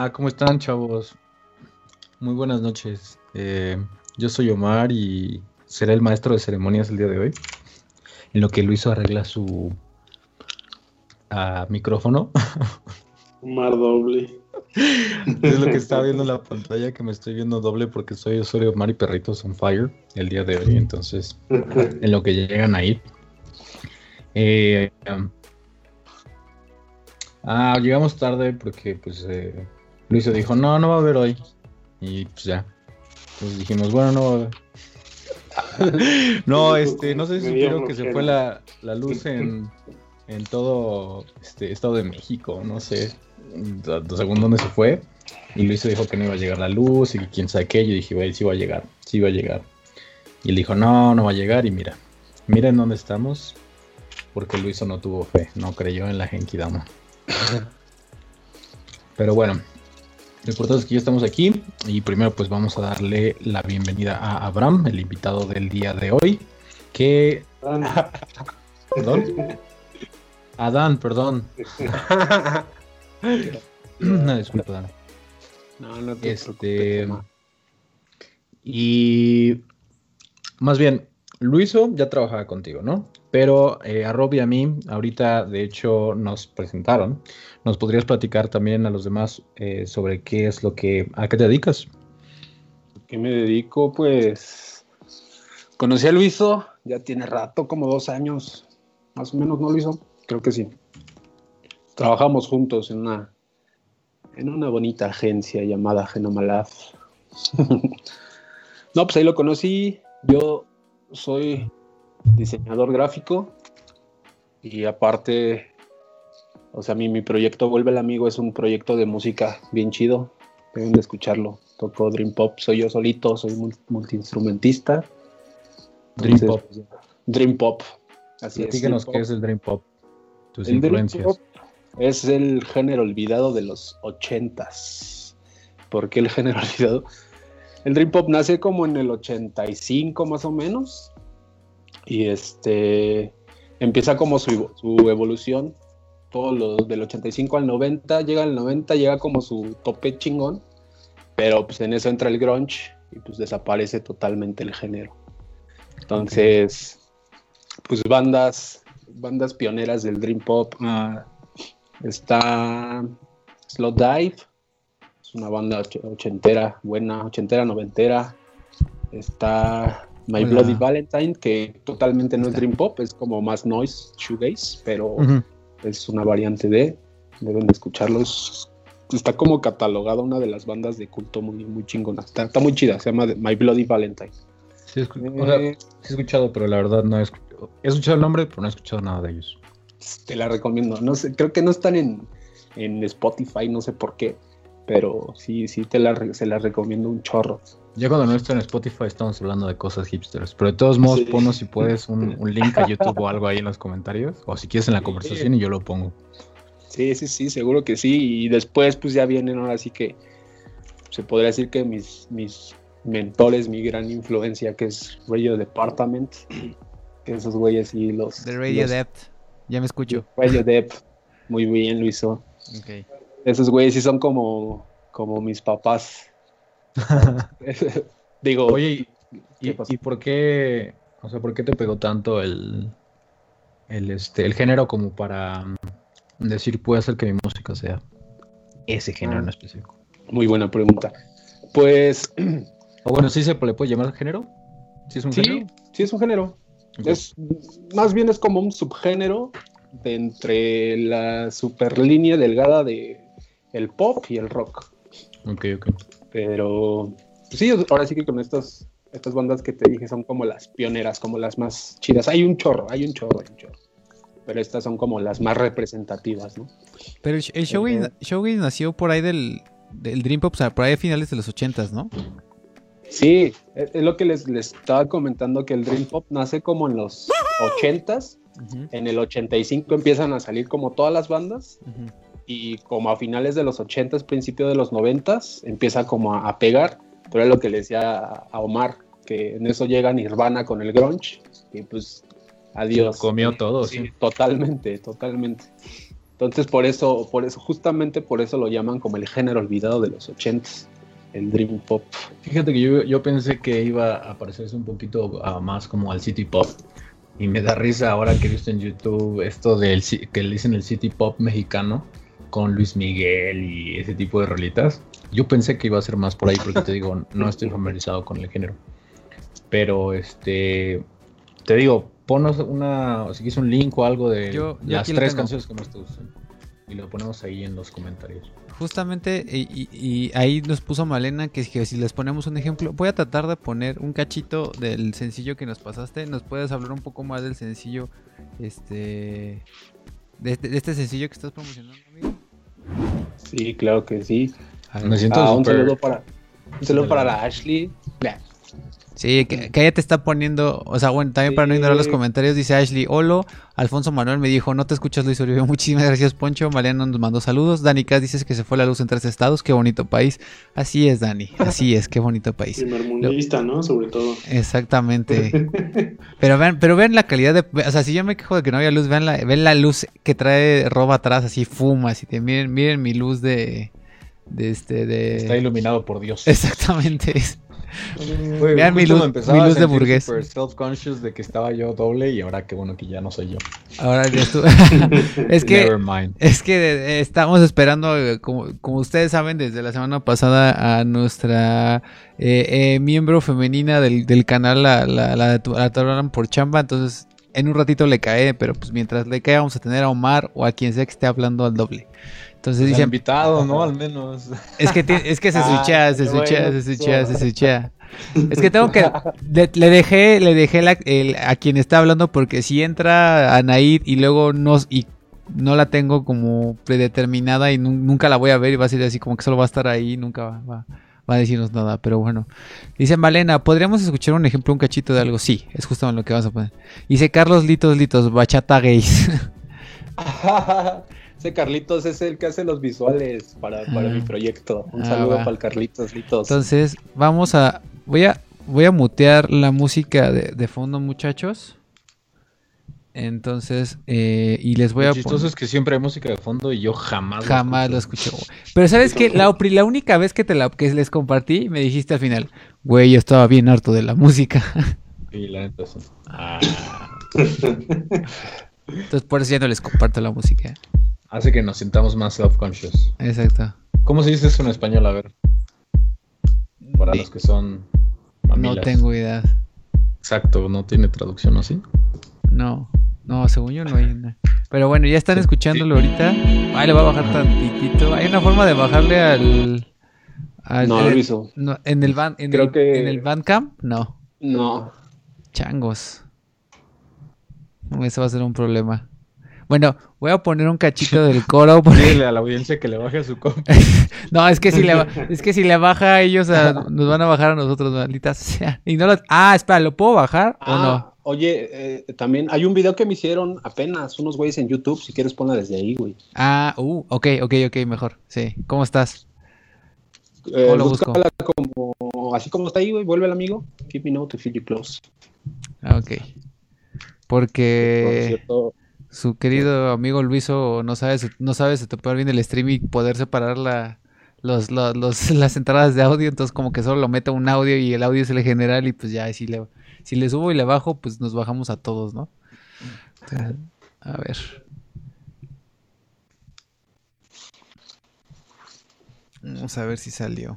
¿Cómo están, chavos? Muy buenas noches. Yo soy Omar y seré el maestro de ceremonias el día de hoy. En lo que Luis arregla su micrófono. Mar doble. Es lo que está viendo en la pantalla, que me estoy viendo doble porque soy Osorio Omar y Perritos on Fire el día de hoy. Entonces, en lo que llegan ahí. Llegamos tarde porque pues Luis se dijo, no va a haber hoy. Y pues ya. Entonces dijimos, bueno, no va a haber. No, no sé si supieron que se fue la luz en todo Estado de México, no sé, según dónde se fue. Y Luis dijo que no iba a llegar la luz y que quién sabe qué. Yo dije, güey, sí va a llegar, sí va a llegar. Y él dijo, no va a llegar. Y mira en dónde estamos, porque Luis no tuvo fe, no creyó en la Genkidama. Pero bueno, lo importante es que ya estamos aquí y primero pues vamos a darle la bienvenida a Abraham, el invitado del día de hoy, que... ¿Perdón? Adán, perdón. Una disculpa, Adán. No te preocupes, y más bien, Luiso ya trabajaba contigo, ¿no? Pero a Rob y a mí, ahorita de hecho nos presentaron. ¿Nos podrías platicar también a los demás sobre a qué te dedicas? ¿A qué me dedico? Pues conocí a Luiso, ya tiene rato, como 2 años, más o menos, ¿no, Luiso? Creo que sí. Trabajamos juntos en una bonita agencia llamada Genomalab. No, pues ahí lo conocí. Yo soy diseñador gráfico y aparte, o sea, mi proyecto Vuelve el Amigo es un proyecto de música bien chido, deben de escucharlo. Toco Dream Pop, soy yo solito, soy multiinstrumentista. Dream Pop. Dream Pop, así es. Díganos qué es el Dream Pop, tus el influencias. Dream Pop es el género olvidado de los 80s. ¿Por qué el género olvidado? El Dream Pop nace como en el 85 más o menos y empieza como su evolución, todo lo del 85 al 90, llega como su tope chingón, pero pues en eso entra el grunge y pues desaparece totalmente el género. Entonces, pues bandas pioneras del Dream Pop, está Slowdive, es una banda ochentera, noventera. Está My Bloody Valentine, que totalmente no es Dream Pop, es como más noise, shoegaze, pero es una variante deben de escucharlo. Está como catalogada una de las bandas de culto muy, muy chingona. Está muy chida, se llama My Bloody Valentine. Sí, he escuchado, pero la verdad no he escuchado el nombre, pero no he escuchado nada de ellos. Te la recomiendo. No sé, creo que no están en Spotify, no sé por qué, pero sí se las recomiendo un chorro. Ya cuando no está en Spotify estamos hablando de cosas hipsters, pero de todos modos ponnos si puedes un link a YouTube o algo ahí en los comentarios, o si quieres en la conversación y yo lo pongo. Sí, seguro que sí, y después pues ya vienen, ahora sí que se podría decir que mis mentores, mi gran influencia, que es Radio Department, que esos güeyes sí los... De Radio Depth, ya me escucho. Radio Depth, muy bien, Luiso. Okay. Esos güeyes sí son como mis papás. Digo, oye, ¿y por qué, o sea, por qué te pegó tanto el género como para decir puede hacer que mi música sea ese género en específico? Muy buena pregunta. Pues, o bueno, ¿sí se le puede llamar género? ¿Sí es un género? Sí es un género. Okay. Más bien es como un subgénero de entre la superlínea delgada de el pop y el rock. Ok. Pero sí, ahora sí que con estas bandas que te dije son como las pioneras, como las más chidas. Hay un chorro. Pero estas son como las más representativas, ¿no? Pero el Shoegaze nació por ahí del Dream Pop, o sea, por ahí a finales de los 80s, ¿no? Sí, es lo que les estaba comentando, que el Dream Pop nace como en los 80s. Uh-huh. En el 85 empiezan a salir como todas las bandas. Uh-huh. Y como a finales de los 80s, principio de los 90s, empieza como a pegar. Pero es lo que le decía a Omar, que en eso llega Nirvana con el grunge. Y pues, adiós. Se comió todo, sí. Totalmente. Entonces justamente por eso lo llaman como el género olvidado de los 80s, el Dream Pop. Fíjate que yo pensé que iba a parecerse un poquito más como al City Pop. Y me da risa ahora que he visto en YouTube esto que le dicen el City Pop mexicano con Luis Miguel y ese tipo de rolitas. Yo pensé que iba a ser más por ahí porque te digo, no estoy familiarizado con el género. Pero te digo, ponos si quieres un link o algo de las 3 canciones que más te gustan. Y lo ponemos ahí en los comentarios. Justamente, y ahí nos puso Malena que si les ponemos un ejemplo, voy a tratar de poner un cachito del sencillo que nos pasaste. ¿Nos puedes hablar un poco más del sencillo, de este sencillo que estás promocionando, amigo? Sí, claro que sí. Me siento un saludo para la Ashley. Sí, que ella te está poniendo, o sea, bueno, también para no ignorar los comentarios, dice Ashley, Olo, Alfonso Manuel me dijo, no te escuchas Luis Uribe, muchísimas gracias Poncho, Mariano nos mandó saludos, Dani Cas dices que se fue la luz en 3 estados, qué bonito país, así es Dani, así es, qué bonito país. Primermundista, ¿no? Sobre todo. Exactamente. pero vean la calidad de, o sea, si yo me quejo de que no había luz, ven la luz que trae Rob atrás, así fuma, así miren mi luz Está iluminado por Dios. Exactamente. Vean mi luz de burgués. Super self-conscious de que estaba yo doble y ahora qué bueno que ya no soy yo. Ahora ya estuve. es que estamos esperando, como ustedes saben, desde la semana pasada a nuestra miembro femenina del canal, la atoraron por chamba, entonces en un ratito le cae, pero pues mientras le cae vamos a tener a Omar o a quien sea que esté hablando al doble. Entonces dice invitado, ¿no? Al menos. Es que se switchea. Es que tengo que le dejé a quien está hablando porque si entra Anaid y luego no la tengo como predeterminada y nunca la voy a ver y va a ser así como que solo va a estar ahí y nunca va a decirnos nada, pero bueno. Dice Malena, ¿podríamos escuchar un ejemplo, un cachito de algo? Sí, es justo lo que vas a poner. Dice Carlos Litos, bachata gays. Ese Carlitos es el que hace los visuales para mi proyecto. Un saludo para el Carlitos Litos. Entonces, voy a mutear la música de fondo, muchachos. Entonces, y les voy a poner... Lo chistoso es que siempre hay música de fondo y yo jamás lo escucho. Pero ¿sabes qué? La única vez que les compartí, me dijiste al final, güey, yo estaba bien harto de la música. Y la neta sí. Entonces, por eso ya no les comparto la música. Hace que nos sintamos más self-conscious. Exacto. ¿Cómo se dice eso en español? A ver. Para los que son mamilas. No tengo idea. Exacto, ¿no tiene traducción así? No, según yo no hay una. Pero bueno, ya están escuchándolo ahorita. Le voy a bajar tantitito. ¿Hay una forma de bajarle al no, lo hizo. No, en el Bandcamp? No. Changos. Eso va a ser un problema. Bueno, voy a poner un cachito del coro. Dile a la audiencia que le baje a su compa. No, es que si le baja a ellos, nos van a bajar a nosotros, malditas sea. Y no espera, ¿lo puedo bajar o no? Oye, también hay un video que me hicieron apenas unos güeyes en YouTube. Si quieres ponla desde ahí, güey. Ok, mejor. Sí, ¿cómo estás? ¿Cómo lo busco? Así como está ahí, güey. Vuelve el amigo. Keep me know to feel you close. Ok. Porque su querido amigo Luiso no sabe setear bien el stream y poder separar las entradas de audio, entonces como que solo lo meto un audio y el audio es el general y pues ya si le subo y le bajo, pues nos bajamos a todos, ¿no? Entonces, a ver. Vamos a ver si salió.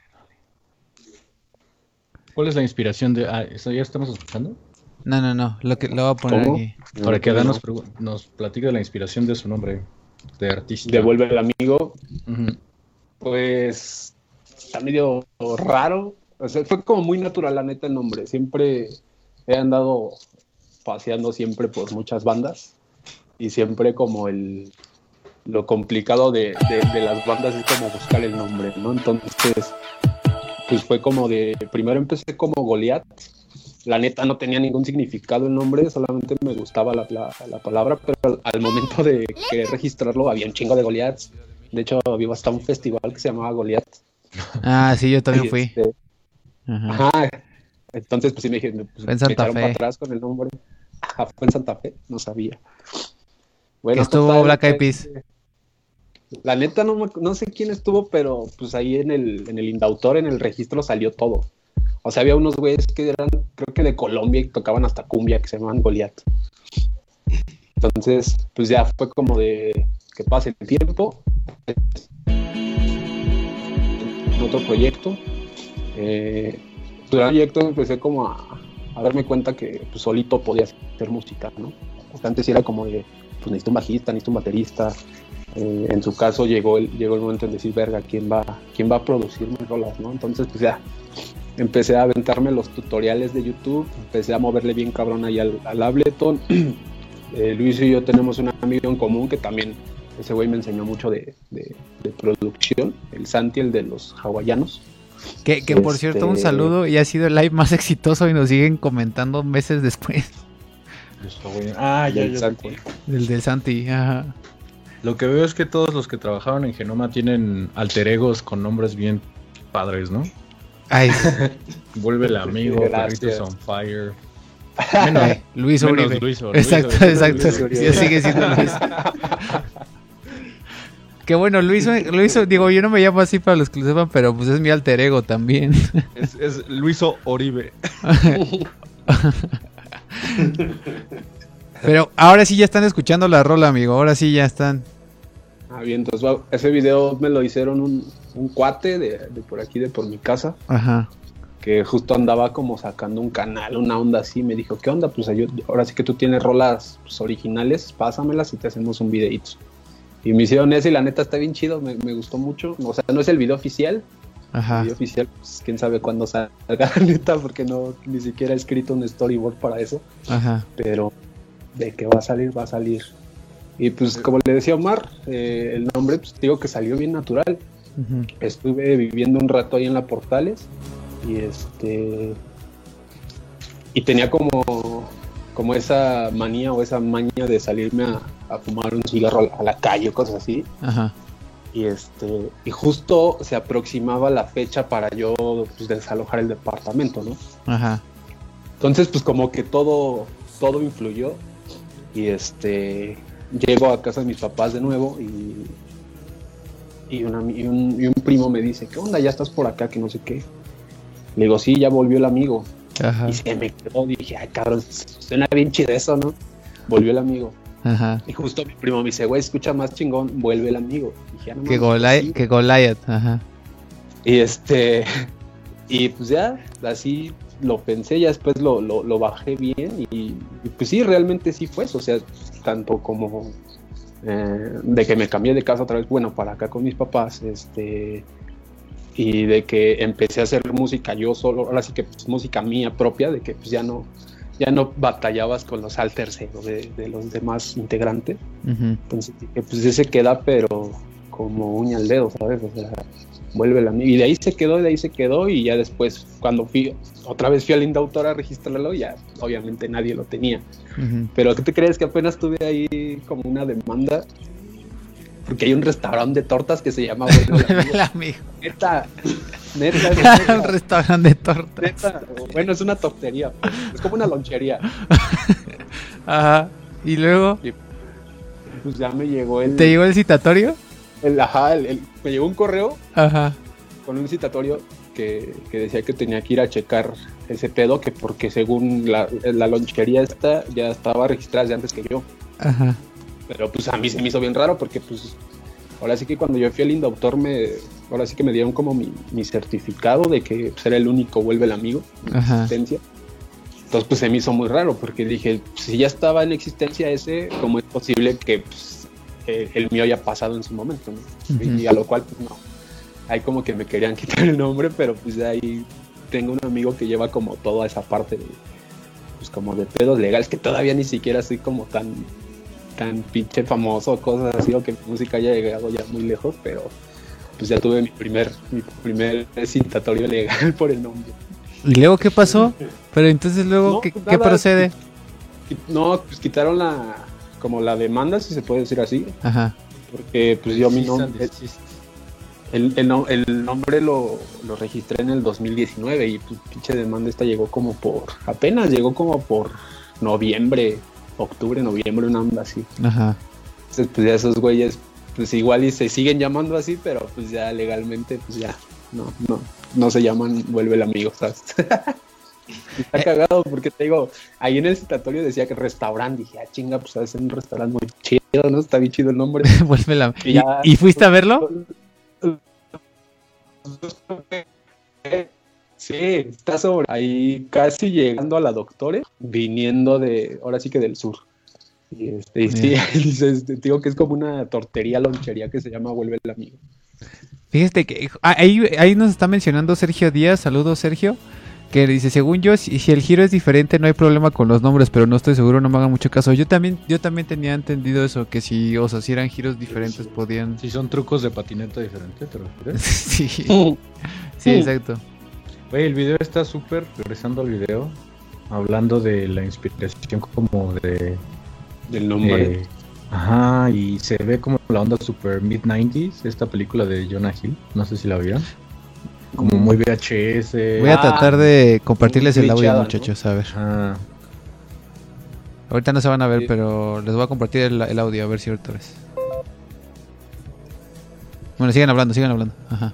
¿Cuál es la inspiración de... ¿eso ya estamos escuchando? No, lo voy a poner aquí. Para que Adán nos platique de la inspiración de su nombre de artista. Devuelve el amigo. Uh-huh. Pues está medio raro. O sea, fue como muy natural, la neta, el nombre. Siempre he andado paseando siempre por muchas bandas. Y siempre como lo complicado de las bandas es como buscar el nombre, ¿no? Entonces, pues fue como primero empecé como Goliat. La neta no tenía ningún significado el nombre, solamente me gustaba la palabra, pero al momento de querer registrarlo había un chingo de Goliaths. De hecho, había hasta un festival que se llamaba Goliath. Sí, yo también fui. Ajá. Entonces, pues sí me dije, fue en Santa Fe. Para atrás con el nombre. Fue en Santa Fe, no sabía. Bueno, que estuvo total, Black Eyed Peas. La neta no sé quién estuvo, pero pues ahí en el Indautor, en el registro salió todo. O sea, había unos güeyes que eran, creo que de Colombia, y tocaban hasta cumbia, que se llamaban Goliat. Entonces, pues ya fue como de que pase el tiempo. En otro proyecto. Durante el proyecto empecé como a darme cuenta que pues, solito podía hacer música, ¿no? Porque antes era como de, pues necesito un bajista, necesito un baterista. En su caso llegó el momento en decir, verga, ¿quién va a producir mis rolas, no? Entonces, pues ya empecé a aventarme los tutoriales de YouTube, empecé a moverle bien cabrón ahí al Ableton. Luis y yo tenemos un amigo en común que también, ese güey me enseñó mucho de producción, el Santi, el de los hawaianos. Que por cierto, un saludo, y ha sido el live más exitoso y nos siguen comentando meses después. Ya Santi. Del Santi, ajá. Lo que veo es que todos los que trabajaron en Genoma tienen alter egos con nombres bien padres, ¿no? Ay, Vuelve el amigo, Perritos on Fire. Menos Luis Uribe. Exacto. Sí, sigue siendo Luis. Qué bueno, Luis, digo, yo no me llamo así para los que lo sepan, pero pues es mi alter ego también. Es Luiso Oribe. Pero ahora sí ya están escuchando la rola, amigo, ahora sí ya están. Bien, entonces ese video me lo hicieron un cuate de por aquí, de por mi casa. Ajá. Que justo andaba como sacando un canal, una onda así, me dijo, ¿qué onda? Pues ahora sí que tú tienes rolas pues, originales, pásamelas y te hacemos un videito. Y me hicieron eso y la neta está bien chido, me gustó mucho. O sea, no es el video oficial. Ajá. El video oficial, pues quién sabe cuándo salga, la neta, porque ni siquiera he escrito un storyboard para eso. Ajá. Pero de que va a salir. Y pues como le decía Omar, el nombre, pues digo que salió bien natural. Uh-huh. Estuve viviendo un rato ahí en la Portales y tenía como esa manía o esa maña de salirme a fumar un cigarro a la calle o cosas así. Ajá. Y justo se aproximaba la fecha para yo pues, desalojar el departamento, ¿no? Ajá. Entonces pues como que todo influyó y llego a casa de mis papás de nuevo y un primo me dice, ¿qué onda? ¿Ya estás por acá? Que no sé qué. Le digo, sí, ya volvió el amigo. Ajá. Y se me quedó, dije, ay cabrón, suena bien chido eso, ¿no? Volvió el amigo. Ajá. Y justo mi primo me dice, güey, escucha más chingón, vuelve el amigo. Y dije, no, que Goliath, ajá. Y pues ya, así lo pensé, ya después lo bajé bien y pues sí, realmente sí fue eso, o sea, tanto como de que me cambié de casa otra vez, bueno, para acá con mis papás, y de que empecé a hacer música yo solo, ahora sí que pues, música mía propia, de que pues ya no batallabas con los alter ego de los demás integrantes. Uh-huh. Entonces dije, pues ese queda pero como uña al dedo, ¿sabes? O sea, vuelve la y de ahí se quedó y ya después cuando otra vez fui al Indautor a registrarlo, ya obviamente nadie lo tenía. Uh-huh. Pero ¿qué te crees? Que apenas tuve ahí como una demanda porque hay un restaurante de tortas que se llama Vuelve el amigo. Neta. Un restaurante de tortas. Neta, bueno, es una tortería, pues. Es como una lonchería. Ajá. ¿Y luego? Y pues ya me llegó ¿Te llegó el citatorio? Me llegó un correo. Ajá. Con un citatorio que decía que tenía que ir a checar ese pedo, que porque según la lonchería esta ya estaba registrada desde antes que yo. Ajá. Pero pues a mí se me hizo bien raro porque pues ahora sí que cuando yo fui al Indautor ahora sí que me dieron como mi certificado de que pues, era el único vuelve el amigo en existencia. Entonces pues se me hizo muy raro porque dije, si ya estaba en existencia ese, ¿cómo es posible que pues, el mío haya pasado en su momento, ¿no? Uh-huh. Y a lo cual pues no, ahí como que me querían quitar el nombre, pero pues de ahí tengo un amigo que lleva como toda esa parte de pues como de pedos legales, que todavía ni siquiera soy como tan pinche famoso, cosas así, o que mi música haya llegado ya muy lejos, pero pues ya tuve mi primer citatorio legal por el nombre. ¿Y luego qué pasó? Pero entonces luego, no, ¿qué procede? No, pues quitaron la demanda, si se puede decir así. Ajá. Porque pues yo mi nombre el nombre lo registré en el 2019 y pues pinche demanda esta llegó como por noviembre, octubre, noviembre, una onda así. Ajá. Entonces, pues ya esos güeyes, pues igual y se siguen llamando así, pero pues ya legalmente, pues ya no se llaman Vuelve el Amigo, ¿sabes? Está cagado porque te digo, ahí en el citatorio decía que restaurante, dije, chinga, pues es un restaurante muy chido, ¿no? Está bien chido el nombre. Vuelve la... ¿Y fuiste a verlo? Sí, está sobre ahí casi llegando a la Doctores, viniendo ahora sí que del sur. Y sí, dices, te digo que es como una tortería, lonchería que se llama Vuelve el Amigo. Fíjate que ahí nos está mencionando Sergio Díaz, saludos Sergio, que dice, según yo, si el giro es diferente no hay problema con los nombres, pero no estoy seguro, no me hagan mucho caso. Yo también tenía entendido eso, que si eran giros diferentes podían... Si son trucos de patineta diferentes, ¿te refieres? Sí, exacto. Oye, el video está súper, regresando al video, hablando de la inspiración como del nombre. Ajá, y se ve como la onda super mid-90s, esta película de Jonah Hill, no sé si la vieron. Como muy VHS. Voy a tratar de compartirles el audio, muchachos, ¿no? A ver. Ahorita no se van a ver, pero les voy a compartir el audio, a ver si ahorita ves. Bueno, sigan hablando. Ajá.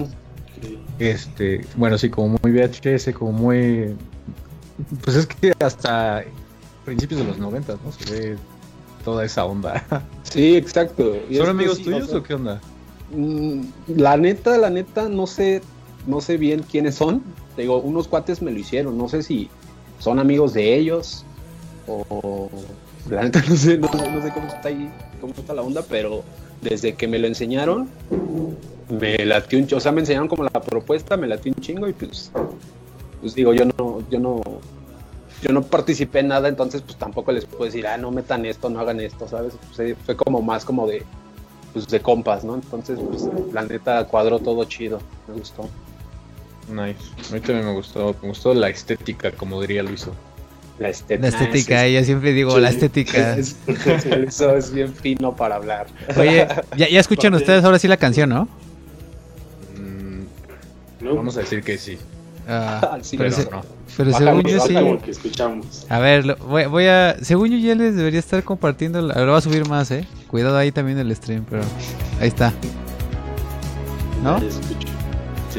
Bueno, sí, como muy VHS, como muy... Pues es que hasta principios de los 90, ¿no? Se ve toda esa onda. Sí, exacto. ¿Son amigos tuyos o qué onda? La neta, no sé bien quiénes son. Te digo, unos cuates me lo hicieron. No sé si son amigos de ellos o... La neta no sé cómo está ahí, cómo está la onda, pero desde que me lo enseñaron, me latió un chingo. O sea, me enseñaron como la propuesta, me latió un chingo y pues digo, yo no participé en nada, entonces pues tampoco les puedo decir, no metan esto, no hagan esto, ¿sabes? Pues, fue como más como de compas, ¿no? Entonces, pues la neta cuadró todo chido, me gustó. Nice. A mí también me gustó la estética, como diría Luiso. La estética, yo siempre digo sí, la estética. Eso es bien fino para hablar. Oye, ya escuchan ustedes ahora sí la canción, ¿no? No. Vamos a decir que sí. Sí, pero no. Pero según yo sí. Que escuchamos. A ver, voy a... Según yo ya les debería estar compartiendo... Ahora va a subir más, Cuidado ahí también el stream, pero... Ahí está. ¿No? Sí.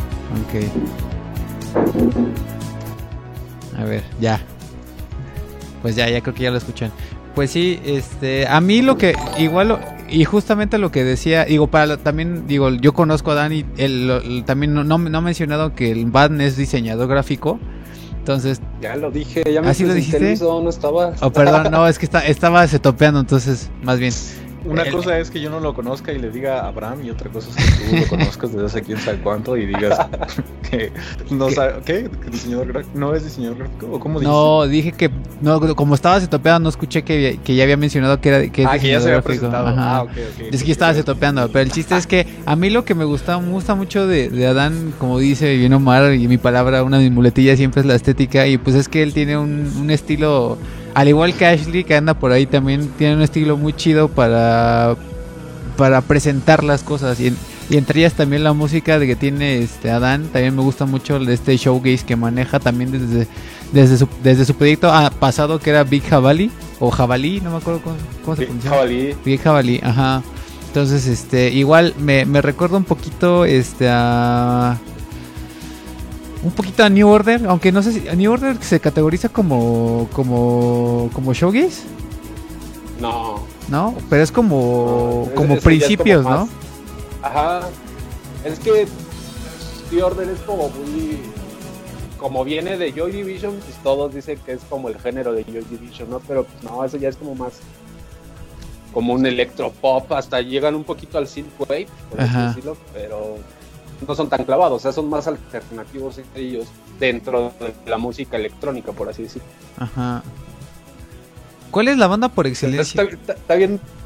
Ok. A ver, ya. Pues ya creo que ya lo escuchan. Pues sí, a mí lo que... Igual... Y justamente lo que decía, también yo conozco a Dan y él también no ha mencionado que el Van es diseñador gráfico. Entonces... Ya lo dije, ya me ¿así lo dijiste? No estaba... Oh, perdón, no, es que estaba setopeando, entonces, más bien. Una cosa es que yo no lo conozca y le diga a Abraham, y otra cosa es que tú lo conozcas desde hace quién sabe cuánto y digas que no sabe, ¿qué? ¿Diseñador gráfico? ¿No es diseñador gráfico? ¿O cómo dices? No, dije que no, como estaba setopeado no escuché que ya había mencionado que es que ya se había gráfico. presentado. Ajá. Okay. Es que estaba setopeando, pero el chiste es que a mí lo que me gusta mucho de Adán, como dice bien Omar, y mi palabra, una de mis muletillas siempre es la estética, y pues es que él tiene un estilo, al igual que Ashley, que anda por ahí también, tiene un estilo muy chido para presentar las cosas y entre ellas también la música de que tiene Adán. También me gusta mucho este showgaze que maneja también desde su proyecto pasado, que era Big Jabalí o Jabalí, no me acuerdo cómo se pronuncia. Big Jabalí, ajá. Entonces igual me recuerda un poquito a New Order, aunque no sé si New Order se categoriza como showgaze. ¿No? Pero es como principios, como más, ¿no? Ajá. Es que The Order es como muy... Como viene de Joy Division, pues todos dicen que es como el género de Joy Division, ¿no? Pero pues no, eso ya es como más... Como un electropop, hasta llegan un poquito al synthwave, por así decirlo, pero no son tan clavados, o sea, son más alternativos ellos dentro de la música electrónica, por así decirlo. Ajá. ¿Cuál es la banda por excelencia? Está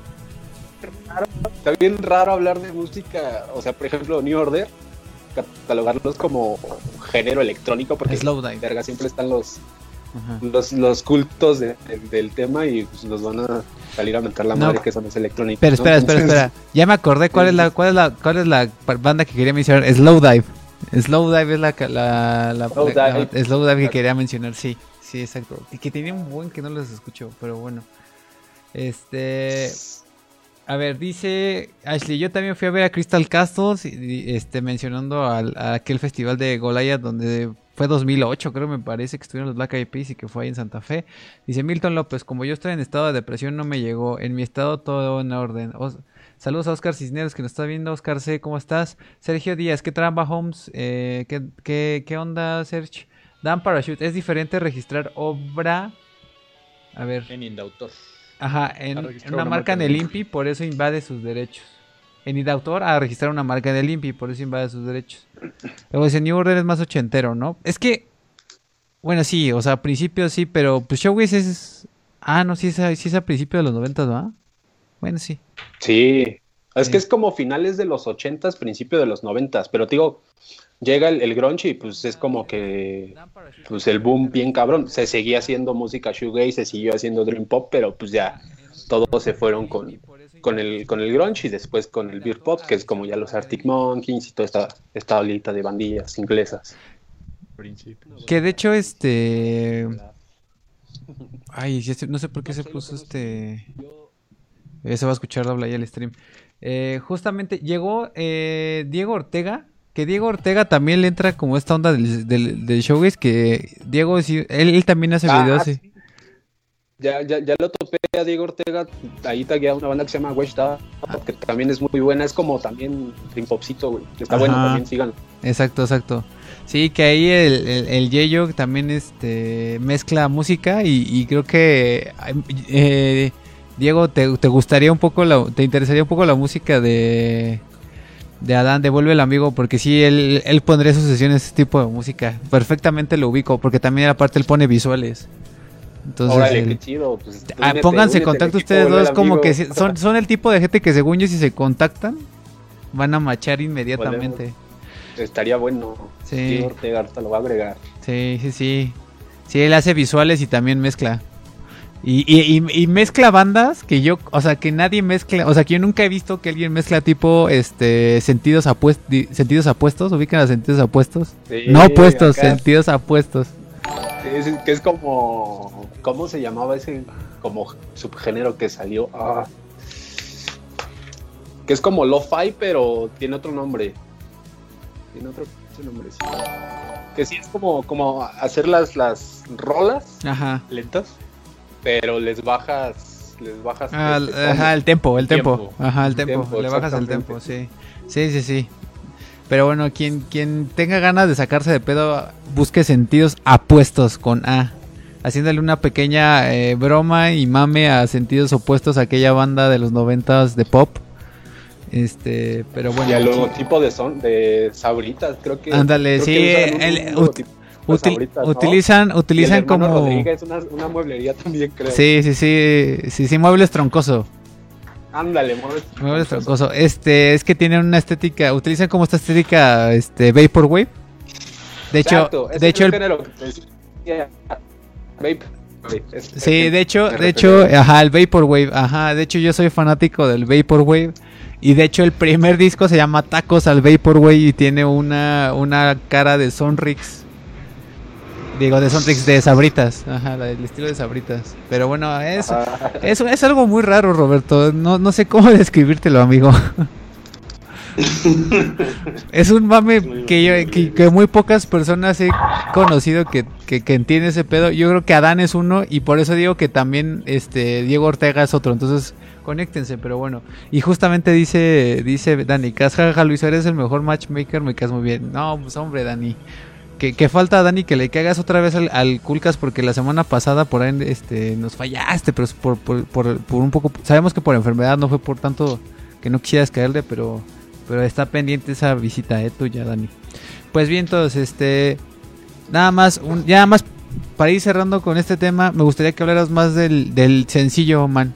bien raro hablar de música, o sea, por ejemplo, New Order, catalogarlos como género electrónico, porque verga, siempre están los cultos del tema y pues nos van a salir a mentar la madre que eso no es electrónico. Pero espera, ya me acordé cuál es la banda que quería mencionar. Slowdive. Slowdive es la Slowdive que quería mencionar, sí, exacto. Y que tenía un buen que no los escucho, pero bueno. A ver, dice Ashley, yo también fui a ver a Crystal Castles, mencionando a aquel festival de Goliath donde fue 2008, creo, me parece, que estuvieron los Black Eyed Peas y que fue ahí en Santa Fe. Dice Milton López, como yo estoy en estado de depresión no me llegó, en mi estado todo en orden. Saludos a Oscar Cisneros que nos está viendo. Oscar C, ¿cómo estás? Sergio Díaz, ¿qué tramba Holmes? ¿Qué onda, Sergio? Dan Parachute, ¿es diferente registrar obra? A ver. En Indautor. Ajá, en una marca en el INPI, por eso invade sus derechos. En Indautor a registrar una marca en el INPI, por eso invade sus derechos. Luego dice, New Order es más ochentero, ¿no? Es que, bueno, sí, o sea, a principios sí, pero pues Showbiz es... Ah, no, sí es a principios de los 90, ¿no? Bueno, sí. Sí, es que es como finales de los 80s, principios de los 90s, pero te digo, llega el grunge y pues es como que pues el boom bien cabrón. Se seguía haciendo música shoegaze, se siguió haciendo dream pop, pero pues ya todos se fueron con el grunge y después con el beer pop, que es como ya los Arctic Monkeys y toda esta olita de bandillas inglesas. Que de hecho ay, no sé por qué se puso se va a escuchar doble ahí el stream. Justamente llegó Diego Ortega. Que Diego Ortega también le entra como esta onda del showbiz. Que Diego, sí, él también hace videos. Sí. Ya lo topé a Diego Ortega. Ahí taguea una banda que se llama Wesh Da, que también es muy buena. Es como también dream popcito, güey. Está bueno, también síganlo. Exacto. Sí, que ahí el Yeyo también mezcla música. Y creo que Diego, ¿te gustaría un poco te interesaría un poco la música de Adán, Devuelve el Amigo? Porque sí, él pondría sus sesiones ese tipo de música. Perfectamente lo ubico, porque también aparte él pone visuales. Entonces, órale, qué chido. Pues, pónganse en contacto ustedes dos, como que son el tipo de gente que según yo si se contactan, van a machar inmediatamente. Estaría bueno. Sí. Diego Ortega, ahorita lo va a agregar. Sí. Sí, él hace visuales y también mezcla. Y mezcla bandas que que nadie mezcla, o sea, que yo nunca he visto que alguien mezcla tipo sentidos apuestos, ubican a sentidos apuestos. Sí, no opuestos, sentidos apuestos. Sí, que es como, ¿cómo se llamaba ese como subgénero que salió? Que es como lo-fi, pero tiene otro nombre. Tiene otro nombre, sí. Que sí es como hacer las rolas lentas, pero les bajas el tempo. Ajá, el tempo. Le bajas el tempo, sí. Sí. Pero bueno, quien tenga ganas de sacarse de pedo, busque Sentidos Apuestos con A. Haciéndole una pequeña broma y mame a Sentidos Opuestos, a aquella banda de los 90s de pop. Pero bueno. Y al logotipo de Sabritas, creo que. Ándale, sí. Utilizan como. Rodríguez, una mueblería también, creo. Sí, muebles troncoso. Ándale, muebles troncoso. Es que tienen una estética, utilizan como esta estética Vaporwave. De hecho, el género sí, de hecho, el Vaporwave, de hecho yo soy fanático del Vaporwave. Y de hecho el primer disco se llama Tacos al Vaporwave y tiene una cara de Sonrix. Digo, de Sonrix, de Sabritas. El estilo de Sabritas. Pero bueno, es algo muy raro, Roberto. No sé cómo describírtelo, amigo. Es un mame que muy pocas personas he conocido que entiende ese pedo. Yo creo que Adán es uno y por eso digo que también Diego Ortega es otro. Entonces, conéctense, pero bueno. Y justamente dice Dani, jajaja, Luis, eres el mejor matchmaker, me caes muy bien. No, pues hombre, Dani. Que falta, Dani, que le cagas otra vez al Kulkas, porque la semana pasada por ahí nos fallaste, pero por un poco, sabemos que por enfermedad, no fue por tanto que no quisieras caerle, pero está pendiente esa visita tuya, Dani. Pues bien, entonces, nada más para ir cerrando con este tema, me gustaría que hablaras más del sencillo, man.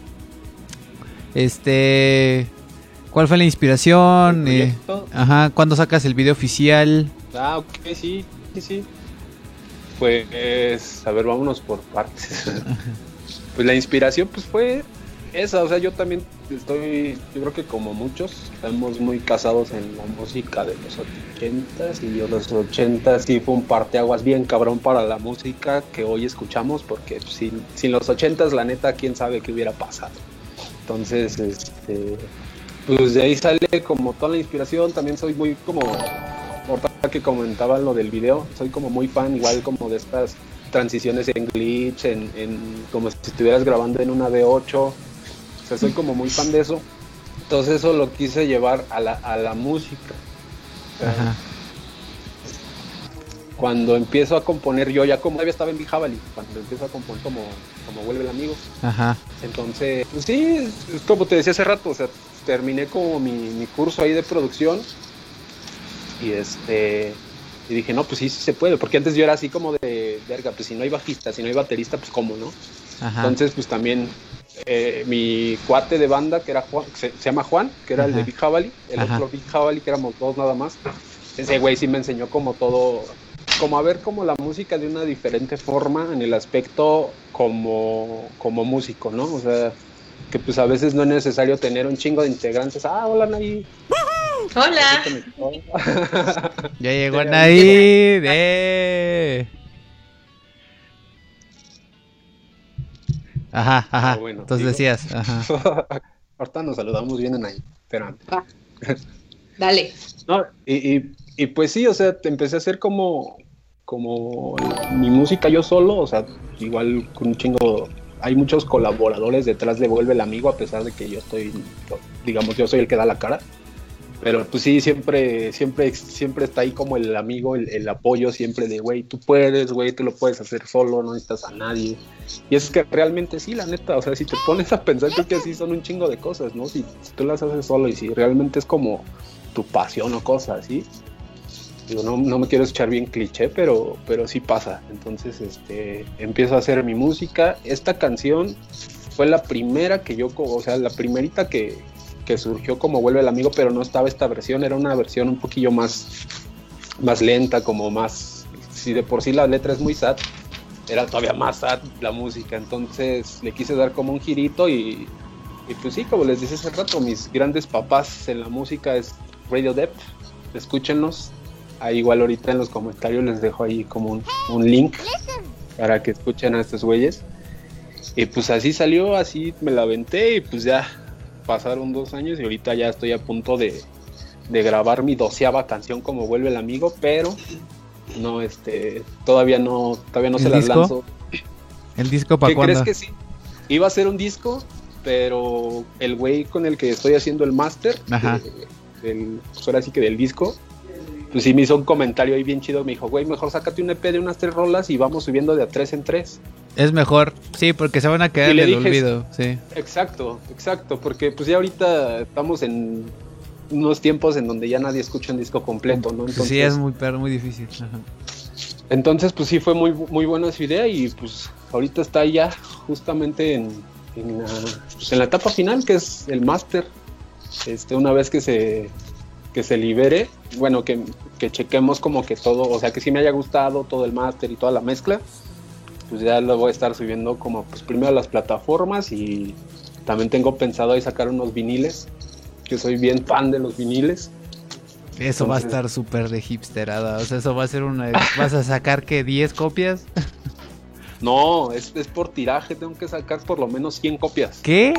¿Cuál fue la inspiración? ¿Cuándo sacas el video oficial? Ok, sí. Pues, a ver, vámonos por partes. Pues la inspiración pues fue esa, o sea, yo también yo creo que como muchos, estamos muy casados en la música de los 80s, y los 80s sí fue un parteaguas bien cabrón para la música que hoy escuchamos, porque sin los 80s, la neta, quién sabe qué hubiera pasado. Entonces, pues de ahí sale como toda la inspiración. También soy muy como, ahorita que comentaba lo del video, soy como muy fan igual como de estas transiciones en glitch, en como si estuvieras grabando en una V8. O sea, soy como muy fan de eso. Entonces eso lo quise llevar a la música. Ajá. Cuando empiezo a componer, yo ya como todavía estaba en Big Jabalí, cuando empiezo a componer como Vuelve el Amigo. Ajá. Entonces, pues sí, es como te decía hace rato, o sea, terminé como mi curso ahí de producción y y dije, no, pues sí se puede, porque antes yo era así como de verga, pues si no hay bajista, si no hay baterista, pues cómo, ¿no? Ajá. Entonces, pues también mi cuate de banda, que era Juan, se llama Juan, que era el de Big Jabalí, el otro Big Jabalí, que éramos dos nada más. Ese güey sí me enseñó como todo, como a ver como la música de una diferente forma en el aspecto como músico, ¿no? O sea, que pues a veces no es necesario tener un chingo de integrantes. Ah, hola, Naí. Hola. Ya llegó Naí. Ajá. Ah, bueno, entonces decías, ajá. Ahorita nos saludamos bien en ahí, pero Dale. no, y pues sí, o sea, empecé a hacer como mi música yo solo, o sea, igual con un chingo, hay muchos colaboradores detrás de Vuelve el Amigo, a pesar de que yo soy el que da la cara. Pero pues sí, siempre está ahí como el amigo, el apoyo siempre de, güey, tú puedes, güey, tú lo puedes hacer solo, no necesitas a nadie. Y es que realmente sí, la neta, o sea, si te pones a pensar, creo que así son un chingo de cosas, ¿no? Si tú las haces solo y si realmente es como tu pasión o cosas así. Digo, no me quiero escuchar bien cliché, pero sí pasa. Entonces, empiezo a hacer mi música. Esta canción fue la primera que la primerita que surgió como Vuelve el Amigo, pero no estaba esta versión, era una versión un poquillo más lenta, como más, si de por sí la letra es muy sad, era todavía más sad la música, entonces le quise dar como un girito y pues sí, como les dije hace rato, mis grandes papás en la música es Radio Depth, escúchenlos, ahí igual ahorita en los comentarios les dejo ahí como un link para que escuchen a estos güeyes, y pues así salió, así me la aventé y pues ya pasaron 2 años y ahorita ya estoy a punto de grabar mi 12ª canción como Vuelve el Amigo, pero no, todavía no se las lanzo. ¿El disco para cuándo? ¿Qué crees que sí? Iba a ser un disco, pero el güey con el que estoy haciendo el máster, pues ahora sí que del disco, pues sí me hizo un comentario ahí bien chido, me dijo, güey, mejor sácate un EP de unas 3 rolas y vamos subiendo de a 3 en 3. Es mejor, sí, porque se van a quedar en el olvido, sí. Exacto, porque pues ya ahorita estamos en unos tiempos en donde ya nadie escucha un disco completo, ¿no? Entonces, sí, es muy difícil. Ajá. Entonces, pues sí fue muy, muy buena su idea y pues ahorita está ya justamente en la etapa final, que es el máster. Una vez que se libere, bueno, que chequemos como que todo, o sea, que sí me haya gustado todo el máster y toda la mezcla, pues ya lo voy a estar subiendo como pues primero a las plataformas y también tengo pensado ahí sacar unos viniles, que soy bien fan de los viniles. Eso va a estar súper de hipsterada, o sea, eso va a ser ¿vas a sacar qué, 10 copias? No, es por tiraje, tengo que sacar por lo menos 100 copias. ¿Qué?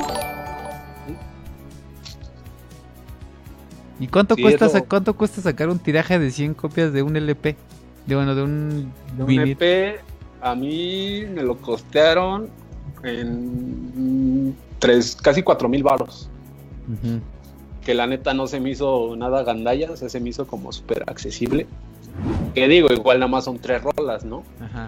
¿Y cuánto cuesta sacar un tiraje de 100 copias de un LP? De un vinil. LP, a mí me lo costearon en casi 4,000 varos. Uh-huh. Que la neta no se me hizo nada gandalla, o sea, se me hizo como súper accesible. Que digo, igual nada más son 3 rolas, ¿no? Ajá.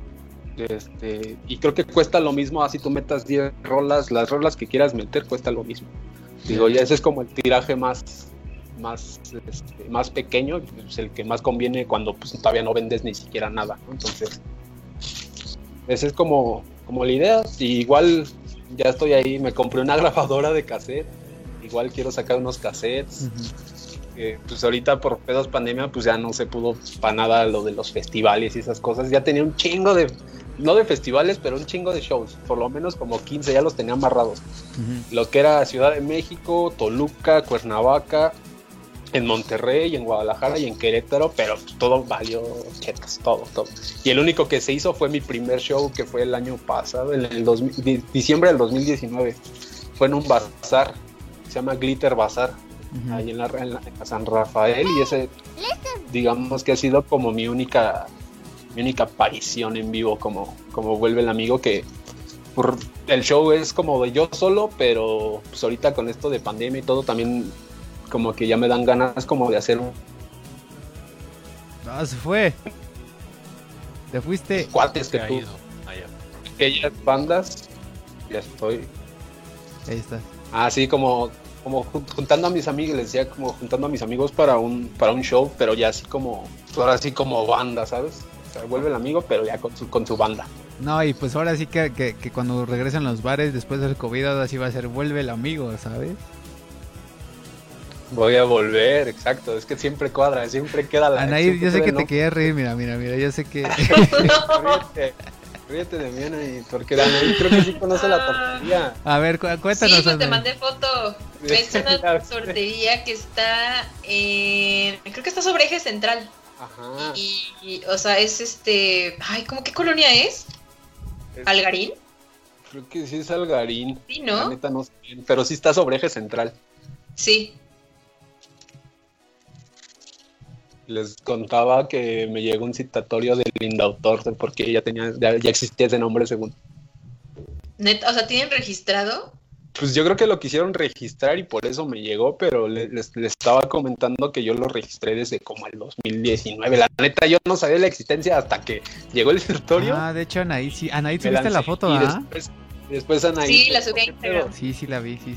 Y creo que cuesta lo mismo, así tú metas 10 rolas, las rolas que quieras meter cuesta lo mismo. Digo, ya ese es como el tiraje más pequeño, pues el que más conviene cuando pues todavía no vendes ni siquiera nada, ¿no? Entonces esa es como la idea. Y igual ya estoy ahí, me compré una grabadora de cassette, igual quiero sacar unos cassettes. Uh-huh. Pues ahorita por pedos pandemia pues ya no se pudo para nada lo de los festivales y esas cosas, ya tenía un chingo no de festivales, pero un chingo de shows, por lo menos como 15 ya los tenía amarrados. Uh-huh. Lo que era Ciudad de México, Toluca, Cuernavaca, en Monterrey, en Guadalajara y en Querétaro, pero pues todo valió chetas, todo. Y el único que se hizo fue mi primer show, que fue el año pasado, en el diciembre del 2019, fue en un bazar, se llama Glitter Bazar, ahí en la San Rafael, y ese, digamos que ha sido como mi única aparición en vivo, como Vuelve el Amigo, que el show es como de yo solo, pero pues ahorita con esto de pandemia y todo, también como que ya me dan ganas como de hacer se fue. Te fuiste. Cuates que tú. Aquellas bandas, ya estoy. Ahí está. Así como juntando a mis amigos, les decía, como juntando a mis amigos para un show, pero ya así como, ahora sí como banda, ¿sabes? O sea, Vuelve el Amigo, pero ya con su banda. No, y pues ahora sí que cuando regresen los bares después del COVID, ahora sí va a ser Vuelve el Amigo, ¿sabes? Voy a volver, exacto, es que siempre cuadra, siempre queda la... Anaí, yo sé que te querías reír, mira, yo sé que... Ríete de mí, Anaí, porque Anaí creo que sí conoce la tortería. A ver, cuéntanos. Sí, pues te mandé foto. Es una tortería que está creo que está sobre Eje Central. Ajá. Y o sea, es ¿cómo qué colonia es? ¿Algarín? Creo que sí es Algarín. Sí, ¿no? La neta no sé bien, pero sí está sobre Eje Central. Sí. Les contaba que me llegó un citatorio del Indautor porque ya existía ese nombre según. Neta, o sea, ¿tienen registrado? Pues yo creo que lo quisieron registrar y por eso me llegó, pero les estaba comentando que yo lo registré desde como el 2019. La neta, yo no sabía la existencia hasta que llegó el citatorio. De hecho, Anaí, sí. Anaí, ¿tuviste la foto, después Anaí. Sí, la subí a Instagram. Sí, la vi, sí.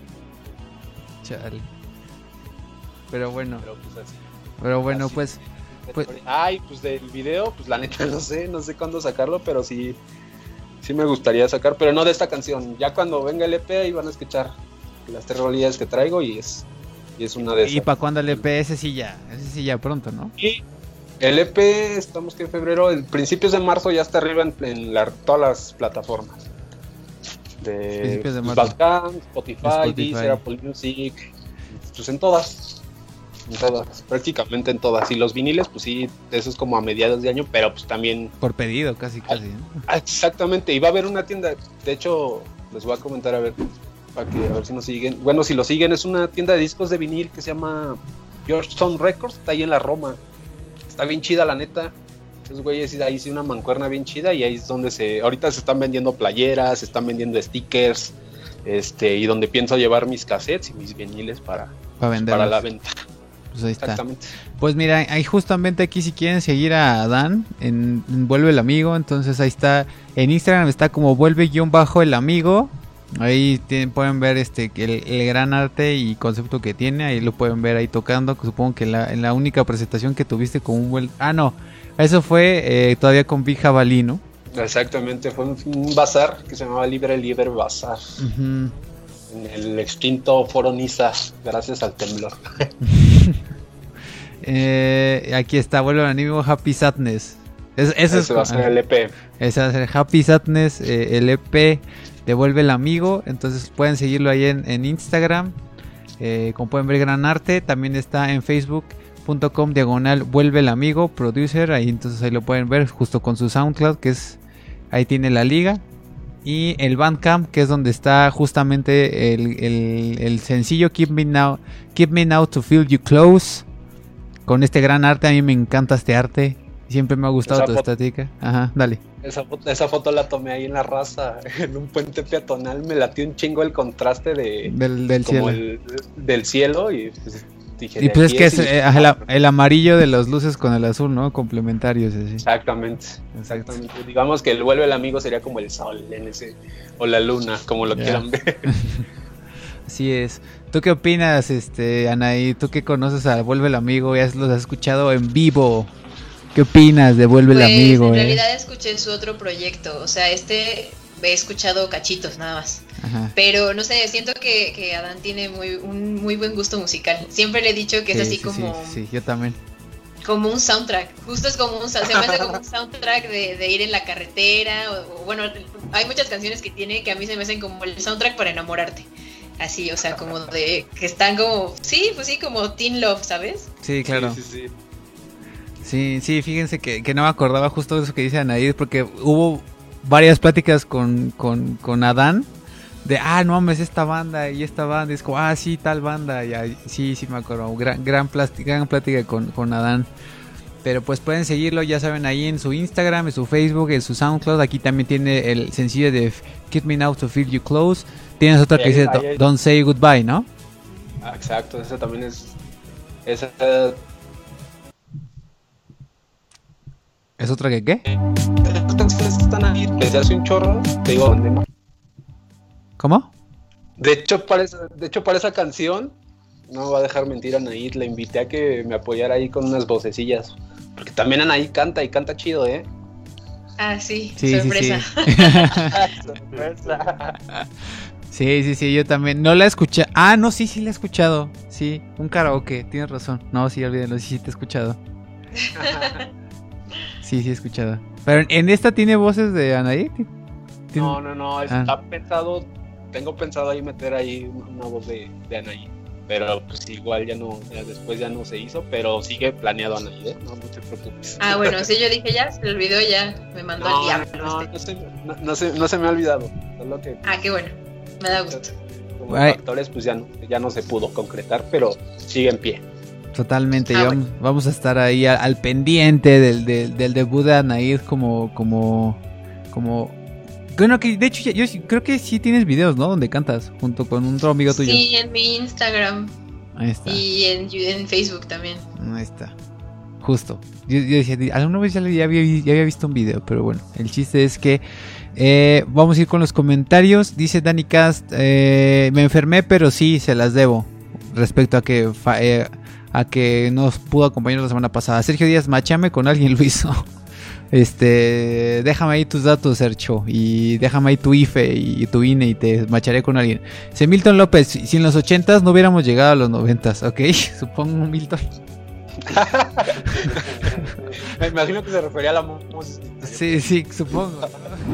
Chale. Pero bueno. Pero bueno, pues... Ay, pues del video, pues la neta no sé cuándo sacarlo, pero sí me gustaría sacar, pero no de esta canción. Ya cuando venga el EP ahí van a escuchar las 3 rolillas que traigo y es una de esas. ¿Y para cuándo el EP? Ese sí ya pronto, ¿no? Y el EP, estamos que en febrero, el principios de marzo ya está arriba en todas las plataformas. Principios de marzo. Bandcamp, Spotify, Deezer, Apple Music, pues en todas, prácticamente en todas. Y los viniles, pues sí, eso es como a mediados de año, pero pues también... Por pedido, casi, ¿no? Exactamente, y va a haber una tienda, de hecho, les voy a comentar a ver si nos siguen. Bueno, si lo siguen, es una tienda de discos de vinil que se llama Georgetown Records, está ahí en la Roma. Está bien chida, la neta. Esos güeyes, ahí sí una mancuerna bien chida, y ahí es donde ahorita se están vendiendo playeras, se están vendiendo stickers, y donde pienso llevar mis cassettes y mis viniles para la venta. Pues ahí está. Pues mira, ahí justamente aquí si quieren seguir a Dan en Vuelve el Amigo, entonces ahí está, en Instagram está como Vuelve-el Amigo. Ahí pueden ver el gran arte y concepto que tiene, ahí lo pueden ver ahí tocando, supongo que en la única presentación que tuviste con un eso fue todavía con Big Jabalí, ¿no? Exactamente, fue un bazar que se llamaba Libre Bazar. En el extinto Foro Niza, gracias al temblor. Aquí está, Vuelve el Amigo, Happy Sadness. Ese va a ser el EP. Ese va a ser Happy Sadness, el EP de Vuelve el Amigo. Entonces pueden seguirlo ahí en Instagram. Como pueden ver, gran arte. También está en facebook.com/Vuelve el Amigo Producer. Ahí entonces ahí lo pueden ver justo con su SoundCloud, que es ahí tiene la liga. Y el Bandcamp, que es donde está justamente el sencillo Keep Me Now to Feel You Close. Con este gran arte, a mí me encanta este arte. Siempre me ha gustado tu estética. Ajá, dale. Esa foto la tomé ahí en la raza, en un puente peatonal. Me latió un chingo el contraste del cielo. Del cielo y pues dije... Y pues es que es el amarillo de las luces con el azul, ¿no? Complementarios. Así. Exactamente. Digamos que el Vuelve el Amigo sería como el sol en ese, o la luna, como lo quieran ver. Así es. ¿Tú qué opinas, Anaí? ¿Tú que conoces a Vuelve el Amigo? Ya los has escuchado en vivo. ¿Qué opinas de Vuelve el Amigo? En realidad escuché su otro proyecto. O sea, he escuchado cachitos nada más. Ajá. Pero no sé, siento que Adán tiene un muy buen gusto musical. Siempre le he dicho que es así como... Sí, yo también. Como un soundtrack. Justo es como se me hace como un soundtrack de ir en la carretera. O bueno, hay muchas canciones que tiene que a mí se me hacen como el soundtrack para enamorarte. Así, o sea, como de que están como, sí, pues sí, como teen love, ¿sabes? Sí, claro. Sí, fíjense que no me acordaba justo de eso que dice Anaí, porque hubo varias pláticas con Adán no mames, esta banda y esta banda, es como, sí, tal banda, y ahí, sí me acuerdo, gran plática con Adán. Pero pues pueden seguirlo, ya saben, ahí en su Instagram, en su Facebook, en su SoundCloud. Aquí también tiene el sencillo de Keep Me Now to Feel You Close. Tienes otra que dice Don't Say Goodbye, ¿no? Exacto, ese también es... ¿Es otra que qué? Las canciones están ahí desde hace un chorro, te digo dónde no. ¿Cómo? De hecho, para esa canción, no me va a dejar mentir Anaí, la invité a que me apoyara ahí con unas vocecillas. Porque también Anaí canta y canta chido, ¿eh? Ah, sí, sorpresa. Sí. Sorpresa. Sí, yo también. No la escuché. No, sí la he escuchado. Sí, un karaoke, tienes razón. No, sí, olvídalo, sí te he escuchado. Sí, he escuchado. Pero en esta tiene voces de Anaí. No, está pensado. Tengo pensado ahí meter ahí una voz de Anaí. Pero pues igual después ya no se hizo, pero sigue planeado Anaí, ¿eh? No te preocupes. Bueno, sí, yo dije ya, se le olvidó, ya me mandó al diablo. No se me ha olvidado. Solo que, qué bueno, me da gusto. Como factores, pues ya no se pudo concretar, pero sigue en pie. Totalmente, vamos a estar ahí al pendiente del debut de Anaí como bueno, que de hecho yo creo que sí tienes videos, ¿no? Donde cantas junto con otro amigo tuyo. Sí, en mi Instagram. Ahí está. Y en Facebook también. Ahí está. Justo. Yo decía, alguna vez ya había visto un video, pero bueno, el chiste es que vamos a ir con los comentarios. Dice Dani Cast, me enfermé, pero sí, se las debo. Respecto a que nos pudo acompañar la semana pasada. Sergio Díaz, machame con alguien lo hizo. Déjame ahí tus datos, Sergio, y déjame ahí tu IFE y tu INE y te macharé con alguien. Dice Milton López, si en los 80s no hubiéramos llegado a los 90s, ¿ok? Supongo, Milton. Me imagino que se refería a la música. Sí, supongo.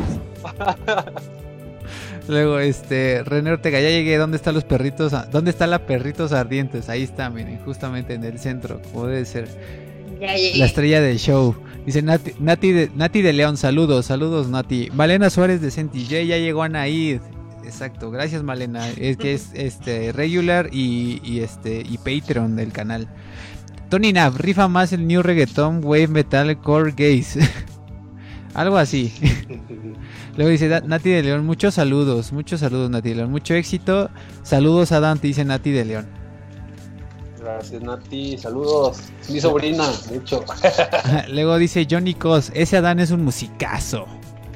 Luego, René Ortega, ya llegué. ¿Dónde están los perritos? ¿Dónde están los perritos ardientes? Ahí está, miren, justamente en el centro, como debe ser. La estrella del show. Dice Nati de León, saludos Nati. Malena Suárez de Sentille, ya llegó Anaí. Exacto, gracias Malena. Es que es regular y Patreon del canal. Tony Nav, rifa más el new reggaeton, wave metal, core gays. Algo así. Luego dice Nati de León, muchos saludos Nati de León, mucho éxito. Saludos a Dante, dice Nati de León. Gracias Nati, saludos. Mi sobrina, de hecho. Luego dice Johnny Cos, ese Adán es un musicazo.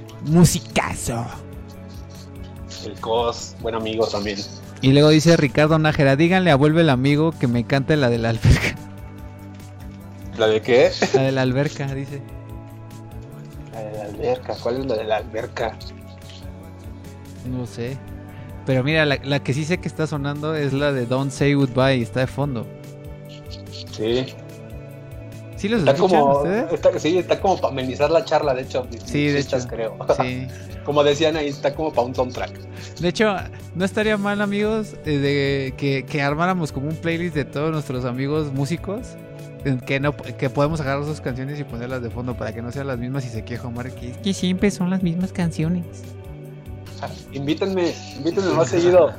El Cos, buen amigo también. Y luego dice Ricardo Nájera, díganle a Vuelve el Amigo que me cante la de la alberca. ¿La de qué? La de la alberca, dice. La de la alberca, ¿cuál es la de la alberca? No sé. Pero mira, la que sí sé que está sonando es la de Don't Say Goodbye, está de fondo. Sí. ¿Sí los escuchan ustedes? Está como para amenizar la charla, de hecho. Sí, de hecho. Creo. Sí. Como decían ahí, está como para un soundtrack. De hecho, no estaría mal, amigos, de que armáramos como un playlist de todos nuestros amigos músicos. Que podemos agarrar sus canciones y ponerlas de fondo para que no sean las mismas y se queja Omar que siempre son las mismas canciones. Invítenme más seguido.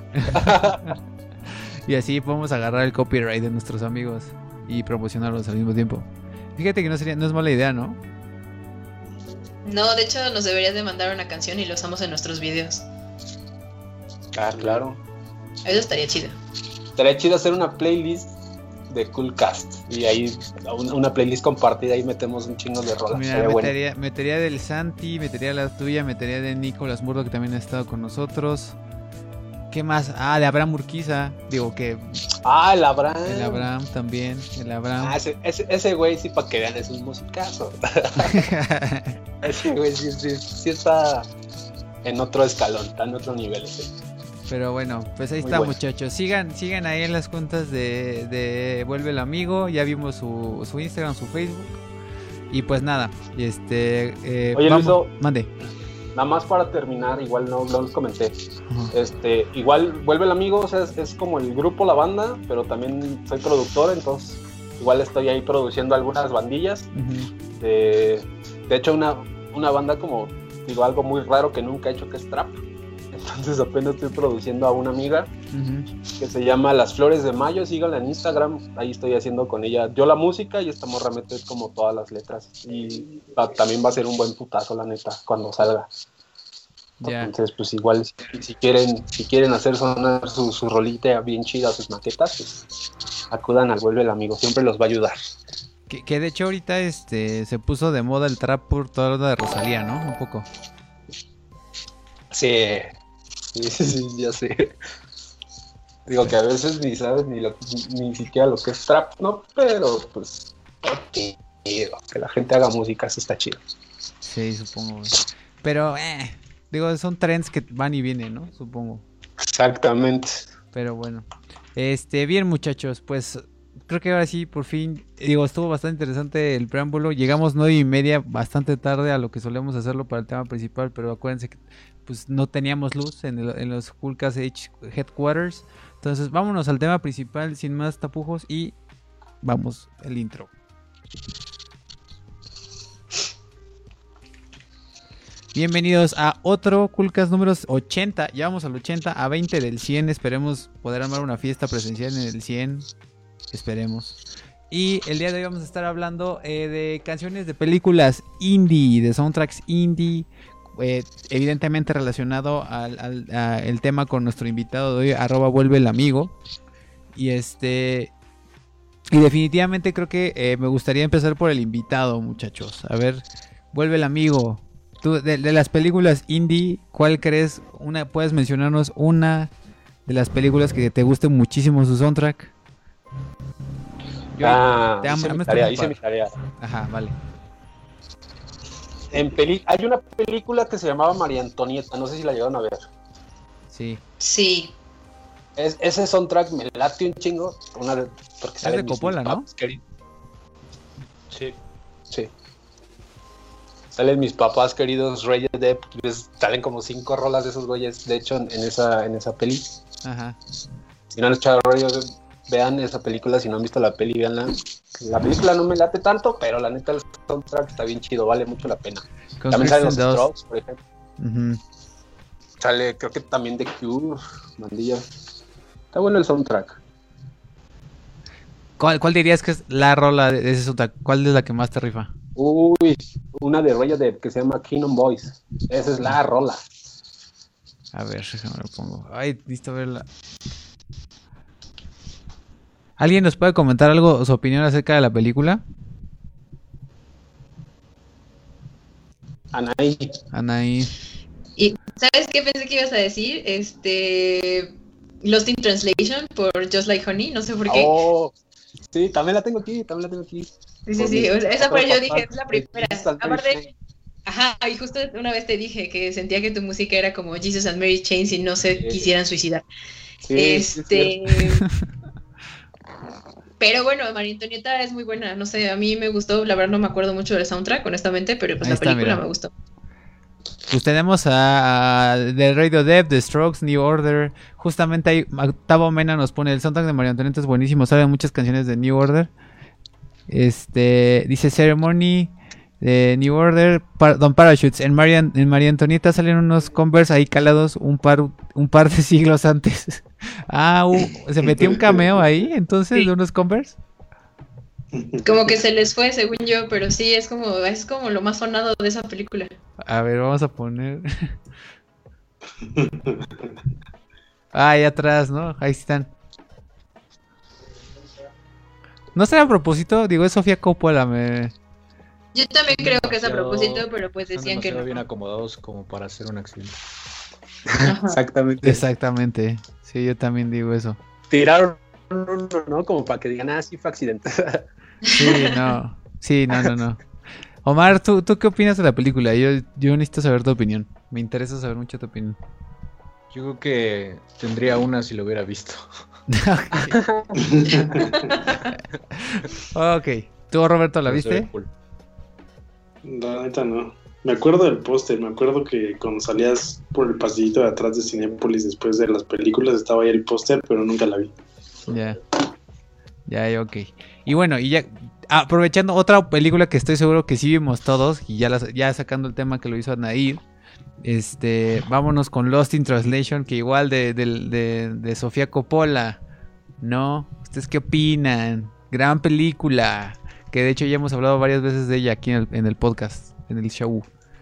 Y así podemos agarrar el copyright de nuestros amigos y promocionarlos al mismo tiempo. Fíjate que no es mala idea, ¿no? No, de hecho nos deberías de mandar una canción y lo usamos en nuestros videos. Claro. Eso estaría chido. Estaría chido hacer una playlist de Coolcast y ahí una playlist compartida, ahí metemos un chingo de rolas. Mira, metería del Santi, metería la tuya, metería de Nicolás Murdo, que también ha estado con nosotros. ¿Qué más? De Abraham Urquiza. Digo que... el Abraham. El Abraham también. El Abraham. Ese güey sí, para que vean, es un musicazo. Ese güey sí está en otro escalón, está en otro nivel ese. Pero bueno, pues ahí muy está, bueno. Muchachos. Sigan ahí en las cuentas de Vuelve el Amigo. Ya vimos su Instagram, su Facebook. Y pues nada, Oye, vamos, Luiso, mande. Nada más para terminar, igual no les comenté. Igual Vuelve el Amigo, o sea, es como el grupo, la banda, pero también soy productor, entonces igual estoy ahí produciendo algunas bandillas. Uh-huh. De hecho, una banda como, digo, algo muy raro que nunca he hecho, que es trap. Entonces apenas estoy produciendo a una amiga que se llama Las Flores de Mayo. Síganla en Instagram, ahí estoy haciendo con ella yo la música y esta morra mete como todas las letras. Y también va a ser un buen putazo, la neta, cuando salga. Yeah. Entonces, pues igual, si quieren hacer sonar su rolita bien chida, sus maquetas, pues acudan al Vuelve el Amigo, siempre los va a ayudar. Que de hecho ahorita se puso de moda el trap por toda la de Rosalía, ¿no? Un poco. Sí, ya sé. Digo que a veces ni sabes ni siquiera lo que es trap, ¿no? Pero pues, que la gente haga música, eso está chido. Sí, supongo. Pero, digo, son trends que van y vienen, ¿no? Supongo. Exactamente. Pero bueno. Bien, muchachos, pues creo que ahora sí, por fin, digo, estuvo bastante interesante el preámbulo. Llegamos 9:30, bastante tarde a lo que solemos hacerlo para el tema principal, pero acuérdense que pues no teníamos luz en los Coolcast Headquarters. Entonces vámonos al tema principal sin más tapujos y vamos el intro. Bienvenidos a otro Coolcast números 80. Ya vamos al 80, a 20 del 100. Esperemos poder armar una fiesta presencial en el 100. Esperemos. Y el día de hoy vamos a estar hablando de canciones de películas indie, de soundtracks indie. Evidentemente relacionado al tema con nuestro invitado de hoy, @vuelve el amigo. Y definitivamente creo que me gustaría empezar por el invitado, muchachos. A ver, vuelve el amigo. Tú, de las películas indie, ¿cuál crees? ¿Puedes mencionarnos una de las películas que te guste muchísimo su soundtrack? Hice mi tarea. Ajá, vale. Hay una película que se llamaba María Antonieta, no sé si la llegaron a ver. Sí. Sí. Ese soundtrack me late un chingo. Porque es de Coppola, ¿no? Sí. Salen mis papás queridos Reyes de pues, salen como 5 rolas de esos güeyes, de hecho, en esa peli. Ajá. Si no han escuchado Reyes, vean esa película, si no han visto la peli, veanla. La película no me late tanto, pero la neta el soundtrack está bien chido, vale mucho la pena. También salen los Strokes, por ejemplo. Sale, creo que también The Cure, Mandilla. Está bueno el soundtrack. ¿Cuál dirías que es la rola de ese soundtrack? ¿Cuál es la que más te rifa? Uy, una de Radiohead que se llama Kingdom Boys. Esa es la rola. A ver, déjame lo pongo. Ay, listo verla. ¿Alguien nos puede comentar algo, su opinión acerca de la película? Anaí. ¿Y sabes qué pensé que ibas a decir? Lost in Translation por Just Like Honey, no sé por qué. Oh, sí, también la tengo aquí. Sí, esa fue yo dije, es la primera. Aparte, y justo una vez te dije que sentía que tu música era como Jesus and Mary Chain si no se quisieran suicidar. Sí, pero bueno, María Antonieta es muy buena, no sé, a mí me gustó, la verdad no me acuerdo mucho del soundtrack, honestamente, pero pues la película me gustó. Pues tenemos a The Radiohead, The Strokes, New Order. Justamente ahí Octavo Mena nos pone el soundtrack de María Antonieta es buenísimo, sabe muchas canciones de New Order. Dice Ceremony de New Order, Don Parachutes. En María Antonieta salen unos Converse ahí calados un par de siglos antes. Se metió un cameo ahí entonces de unos Converse. Como que se les fue, según yo, pero sí, es como lo más sonado de esa película. A ver, vamos a poner. Ahí atrás, ¿no? Ahí están. No será a propósito, digo, es Sofía Coppola. Yo también creo que es a propósito, pero pues decían que no. Bien acomodados como para hacer un accidente. Exactamente. Sí, yo también digo eso. Tiraron uno, ¿no? Como para que digan, sí fue accidente. Sí, no. Omar, ¿tú qué opinas de la película? Yo necesito saber tu opinión. Me interesa saber mucho tu opinión. Yo creo que tendría una si lo hubiera visto. Ok. ¿Tú, Roberto, la viste? La neta no. Me acuerdo del póster, me acuerdo que cuando salías por el pasillito de atrás de Cinépolis después de las películas estaba ahí el póster, pero nunca la vi. Ya, ok. Y bueno, y ya aprovechando otra película que estoy seguro que sí vimos todos, y ya sacando el tema que lo hizo Anaí, Vámonos con Lost in Translation, que igual de Sofía Coppola, ¿no? ¿Ustedes qué opinan? Gran película, que de hecho ya hemos hablado varias veces de ella aquí en el podcast, en el show.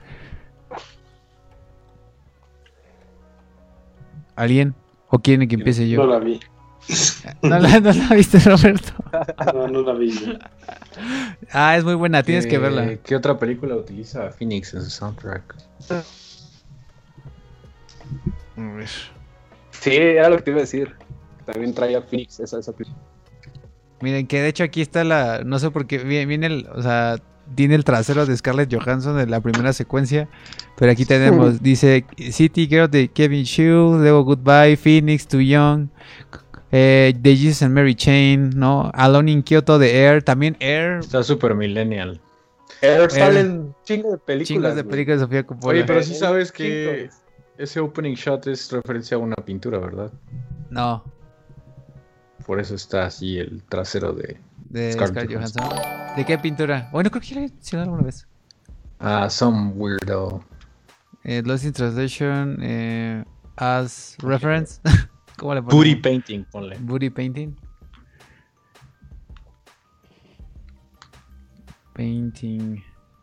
¿Alguien? ¿O quieren que empiece yo? No la vi. ¿No la viste, Roberto? No la vi. Es muy buena, tienes que verla. ¿Qué otra película utiliza Phoenix en su soundtrack? Sí, era lo que te iba a decir. También traía Phoenix esa película. Miren, que de hecho aquí está no sé por qué viene tiene el trasero de Scarlett Johansson en la primera secuencia, pero aquí tenemos, dice City Girl de Kevin Shue, luego Goodbye, Phoenix, Too Young, The Jesus and Mary Chain, ¿no? Alone in Kyoto de Air, también Air. Está super millennial. Air salen chingos de películas. Chingos de películas de Sofía Coppola. Oye, pero sí sabes que ese opening shot es referencia a una pintura, ¿verdad? No. Por eso está así el trasero de Scarlett Johansson. ¿De qué pintura? Bueno, creo que ya lo he mencionado alguna vez. Some weirdo. Lost in Translation as reference. ¿Cómo le ponemos? Booty painting, ponle. Booty painting. Painting.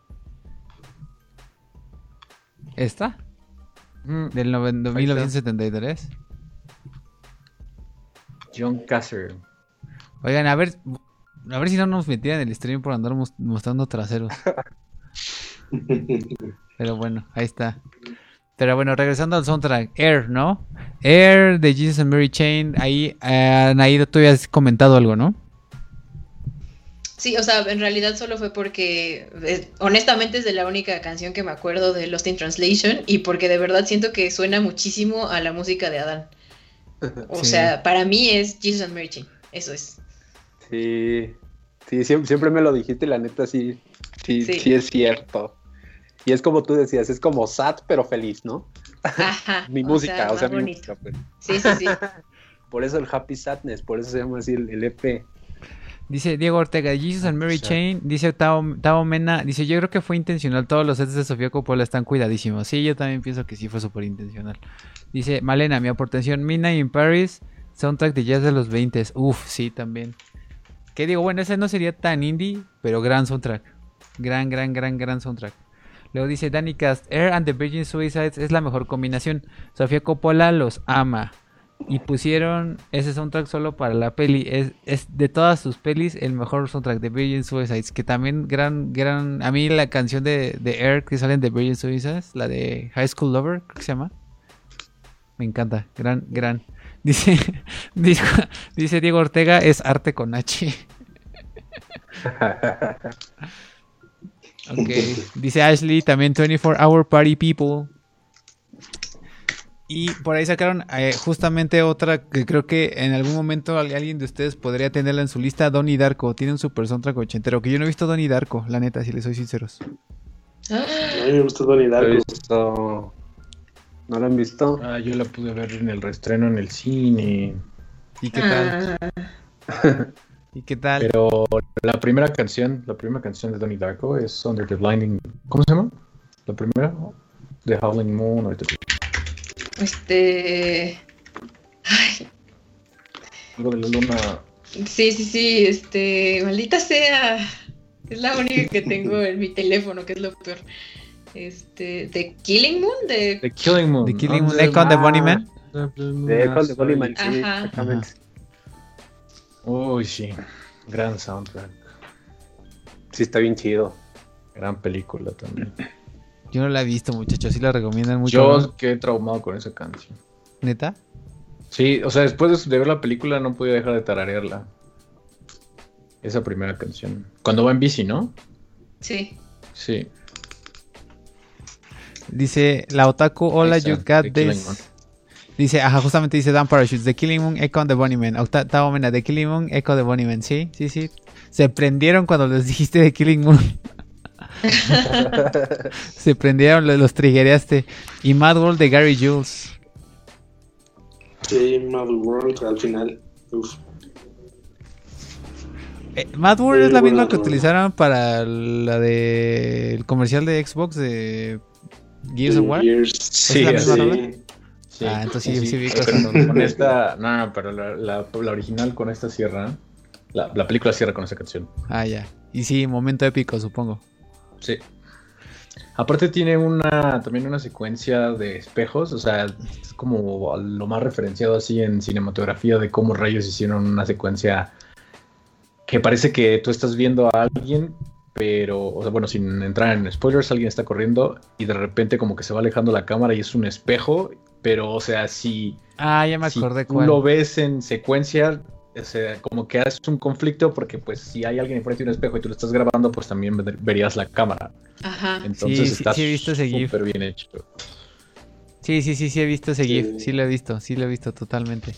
¿Esta? Del 1973. John Casser. Oigan, a ver si no nos metían en el stream por andar mostrando traseros. Pero bueno, ahí está. Pero bueno, regresando al soundtrack, Air, ¿no? Air de Jesus and Mary Chain. Ahí, Anaído, tú habías comentado algo, ¿no? Sí, o sea, en realidad solo fue porque, honestamente, es de la única canción que me acuerdo de Lost in Translation y porque de verdad siento que suena muchísimo a la música de Adán. O sea, para mí es Jesus and Mary Chain, eso es. Sí, siempre me lo dijiste y la neta sí es cierto. Y es como tú decías, es como sad pero feliz, ¿no? Ajá. Mi música. Mi música, pues. Sí. Por eso el Happy Sadness, por eso se llama así el EP. Dice Diego Ortega, Jesus and Mary Chain. Dice Tao Mena, dice, yo creo que fue intencional, todos los sets de Sofía Coppola están cuidadísimos. Sí, yo también pienso que sí fue súper intencional. Dice Malena, mi aportación, Midnight in Paris, soundtrack de jazz de los 20s. Uf, sí, también. Que digo, bueno, ese no sería tan indie, pero gran soundtrack. Gran soundtrack. Luego dice Danny Cast, Air and the Virgin Suicides es la mejor combinación. Sofía Coppola los ama. Y pusieron ese soundtrack solo para la peli. Es de todas sus pelis el mejor soundtrack de Virgin Suicides. Que también gran. A mí la canción de Air que salen de Virgin Suicides, la de High School Lover, creo que se llama. Me encanta. Gran. Dice Diego Ortega, es arte con H. Ok. Dice Ashley, también 24 Hour Party People. Y por ahí sacaron justamente otra que creo que en algún momento alguien de ustedes podría tenerla en su lista, Donnie Darko. Tiene un super soundtrack ochentero, que yo no he visto Donnie Darko, la neta, si les soy sinceros. A mí me gusta Donnie Darko. ¿No lo han visto? Yo la pude ver en el reestreno en el cine. ¿Y qué tal? ¿Y qué tal? Pero la primera canción de Donnie Darko es Under the Blinding... ¿Cómo se llama? La primera, The Howling Moon. Ay. Algo de la luna. Sí, maldita sea. Es la única que tengo en mi teléfono, que es lo peor. The Killing Moon The Killing Moon. The Killing Moon. Echo the Bunnyman. De Echo the Bunnyman, sí, exactamente. Uy, sí. Gran soundtrack. Sí, está bien chido. Gran película también. Yo no la he visto, muchachos. Sí la recomiendan mucho. Yo ¿no? quedé traumado con esa canción. ¿Neta? Sí, o sea, después de ver la película no podía dejar de tararearla. Esa primera canción. Cuando va en bici, ¿no? Sí. Sí. Dice la Otaku, hola, you got this. Dice, justamente dice Dan Parachutes, The Killing Moon, Echo the Bunnyman. Tao Mena, The Killing Moon, Echo the Bunnyman. Sí. Se prendieron cuando les dijiste The Killing Moon. Se prendieron, los triggereaste. Y Mad World de Gary Jules. Sí, Mad World al final. Uf. Mad World es la misma que utilizaron para la de el comercial de Xbox de ¿Gears of War? Sí, ¿Es la misma sí. rola? Sí, Entonces sí vi pero cosas. con esta, no, pero la original con esta cierra, la película cierra con esa canción. Ya. Y sí, momento épico, supongo. Sí. Aparte tiene también una secuencia de espejos, o sea, es como lo más referenciado así en cinematografía de cómo rayos hicieron una secuencia que parece que tú estás viendo a alguien, pero, o sea, bueno, sin entrar en spoilers, alguien está corriendo y de repente como que se va alejando la cámara y es un espejo, pero, o sea, Ya me acordé si tú cuál. lo ves en secuencia, o sea, como que es un conflicto porque pues si hay alguien enfrente de un espejo y tú lo estás grabando, pues también verías la cámara. Ajá. Entonces Sí, está he visto ese GIF. súper bien hecho. Sí, he visto ese Sí. GIF. Sí lo he visto totalmente.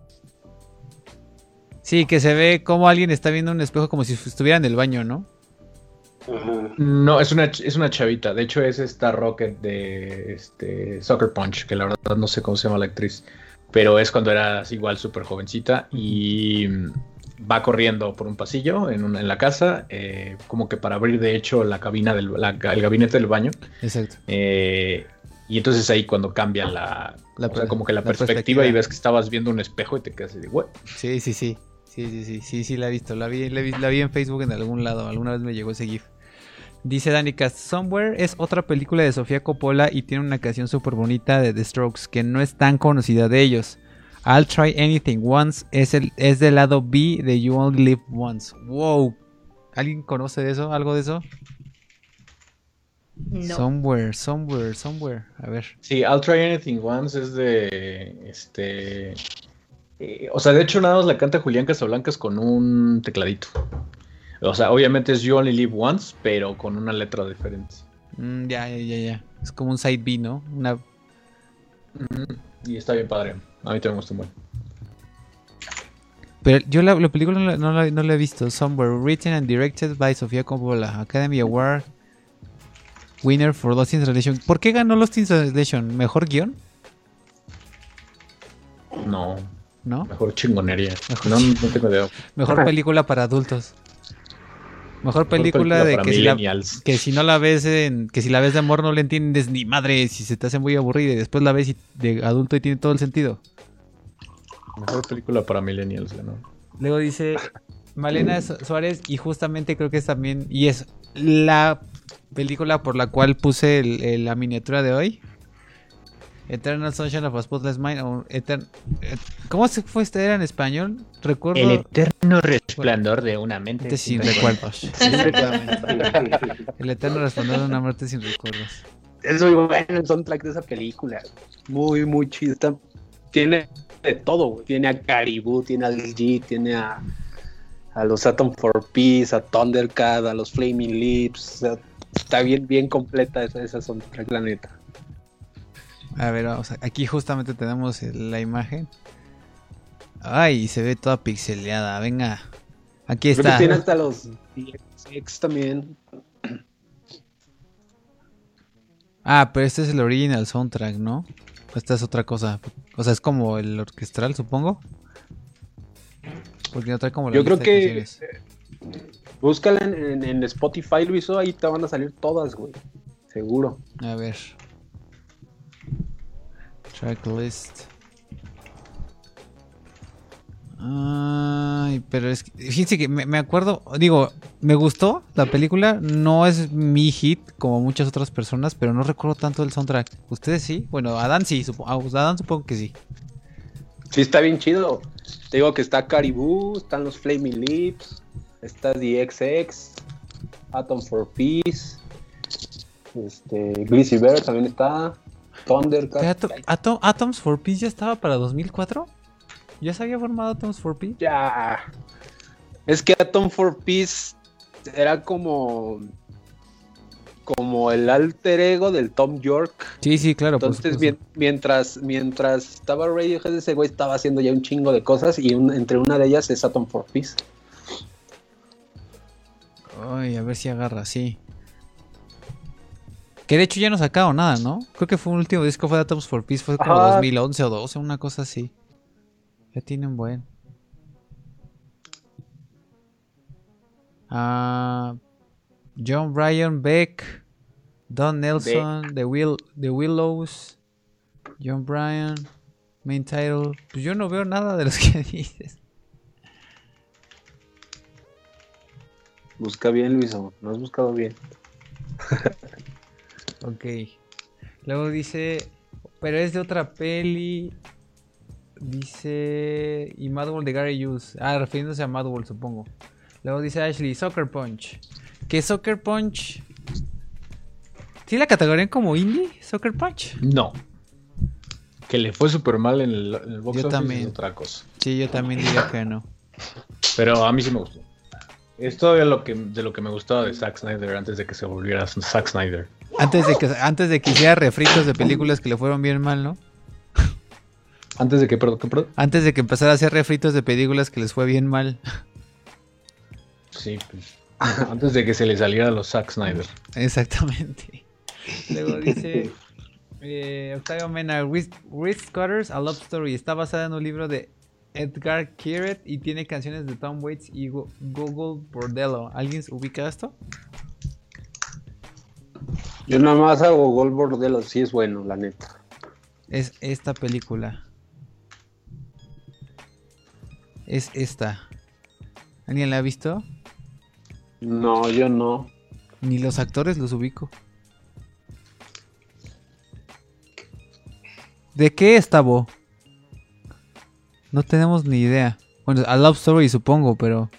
Sí, que se ve como alguien está viendo un espejo como si estuviera en el baño, ¿no? Ajá. No, es una chavita. De hecho, es esta Rocket de Sucker Punch, que la verdad no sé cómo se llama la actriz. Pero es cuando era igual súper jovencita y va corriendo por un pasillo en la casa, como que para abrir de hecho la cabina el gabinete del baño. Exacto. Y entonces ahí cuando cambia o sea, como que la perspectiva y ves que estabas viendo un espejo y te quedas así de, ¿what? Sí. Sí, la he visto. La vi en Facebook en algún lado. Alguna vez me llegó ese GIF. Dice Danica, Somewhere es otra película de Sofía Coppola y tiene una canción súper bonita de The Strokes que no es tan conocida de ellos. I'll Try Anything Once es del lado B de You Only Live Once. Wow. ¿Alguien conoce de eso? ¿Algo de eso? No. Somewhere. A ver. Sí, I'll Try Anything Once es de o sea, de hecho nada más la canta Julián Casablancas con un tecladito. O sea, obviamente es You Only Live Once, pero con una letra diferente. Ya. Es como un side B, ¿no? Y está bien padre. A mí también me gusta mucho. Pero yo la película no la he visto. Somewhere, written and directed by Sofía Coppola, Academy Award winner for Lost in Translation. ¿Por qué ganó Lost in Translation? ¿Mejor guión? No, ¿No? mejor chingonería. No tengo idea. Mejor película para adultos. Mejor película de para que millennials. que si no la ves que si la ves de amor no le entiendes ni madre, si se te hace muy aburrida y después la ves de adulto y tiene todo el sentido. Mejor película para millennials, ¿no? Luego dice Malena Suárez y justamente creo que es también y es la película por la cual puse la miniatura de hoy. Eternal Sunshine of a Spotless Mind o ¿cómo se fue era en español? Recuerdo El eterno resplandor de una mente sin recuerdos. Exactamente. El eterno resplandor de una muerte sin recuerdos. Es muy bueno el soundtrack de esa película. Muy, muy chido. Tiene de todo, güey. Tiene a Caribou, tiene a Lil G, tiene a los Atom for Peace, a Thundercat, a los Flaming Lips. O sea, está bien completa esa soundtrack, la neta. A ver, vamos aquí justamente tenemos la imagen. Ay, se ve toda pixeleada. Venga, aquí Creo está. que tiene hasta los DX también. Pero este es el original soundtrack, ¿no? Esta es otra cosa. O sea, es como el orquestral, supongo. Porque no trae como la Yo lista creo de que canciones. búscala en Spotify, Luiso, ahí te van a salir todas, güey. Seguro. A ver. Tracklist. Ay, pero es que, fíjense que me acuerdo, digo, me gustó la película, no es mi hit como muchas otras personas, pero no recuerdo tanto el soundtrack. ¿Ustedes sí? Bueno, Adán sí, Adán supongo que sí. Sí, está bien chido. Te digo que está Caribou, están los Flaming Lips, está DXX, Atom for Peace, Greasy Bear también está, Thundercat. ¿Atoms for Peace ya estaba para 2004? ¿Ya se había formado Atoms for Peace? Ya. Es que Atom for Peace era como el alter ego del Tom York. Sí, claro. Entonces, mientras estaba Radiohead, ese güey estaba haciendo ya un chingo de cosas y entre una de ellas es Atom for Peace. Ay, a ver si agarra, sí. Que de hecho ya no sacaron nada, ¿no? Creo que fue un último disco fue de Atoms for Peace, fue como 2011 o 12, una cosa así. Ya tienen buen. John Bryan Beck. Don Nelson, The Willows, John Bryan, Main Title. Pues yo no veo nada de los que dices. Busca bien, Luiso. No has buscado bien. Ok. Luego dice, pero es de otra peli. Dice, y Mad World de Gary Hughes. Ah, refiriéndose a Mad World, supongo. Luego dice Ashley, Soccer Punch. ¿Qué Soccer Punch? ¿Sí la categorían como indie? ¿Soccer Punch? No. Que le fue súper mal en el box Yo office también. es otra cosa. Sí, yo también diría que no. Pero a mí sí me gustó. Es todavía de lo que me gustaba de Zack Snyder antes de que se volviera Zack Snyder. Antes de que hiciera refritos de películas que le fueron bien mal, ¿no? Antes de que, perdón. Antes de que empezara a hacer refritos de películas que les fue bien mal. Sí, pues. Antes de que se le saliera a los Zack Snyder. Exactamente. Luego dice Octavio Mena, Wrist Cutters, A Love Story. Está basada en un libro de Edgar Keret y tiene canciones de Tom Waits y Gogol Bordello. ¿Alguien ubica esto? Yo nada más hago Gol Bordello, sí es bueno, la neta. Es esta película. Es esta. ¿Alguien la ha visto? No, yo no. Ni los actores los ubico. ¿De qué está, Bo? No tenemos ni idea. Bueno, A Love Story supongo, pero...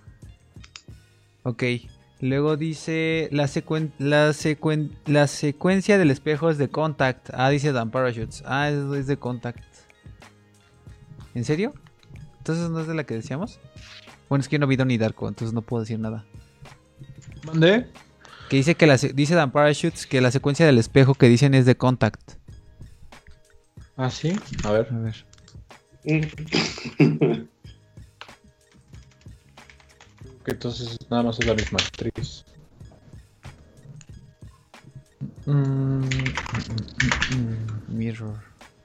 Ok. Luego dice... La secuencia del espejo es de Contact. Ah, dice Dan Parachutes. Ah, es de Contact. ¿En serio? ¿Entonces no es de la que decíamos? Bueno, es que yo no vi Donnie Darko, entonces no puedo decir nada. ¿Mandé? Que dice que dice Dan Parachutes que la secuencia del espejo que dicen es de Contact. Ah, sí. A ver. A ver. Que entonces nada más es la misma actriz. Mirror.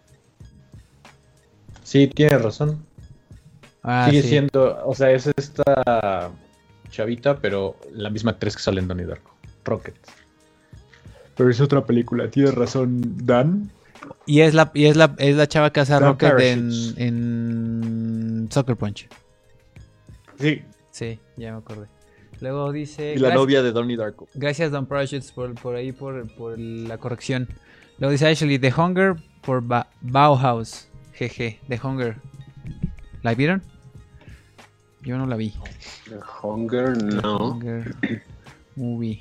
Sí, tiene razón. Ah, Sigue sí. siendo, o sea, es esta chavita, pero la misma actriz que sale en Donnie Darko, Rocket. Pero es otra película, tiene razón Dan. Y es la chava que hace a Dan Rocket Parachutes. en Soccer Punch. Sí. Sí, ya me acordé. Luego dice... Y la novia de Donnie Darko. Gracias Dan Parachutes por la corrección. Luego dice Ashley, The Hunger por Bauhaus. Jeje, The Hunger. ¿La vieron? Yo no la vi. The Hunger, no. Hunger Movie.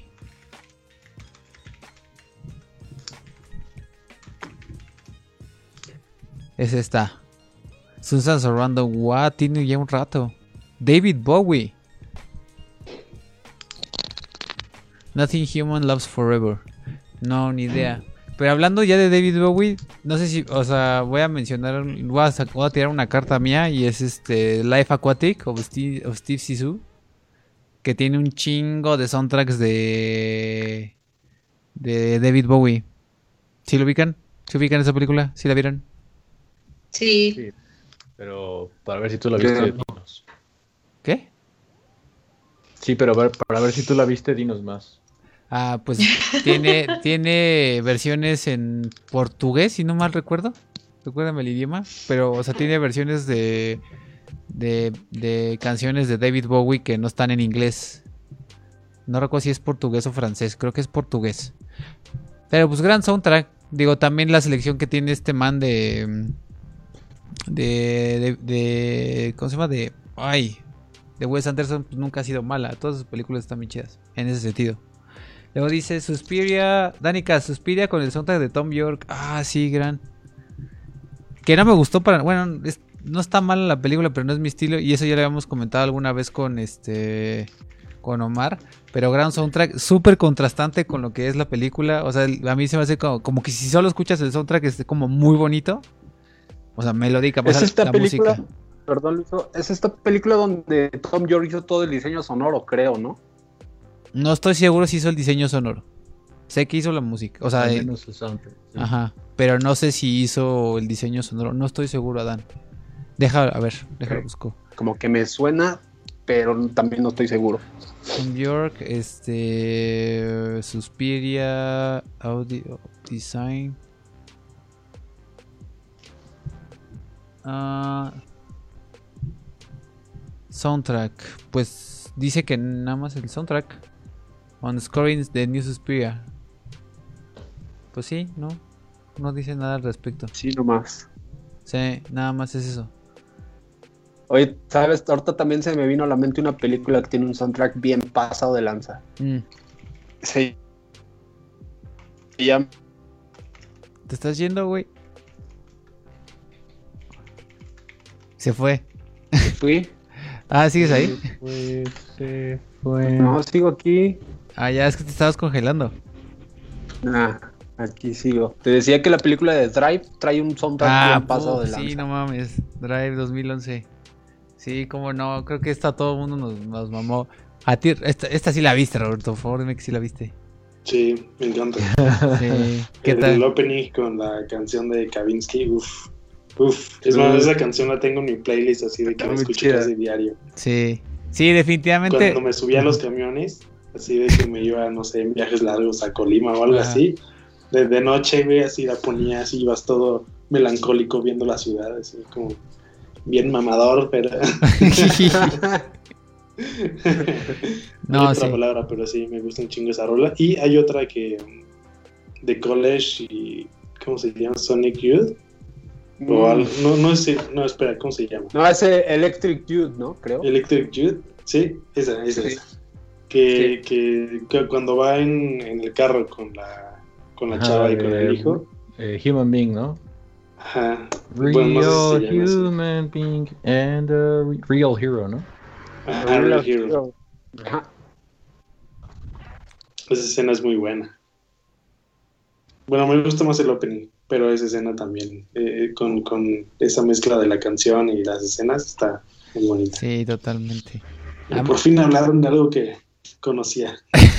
Es esta. Susan Sarandon. What? Tiene ya un rato. David Bowie. Nothing Human Loves Forever. No, ni idea. Pero hablando ya de David Bowie, no sé si, o sea, voy a mencionar, voy a tirar una carta mía y es Life Aquatic of Steve Zissou, que tiene un chingo de soundtracks de David Bowie. ¿Sí lo ubican? ¿Sí ubican esa película? ¿Sí la vieron? Sí. Sí. Pero para ver si tú la viste, dinos. ¿Qué? Sí, pero para ver si tú la viste, dinos más. Ah, pues tiene versiones en portugués, si no mal recuerdo. Recuérdame el idioma. Pero, o sea, tiene versiones de canciones de David Bowie que no están en inglés. No recuerdo si es portugués o francés. Creo que es portugués. Pero, pues, gran soundtrack. Digo, también la selección que tiene este man de ¿cómo se llama? De Wes Anderson, pues nunca ha sido mala. Todas sus películas están bien chidas en ese sentido. Luego dice Suspiria, Danica, Suspiria con el soundtrack de Tom York. Ah, sí, gran. Que no me gustó bueno, no está mala la película, pero no es mi estilo. Y eso ya lo habíamos comentado alguna vez con Omar. Pero gran soundtrack, súper contrastante con lo que es la película. O sea, a mí se me hace como que si solo escuchas el soundtrack es como muy bonito. O sea, melódica, ¿Es esta la película? música. Perdón, Luiso, es esta película donde Tom York hizo todo el diseño sonoro, creo, ¿no? No estoy seguro si hizo el diseño sonoro. Sé que hizo la música. O sea, Al menos el soundtrack, sí. ajá. Pero no sé si hizo el diseño sonoro. No estoy seguro, Adán. Déjalo busco. Como que me suena, pero también no estoy seguro. Tom York, Suspiria, Audio Design. Soundtrack. Pues dice que nada más el soundtrack. On scoring the new Suspiria. Pues sí, no dice nada al respecto. Sí, nomás. Sí, nada más es eso. Oye, ¿sabes? Ahorita también se me vino a la mente una película que tiene un soundtrack bien pasado de lanza. Se llama... ¿Te estás yendo, güey? Se fue. Fui. ¿Sigues ahí? Se fue. No, sigo aquí. Ya es que te estabas congelando. Aquí sigo. Te decía que la película de Drive trae un soundtrack bien pasado de lanza. Sí, no mames. Drive 2011. Sí, cómo no. Creo que todo el mundo nos mamó. A ti, esta sí la viste, Roberto. Por favor, dime que sí la viste. Sí, me encanta. Sí. ¿Qué tal? El opening con la canción de Kavinsky, uff. Es más, esa canción la tengo en mi playlist así de que la escucho casi diario. Sí, definitivamente. Cuando me subía a los camiones, así de que me iba, no sé, en viajes largos a Colima o algo así, de noche, güey, así la ponía, así ibas todo melancólico viendo la ciudad, así como bien mamador, pero... No hay otra palabra, pero sí, me gusta un chingo esa rola. Y hay otra que de College y... ¿cómo se llama? Sonic Youth. O algo, no, espera, ¿cómo se llama? No, es Electric Youth, ¿no? Creo. Electric Youth, sí, esa. Que cuando va en el carro con la chava y con el hijo. Human Being, ¿no? Ajá. Real no sé si Human Being and Real Hero, ¿no? Ajá, Real Hero. Ajá. Esa escena es muy buena. Bueno, me gusta más el opening, pero esa escena también, con esa mezcla de la canción y las escenas, está muy bonita. Sí, totalmente. Por fin hablaron de algo que conocía.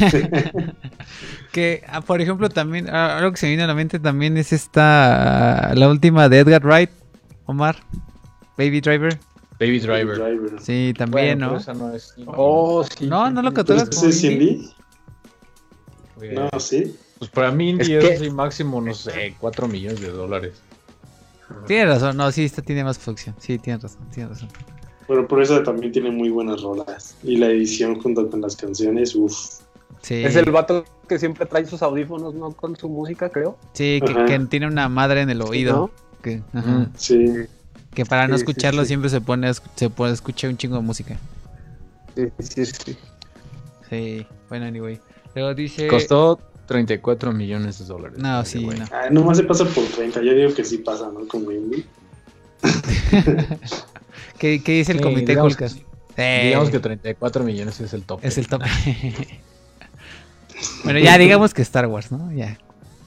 Que, por ejemplo, también, algo que se me viene a la mente también es la última de Edgar Wright, Omar, Baby Driver. Baby Driver. Sí, también, bueno, ¿no? Esa no es... sí. No lo catalogas como ¿es indie? No, sí. Pues para mí indie es así máximo, no sé, $4 millones. Tienes razón, no, sí, esta tiene más producción. Sí, tienes razón. Pero por eso también tiene muy buenas rolas. Y la edición junto con las canciones, uff. Sí. Es el vato que siempre trae sus audífonos, ¿no? Con su música, creo. Sí, que tiene una madre en el oído. ¿No? Sí. Que para no escucharlo siempre se puede escuchar un chingo de música. Sí. Sí, bueno, anyway. Luego dice... Costó $34 millones. No, sí, no. Nomás se pasa por 30. Yo digo que sí pasa, ¿no? Como indie. ¿Qué dice el comité Kulkas? Digamos que 34 millones es el tope. Es el tope. Bueno, ya digamos que Star Wars, ¿no? Ya.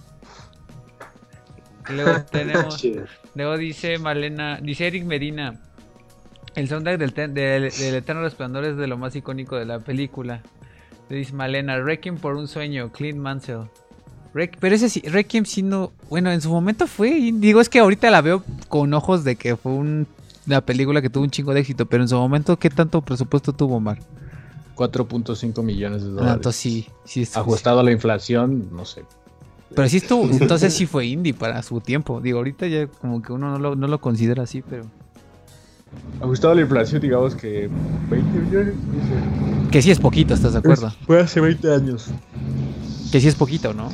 Luego tenemos... Luego dice Eric Medina, el soundtrack del Eterno Resplandor es de lo más icónico de la película. Le dice Malena, Requiem por un sueño, Clint Mansell. Pero ese sí, Requiem sí no... Bueno, en su momento fue... Digo, es que ahorita la veo con ojos de que fue una película que tuvo un chingo de éxito, pero en su momento, ¿qué tanto presupuesto tuvo, Omar? $4.5 millones. Entonces sí. Ajustado a la inflación, no sé. Pero sí estuvo, entonces sí fue indie para su tiempo. Digo, ahorita ya como que uno no lo considera así, pero... Ajustado a la inflación, digamos que 20 millones. Que sí es poquito, ¿estás de acuerdo? Fue hace 20 años. Que sí es poquito, ¿no?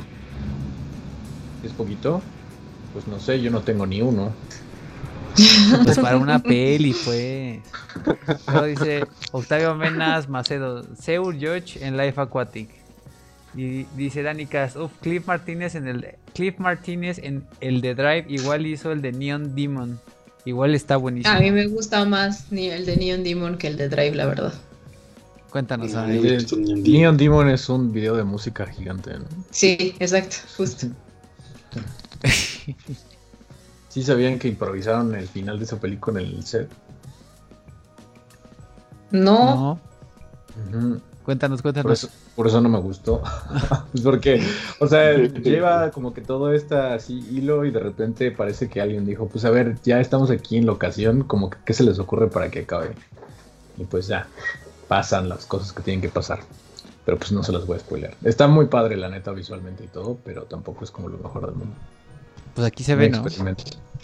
¿Es poquito? Pues no sé, yo no tengo ni uno. Pues para una peli, pues. Luego dice Octavio Menas Macedo, Seur George en Life Aquatic. Y dice Dani Cass, Cliff Martínez en el de Drive igual hizo el de Neon Demon. Igual está buenísimo. A mí me gusta más el de Neon Demon que el de Drive, la verdad. Cuéntanos. Neon Demon es un video de música gigante, ¿no? Sí, exacto, justo. ¿Sí sabían que improvisaron el final de esa película en el set? No. Uh-huh. Cuéntanos. Por eso no me gustó. Pues porque, o sea, lleva como que todo así hilo y de repente parece que alguien dijo, pues a ver, ya estamos aquí en locación, como que ¿qué se les ocurre para que acabe? Y pues ya, pasan las cosas que tienen que pasar. pero pues no se las voy a spoilear. Está muy padre, la neta, visualmente y todo, pero tampoco es como lo mejor del mundo. Pues aquí se ve, ¿no? Experimento.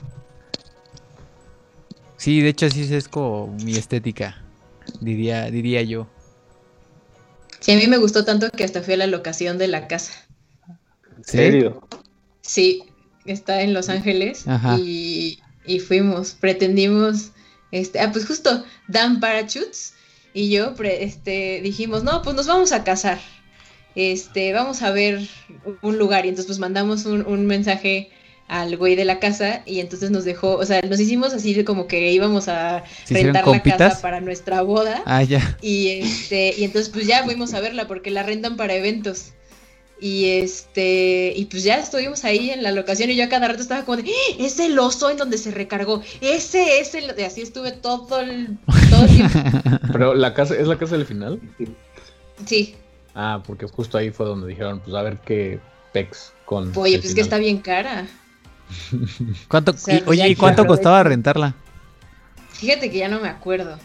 Sí, de hecho así es como mi estética, diría yo. Sí, a mí me gustó tanto que hasta fui a la locación de la casa. ¿En serio? Sí, está en Los Ángeles. Ajá. Y fuimos, pretendimos, pues justo Dan Parachutes y yo dijimos, no, pues nos vamos a casar, vamos a ver un lugar, y entonces pues mandamos un mensaje al güey de la casa, y entonces nos dejó, o sea, nos hicimos así de como que íbamos a rentar la casa para nuestra boda. Ah, ya. Y entonces pues ya fuimos a verla porque la rentan para eventos. Y pues ya estuvimos ahí en la locación, y yo a cada rato estaba como de, es el oso en donde se recargó, ese es el, y así estuve todo el tiempo. Pero la casa, ¿es la casa del final? Sí. Ah, porque justo ahí fue donde dijeron, pues a ver qué pex con. Oye, pues que está bien cara. ¿Cuánto? O sea, Oye, ¿y cuánto costaba rentarla? Fíjate que ya no me acuerdo.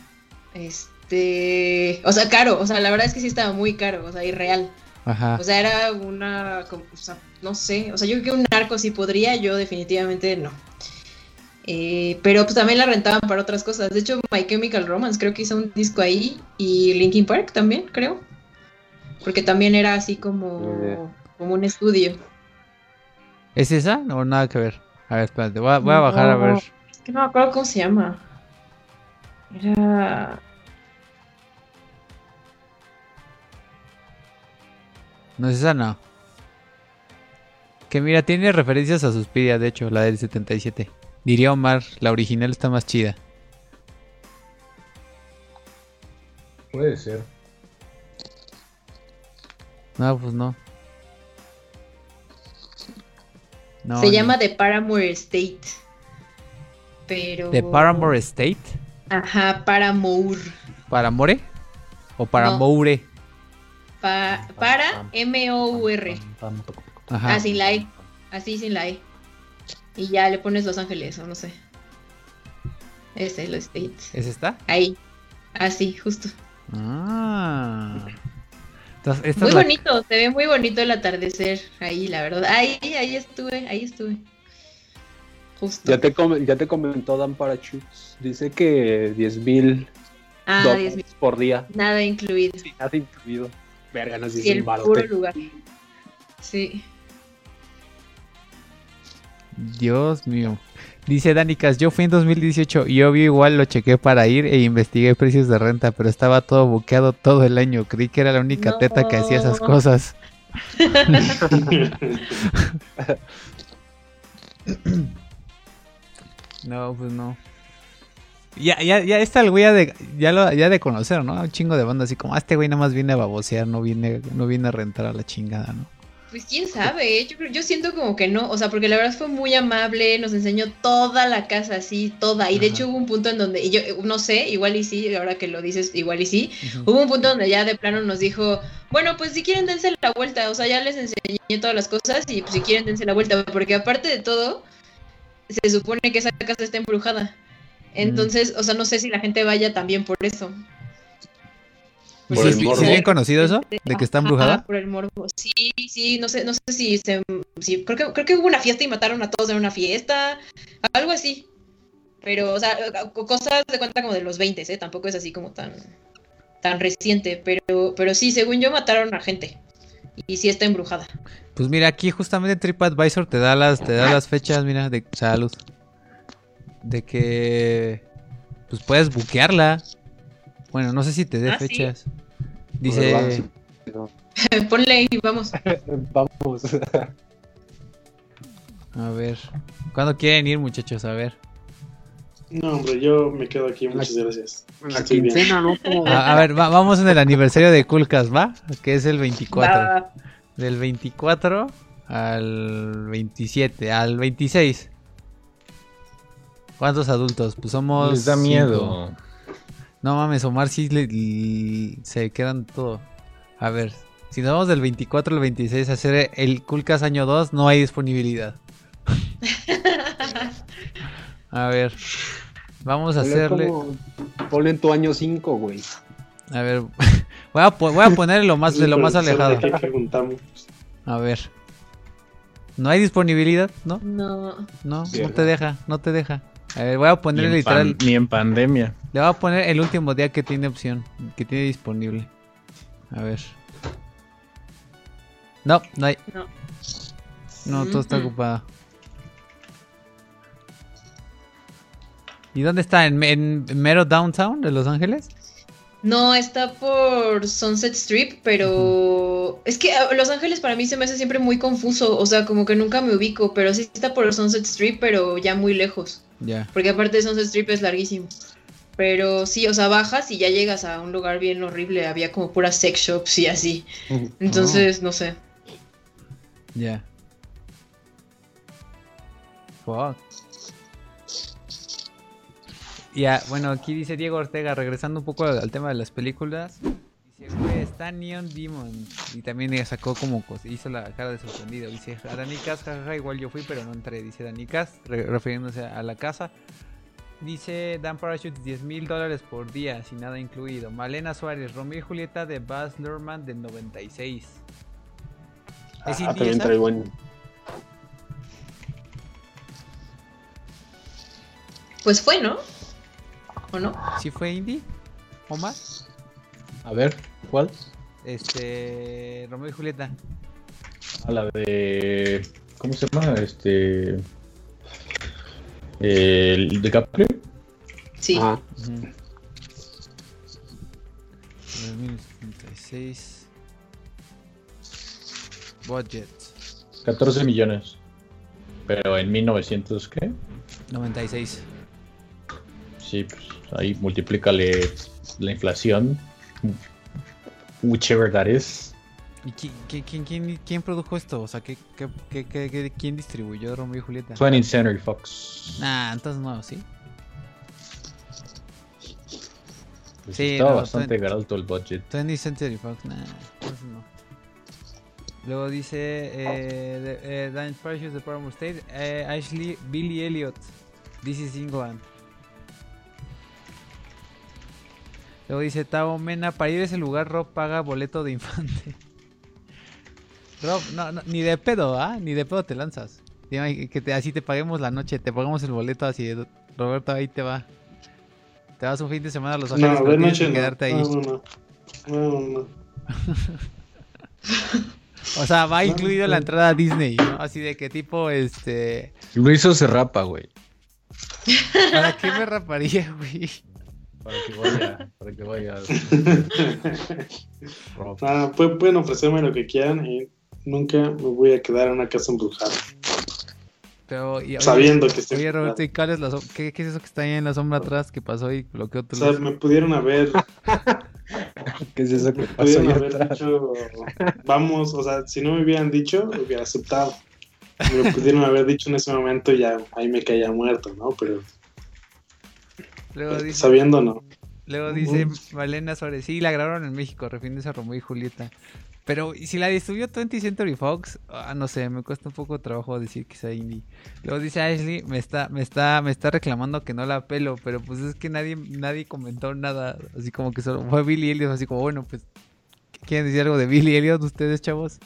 O sea, caro, o sea, la verdad es que sí estaba muy caro, o sea, irreal. Ajá. O sea, era o sea, no sé, o sea, yo creo que un narco sí podría, yo definitivamente no. Pero pues también la rentaban para otras cosas. De hecho, My Chemical Romance creo que hizo un disco ahí, y Linkin Park también, creo. Porque también era así como un estudio. ¿Es esa? No, nada que ver. A ver, espérate, voy a bajar a ver. Es que no me acuerdo cómo se llama. Era... No es esa, no. Que mira, tiene referencias a Suspiria, de hecho, la del 77. Diría Omar, la original está más chida. Puede ser. No, pues no. No, se llama The Paramore State. Pero... ¿The Paramore State? Ajá, Paramore. ¿Paramore? ¿O Paramoure? Para M-O-U-R. Ajá. Ah, sin la E. Así, sin la E. Y ya le pones Los Ángeles, o no sé. Ese es el State. ¿Es esta? Ahí. Así, justo. Ah. Entonces, esta muy es la... bonito, se ve muy bonito el atardecer ahí, la verdad. Ahí estuve. Justo. Ya te comentó Dan Parachutes. Dice que 10,000 dólares 10,000 por día. Nada incluido. Sí, nada incluido. Verga, nos Sí, dice el un puro barote. lugar. Sí. Dios mío. Dice Danicas, yo fui en 2018 y obvio igual lo chequé para ir e investigué precios de renta, pero estaba todo buqueado todo el año. Creí que era la única teta que hacía esas cosas. No, pues no. Ya está el güey ya de conocer, ¿no? Un chingo de banda así como, este güey nada más viene a babosear, no viene a rentar a la chingada, ¿no? Pues quién sabe, yo siento como que no, o sea, porque la verdad fue muy amable, nos enseñó toda la casa así, toda, y de hecho hubo un punto en donde, y yo no sé, igual y sí, ahora que lo dices, igual y sí, hubo un punto donde ya de plano nos dijo, bueno, pues si quieren dense la vuelta, o sea, ya les enseñé todas las cosas, y pues si quieren dense la vuelta, porque aparte de todo, se supone que esa casa está embrujada, entonces, o sea, no sé si la gente vaya también por eso. ¿Sí es bien conocido eso? ¿De que está embrujada? Por el morbo. Sí, no sé si creo que hubo una fiesta y mataron a todos en una fiesta, algo así. Pero, o sea, cosas de cuenta como de los 20, tampoco es así como tan reciente, pero sí, según yo mataron a gente. Y sí está embrujada. Pues mira, aquí justamente TripAdvisor te da las fechas, mira, de salud. De que pues puedes buquearla. Bueno, no sé si te dé fechas. ¿Sí? Dice... Ponle y vamos. Vamos. A ver. ¿Cuándo quieren ir, muchachos? A ver. No, hombre, yo me quedo aquí. Muchas gracias. La quincena, ¿no? A ver, vamos en el aniversario de Coolcast, ¿va? Que es el 24. Va. Del 24 al 27, al 26. ¿Cuántos adultos? Pues somos... Les da miedo. 5. No mames, Omar sí se quedan todo. A ver, si nos vamos del 24 al 26 a hacer el Coolcast año 2, no hay disponibilidad. A ver, vamos a hacerle... Ponle en tu año 5, güey. A ver, Voy a poner lo más, de lo más alejado. ¿Qué preguntamos? A ver. ¿No hay disponibilidad? ¿No? No. No te deja. A ver, voy a poner literal. Ni en pandemia. Le voy a poner el último día que tiene opción, que tiene disponible. A ver. No hay. No, todo está ocupado. ¿Y dónde está? ¿En mero downtown de Los Ángeles? No, está por Sunset Strip, pero es que Los Ángeles para mí se me hace siempre muy confuso, o sea, como que nunca me ubico, pero sí está por Sunset Strip, pero ya muy lejos. Ya. Porque aparte Sunset Strip es larguísimo. Pero sí, o sea, bajas y ya llegas a un lugar bien horrible, había como puras sex shops y así. Entonces, no sé. Ya. Fuck. Ya, bueno, aquí dice Diego Ortega, regresando un poco al tema de las películas. Dice, güey, está Neon Demon. Y también sacó como, hizo la cara de sorprendido. Dice, a Danicas, jajaja, igual yo fui, pero no entré. Dice Danicas, refiriéndose a la casa. Dice Dan Parachutes, $10,000 por día, sin nada incluido. Malena Suárez, Romeo y Julieta de Baz Luhrmann del 96. ¿Es indie también esa? trae buen... Pues fue, ¿no? ¿O no? ¿Sí fue indie? ¿Omar? A ver, ¿cuál? Romeo y Julieta. A la de... ¿Cómo se llama? ¿El DiCaprio? Sí. Ajá. 2036. Budget 14 millones. Pero en 1900, ¿qué? 96. Sí, pues ahí multiplícale la inflación. Whichever that is. ¿Y quién produjo esto? O sea, ¿quién distribuyó Romeo y Julieta? 20th Century Fox. Nah, entonces no, ¿sí? Pues Sí, estaba no, bastante alto el budget. 20th Century Fox, nah, entonces no. Luego dice Dan Parachutes de Paramount State, Ashley, Billy Elliot, This is England. Luego dice Tao Mena, para ir a ese lugar Rob paga boleto de infante. Rob, no, ni de pedo, ni de pedo te lanzas. Dime que así te paguemos la noche, te pagamos el boleto así, Roberto, ahí te va. Te vas un fin de semana a Los Ángeles, pero tienes que quedarte ahí. No. O sea, va incluido la entrada a Disney, ¿no? Así de que tipo, Luiso se rapa, güey. ¿Para qué me raparía, güey? Para que vaya. Pueden ofrecerme lo que quieran y nunca me voy a quedar en una casa embrujada. Pero, sabiendo que estoy... Oye, Roberto, ¿y qué es eso que está ahí en la sombra atrás que pasó y bloqueó tu luz? O sea, me pudieron haber... ¿Qué es eso que pasó? Pudieron haber dicho, vamos, o sea, si no me hubieran dicho, hubiera aceptado. Me lo pudieron haber dicho en ese momento y ya ahí me caía muerto, ¿no? Pero dice, sabiendo, no. Luego dice Malena Suárez, sí, la grabaron en México, refiriéndose a Romeo y Julieta. Pero, ¿y si la distribuyó 20th Century Fox? No sé, me cuesta un poco de trabajo decir que sea indie. Luego dice Ashley, me está reclamando que no la pelo, pero pues es que nadie comentó nada, así como que solo fue Billy Elliot, así como, bueno, pues, ¿quieren decir algo de Billy Elliot ustedes, chavos?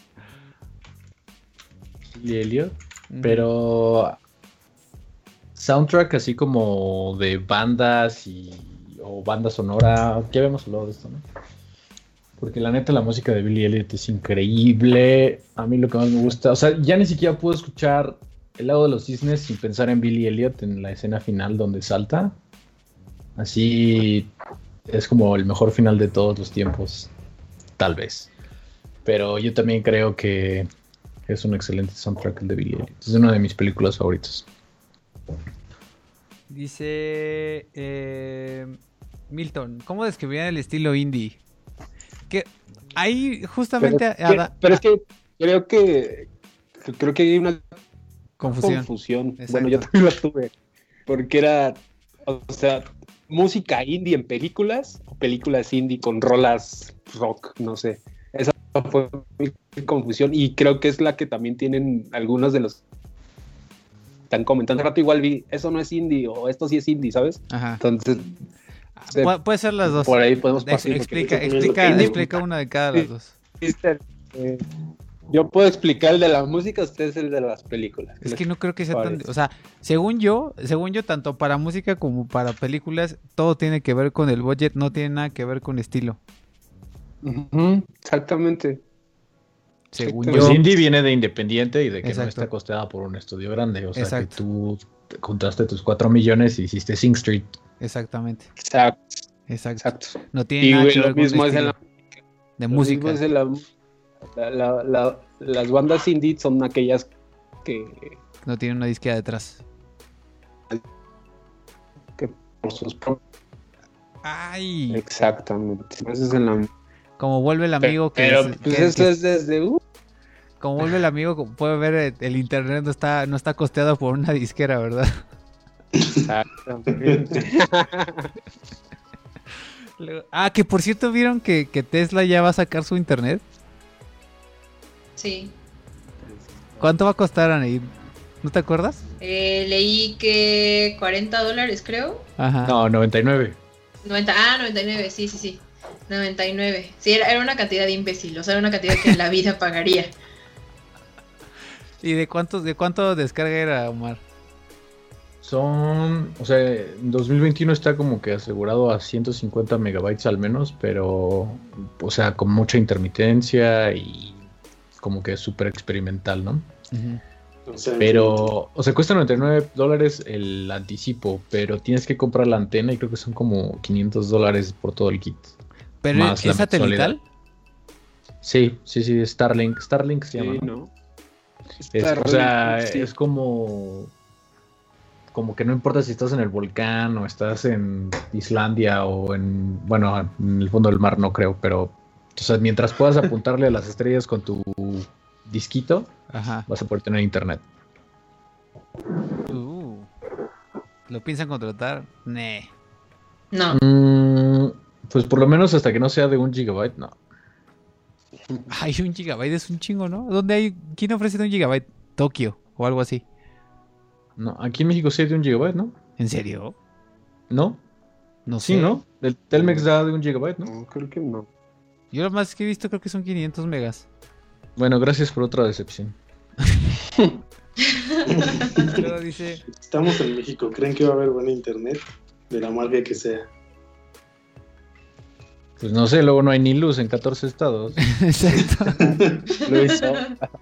Billy Elliot, pero soundtrack así como de bandas o banda sonora, ya habíamos hablado de esto, ¿no? Porque la neta la música de Billy Elliot es increíble. A mí lo que más me gusta, o sea, ya ni siquiera puedo escuchar El lago de los cisnes sin pensar en Billy Elliot en la escena final donde salta. Así es como el mejor final de todos los tiempos, tal vez. Pero yo también creo que es un excelente soundtrack el de Billy Elliot. Es una de mis películas favoritas. Dice Milton, ¿cómo describirían el estilo indie? Que ahí justamente... Pero es que creo que hay una confusión. Bueno, yo también la tuve. Porque era, o sea, música indie en películas o películas indie con rolas rock, no sé. Esa fue mi confusión y creo que es la que también tienen algunos de los... Están comentando. Hace rato igual vi, eso no es indie o esto sí es indie, ¿sabes? Ajá. Entonces... Puede ser las dos. Por ahí podemos pasar. Explica una de cada de las dos. Yo puedo explicar el de la música, usted es el de las películas. Es que no creo que sea tan... O sea, según yo, tanto para música como para películas, todo tiene que ver con el budget, no tiene nada que ver con estilo. Exactamente. Según pues yo. indie viene de independiente y de que Exacto. no está costeada por un estudio grande. O sea, Exacto. que tú juntaste tus 4 millones y hiciste Sing Street. Exactamente. Exacto. No tiene Y nada que ver lo con mismo es en estilo de lo música. mismo es en las bandas indie son aquellas que No tiene una disquera detrás. por sus propios. ¡Ay! Exactamente. Eso es en la... Como vuelve el amigo que... Pero pues eso es desde... Como vuelve el amigo, puede ver el internet no está costeado por una disquera, ¿verdad? Exactamente. Que por cierto, ¿vieron que Tesla ya va a sacar su internet? Sí. ¿Cuánto va a costar, Anaí? ¿No te acuerdas? Leí que $40, creo. Ajá. No, 99. 99, sí. 99. Sí, era una cantidad de imbécil, o sea, era una cantidad que en la vida pagaría. ¿Y de cuánto descarga era, Omar? O sea, en 2021 está como que asegurado a 150 megabytes al menos, pero, o sea, con mucha intermitencia y como que es súper experimental, ¿no? Uh-huh. O sea, Pero, o sea, cuesta $99 el anticipo, pero tienes que comprar la antena y creo que son como $500 por todo el kit. ¿Pero Más es la satelital? Sí, Starlink se llama, Sí, ¿no? ¿no? O sea, Sí. es como que no importa si estás en el volcán o estás en Islandia o en el fondo del mar, no creo, pero, o sea, mientras puedas apuntarle a las estrellas con tu disquito, Ajá. vas a poder tener internet. ¿Lo piensan contratar? Nee. No. Pues por lo menos hasta que no sea de 1 gigabyte, no. Ay, 1 gigabyte es un chingo, ¿no? ¿Quién ofrece de 1 gigabyte? Tokio o algo así. No, aquí en México sí hay de 1 gigabyte, ¿no? ¿En serio? ¿No? No Sí, sé. ¿no? El Telmex da de 1 gigabyte, ¿no? No, creo que no. Yo lo más que he visto creo que son 500 megas. Bueno, gracias por otra decepción. Luego dice... Estamos en México, ¿creen que va a haber buena internet? De la marca que sea. Pues no sé, luego no hay ni luz en 14 estados. Exacto. Lo hizo.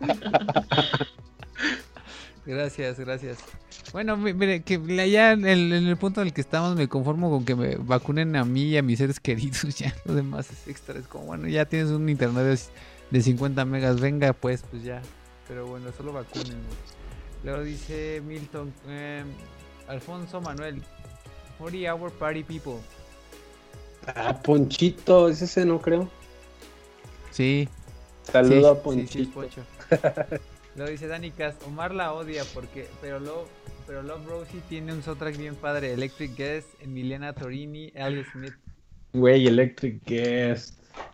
Gracias. Bueno, mire, que ya en el punto en el que estamos me conformo con que me vacunen a mí y a mis seres queridos. Ya lo demás es extra. Es como, bueno, ya tienes un internet de 50 megas, venga pues ya. Pero bueno, solo vacúnenme. Luego dice Milton, Alfonso Manuel, 40 Hour Party People. Ponchito, es ese, no creo. Sí. Saludo a Sí, Ponchito. es Poncho. Luego dice Dani Cast, Omar la odia pero Love Rosie tiene un soundtrack bien padre, Electric Guest, Emiliana Torini, Elliot Smith. Güey, Electric Guest.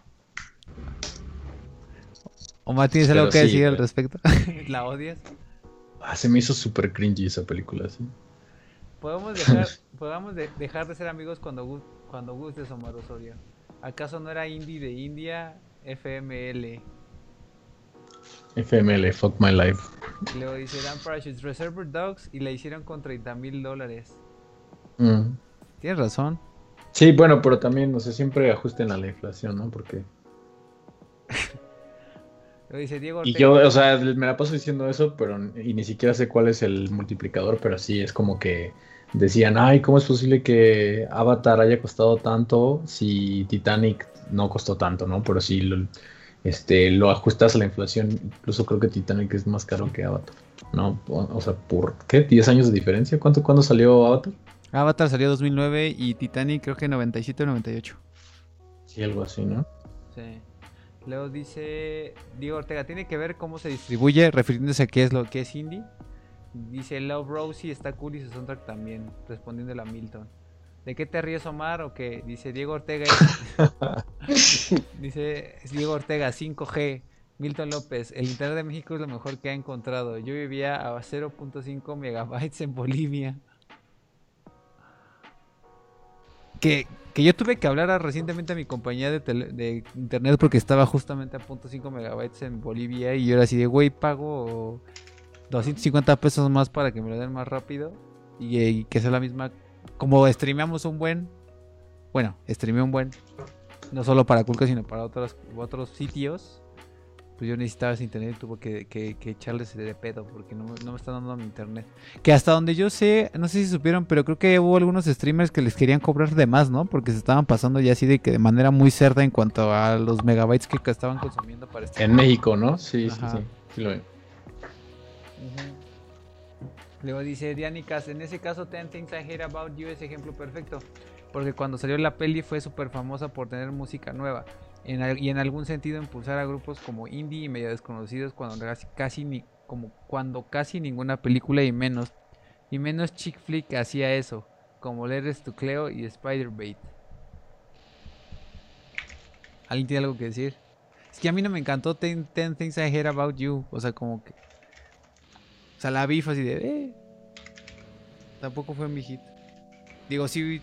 Omar, ¿tienes Pero algo que sí, decir al güey. respecto? ¿La odias? Se me hizo súper cringy esa película, sí. Podemos dejar de ser amigos cuando gustes, Omar Osorio. ¿Acaso no era indie de India? FML. FML, fuck my life. Y luego dice Dan Parachutes, Reservoir Dogs y la hicieron con $30,000. Tienes razón. Sí, bueno, pero también, o sea, siempre ajusten a la inflación, ¿no? Porque... Luego dice Diego Y Ortega. yo, o sea, me la paso diciendo eso, y ni siquiera sé cuál es el multiplicador, pero sí, es como que decían, ay, ¿cómo es posible que Avatar haya costado tanto si Titanic no costó tanto, ¿no? Pero si lo ajustas a la inflación, incluso creo que Titanic es más caro que Avatar, ¿no? O sea, ¿por qué? ¿10 años de diferencia? ¿Cuándo salió Avatar? Avatar salió 2009 y Titanic creo que 97 o 98. Sí, algo así, ¿no? Sí. Luego dice Diego Ortega, ¿tiene que ver cómo se distribuye? Refiriéndose a qué es lo que es indie. Dice Love Rosie está cool y su soundtrack también, respondiéndole a Milton. ¿De qué te ríes, Omar? ¿O qué? Dice Diego Ortega. Dice Diego Ortega, 5G. Milton López, el internet de México es lo mejor que ha encontrado. Yo vivía a 0.5 megabytes en Bolivia. que yo tuve que hablar recientemente a mi compañía de internet porque estaba justamente a 0.5 megabytes en Bolivia y yo era así de, güey, pago 250 pesos más para que me lo den más rápido y que sea la misma. Como streameamos streameé un buen, no solo para Kulka sino para otros sitios, pues yo necesitaba ese internet y tuve que echarles de pedo porque no me está dando mi internet. Que hasta donde yo sé, no sé si supieron, pero creo que hubo algunos streamers que les querían cobrar de más, ¿no? Porque se estaban pasando ya así de manera muy cerda en cuanto a los megabytes que estaban consumiendo para streamar. En México, ¿no? Sí lo veo. Luego dice Dianicas, en ese caso 10 Things I Hate About You es ejemplo perfecto, porque cuando salió la peli fue súper famosa por tener música nueva y en algún sentido impulsar a grupos como indie y medio desconocidos cuando casi ninguna película y menos chick flick hacía eso, como Letters to Cleo y Spider-Bait. ¿Alguien tiene algo que decir? Es que a mí no me encantó 10 Things I Hate About You, o sea, como que... O sea, la vi fue así de... Tampoco fue mi hit. Digo, sí...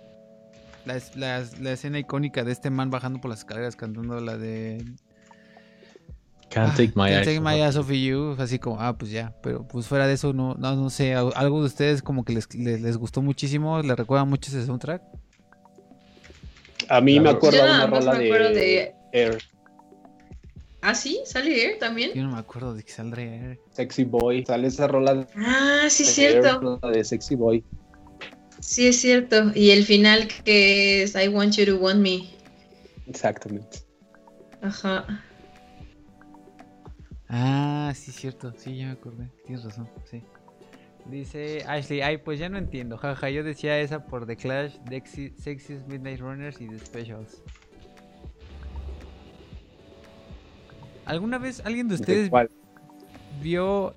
La escena icónica de este man bajando por las escaleras cantando la de... Can't Take My Eyes Off You. Así como, pues ya. Pero pues fuera de eso, no sé. ¿Algo de ustedes como que les gustó muchísimo? ¿Les recuerda mucho ese soundtrack? A mí me acuerdo de una rola de Air. ¿Ah, sí? ¿Sale Air también? Yo no me acuerdo de que saldría Air. Sexy Boy. Sale esa rola sí, es cierto. Air, de Sexy Boy. Sí, es cierto. Y el final que es I Want You to Want Me. Exactamente. Ajá. Sí, es cierto. Sí, ya me acordé. Tienes razón, sí. Dice Ashley, pues ya no entiendo. Jaja, yo decía esa por The Clash, Sexiest Midnight Runners y The Specials. ¿Alguna vez alguien de ustedes vio...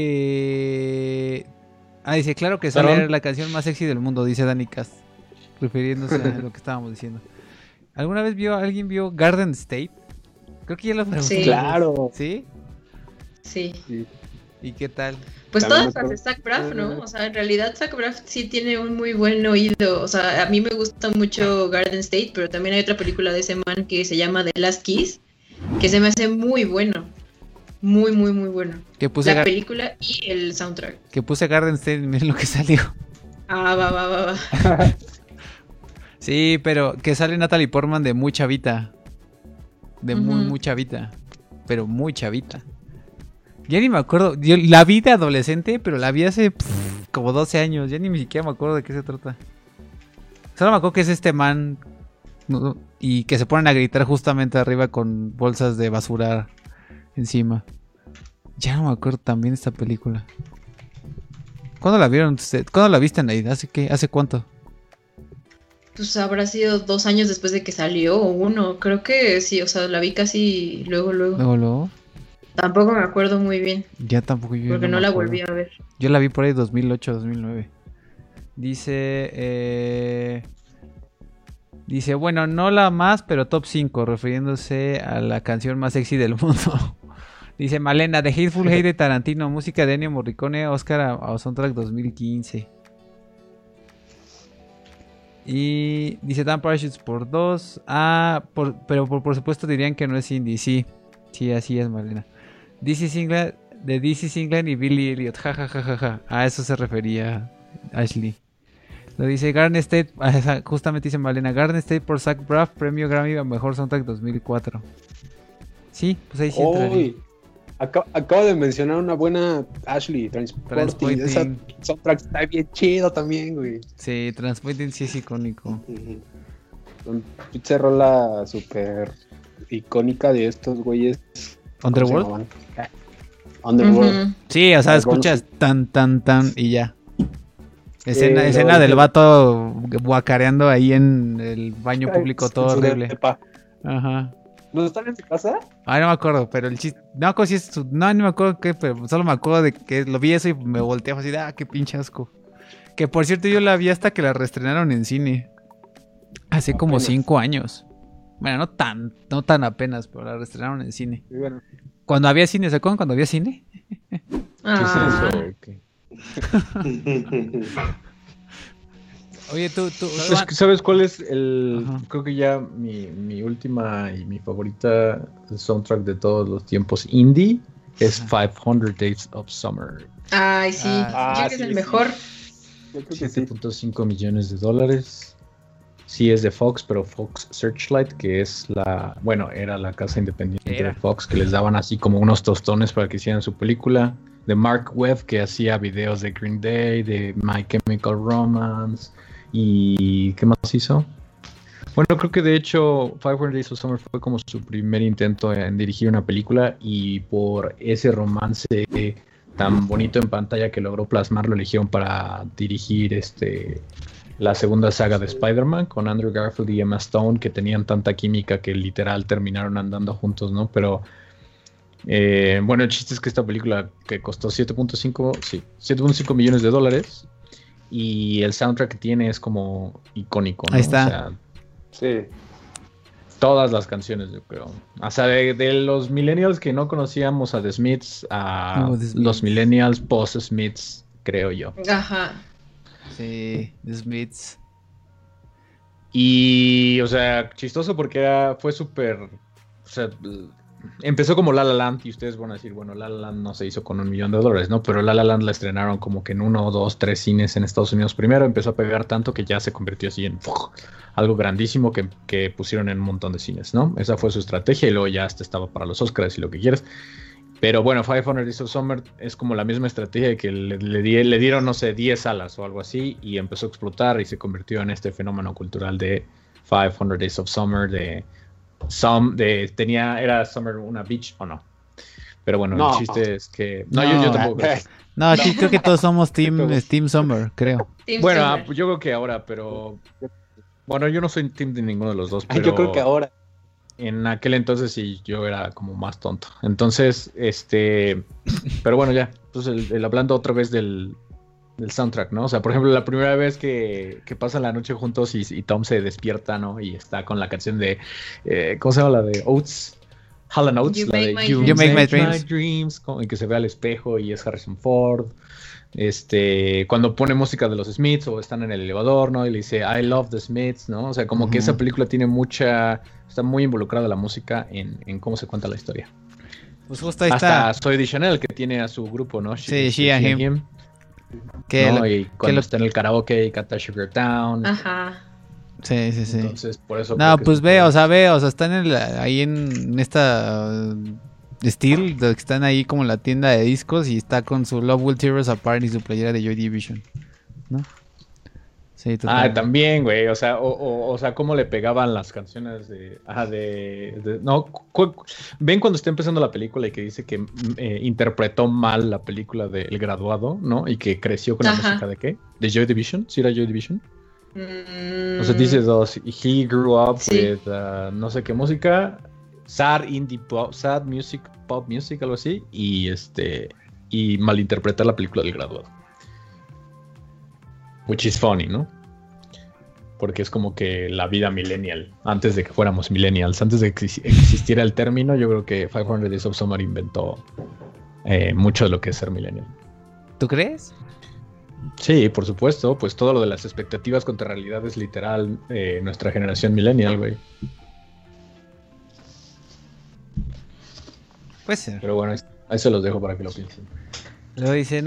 dice, claro que sale la canción más sexy del mundo, dice Dani Cast, refiriéndose a lo que estábamos diciendo. ¿Alguna vez alguien vio Garden State? Creo que ya lo pregunté. Sí. Claro. ¿Sí? Sí. ¿Y qué tal? Pues todas las de Zach Braff, ¿no? O sea, en realidad Zach Braff sí tiene un muy buen oído. O sea, a mí me gusta mucho Garden State, pero también hay otra película de ese man que se llama The Last Kiss, que se me hace muy bueno. Muy, muy, muy bueno. La película y el soundtrack. Que puse Garden State y miren lo que salió. Va. Sí, pero que sale Natalie Portman de muy chavita. De muy chavita. Pero muy chavita. Ya ni me acuerdo. Yo la vi de adolescente, pero la vi hace como 12 años. Ya ni siquiera me acuerdo de qué se trata. Solo me acuerdo que es este man, ¿no? Y que se ponen a gritar justamente arriba con bolsas de basura encima. Ya no me acuerdo también de esta película. ¿Cuándo la vieron ustedes? ¿Cuándo la viste, Naid? ¿Hace cuánto? Pues habrá sido 2 años después de que salió, o 1. Creo que sí, o sea, la vi casi luego. Tampoco me acuerdo muy bien. Ya tampoco yo. Porque no la volví a ver. Yo la vi por ahí 2008, 2009. Dice... bueno, no la más, pero top 5, refiriéndose a la canción más sexy del mundo. Dice Malena, The Hateful Eight de Tarantino, música de Ennio Morricone, Oscar a Soundtrack 2015. Y dice Dan Parachutes por 2. Pero por supuesto dirían que no es indie. Sí, así es, Malena. DC Singland y Billy Elliot. Ja. A eso se refería Ashley. Lo dice Garden State, justamente dice Malena, Garden State por Zach Braff, premio Grammy a Mejor Soundtrack 2004. Sí, pues ahí sí entraría. Acabo de mencionar una buena Ashley, Transporting. Esa soundtrack está bien chido también, güey. Sí, Transporting sí es icónico. Una pinche rola súper icónica de estos güeyes. ¿Underworld? Underworld. Sí, o sea, escuchas tan y ya. Escena del vato guacareando ahí en el baño público, todo horrible. Ajá. ¿No están en su casa? Ay, no me acuerdo, pero el chiste... No me acuerdo si es su... No me acuerdo qué, pero solo me acuerdo de que lo vi eso y me volteaba así de... qué pinche asco. Que por cierto yo la vi hasta que la reestrenaron en cine. Hace como 5 años. Bueno, no tan apenas, pero la reestrenaron en cine. Sí, bueno. Cuando había cine, ¿se acuerdan cuando había cine? ¿Qué es eso? Okay. Oye, tú ¿Sabes cuál es el...? Ajá. Creo que ya mi última y mi favorita soundtrack de todos los tiempos indie es 500 Days of Summer. Ay, sí. Yo creo que es el mejor. 7.5 millones de dólares. Sí, es de Fox, pero Fox Searchlight, que es era la casa independiente de Fox, que les daban así como unos tostones para que hicieran su película. De Mark Webb, que hacía videos de Green Day, de My Chemical Romance. ¿Y qué más hizo? Bueno, creo que de hecho 500 Days of Summer fue como su primer intento en dirigir una película, y por ese romance tan bonito en pantalla que logró plasmar, lo eligieron para dirigir la segunda saga de Spider-Man con Andrew Garfield y Emma Stone, que tenían tanta química que literal terminaron andando juntos, ¿no? Pero bueno, el chiste es que esta película, que costó 7.5 millones de dólares, y el soundtrack que tiene es como icónico, ¿no? Ahí está. O sea, sí. Todas las canciones, yo creo. O sea, de los millennials que no conocíamos a The Smiths, a los millennials post-Smiths, creo yo. Ajá. Sí, The Smiths. Y, o sea, chistoso porque fue súper... O sea, empezó como La La Land, y ustedes van a decir, bueno, La La Land no se hizo con $1 millón, ¿no? Pero La La Land la estrenaron como que en 1, 2, 3 cines en Estados Unidos primero. Empezó a pegar tanto que ya se convirtió así en algo grandísimo que pusieron en un montón de cines, ¿no? Esa fue su estrategia, y luego ya estaba para los Oscars y lo que quieras. Pero bueno, 500 Days of Summer es como la misma estrategia de que le dieron, no sé, 10 salas o algo así, y empezó a explotar y se convirtió en este fenómeno cultural de 500 Days of Summer, ¿era Summer una beach o no? Pero bueno, el chiste es que... yo tampoco creo. No, aquí creo que todos somos Team Summer, creo. Bueno, yo creo que ahora, pero... Bueno, yo no soy team de ninguno de los dos, pero... Yo creo que ahora. En aquel entonces sí, yo era como más tonto. Entonces, pero bueno, ya. Entonces, hablando otra vez del soundtrack, ¿no? O sea, por ejemplo, la primera vez que pasan la noche juntos y Tom se despierta, ¿no? Y está con la canción de... ¿cómo se llama? La de Oates. Hall & Oates. You la Make de My You Make My Dreams. En que se ve al espejo y es Harrison Ford. Cuando pone música de los Smiths o están en el elevador, ¿no? Y le dice I love the Smiths, ¿no? O sea, como que esa película tiene está muy involucrada la música en cómo se cuenta la historia. Pues justo ahí hasta Zoe Deschanel, que tiene a su grupo, ¿no? She and Him. Y cuando está en el karaoke y canta Sugar Town. Ajá. Sí. Entonces, por eso... No, pues ve, o sea, están ahí en esta... Steel, que están ahí como en la tienda de discos, y está con su Love Will Tear Us Apart y su playera de Joy Division, ¿no? Sí, totalmente. También, güey, o sea, cómo le pegaban las canciones ven cuando está empezando la película y que dice que interpretó mal la película de El Graduado, ¿no? Y que creció con la música de ¿qué? ¿De Joy Division? ¿Sí era Joy Division? O sea, dice he grew up with no sé qué música, sad indie pop, sad music, pop music, algo así, y malinterpretar la película del Graduado. Which is funny, ¿no? Porque es como que la vida millennial, antes de que fuéramos millennials, antes de que existiera el término, yo creo que 500 Days of Summer inventó mucho de lo que es ser millennial. ¿Tú crees? Sí, por supuesto, pues todo lo de las expectativas contra realidad es literal nuestra generación millennial, güey. Puede ser. Pero bueno, ahí se los dejo para que lo piensen. Luego dice,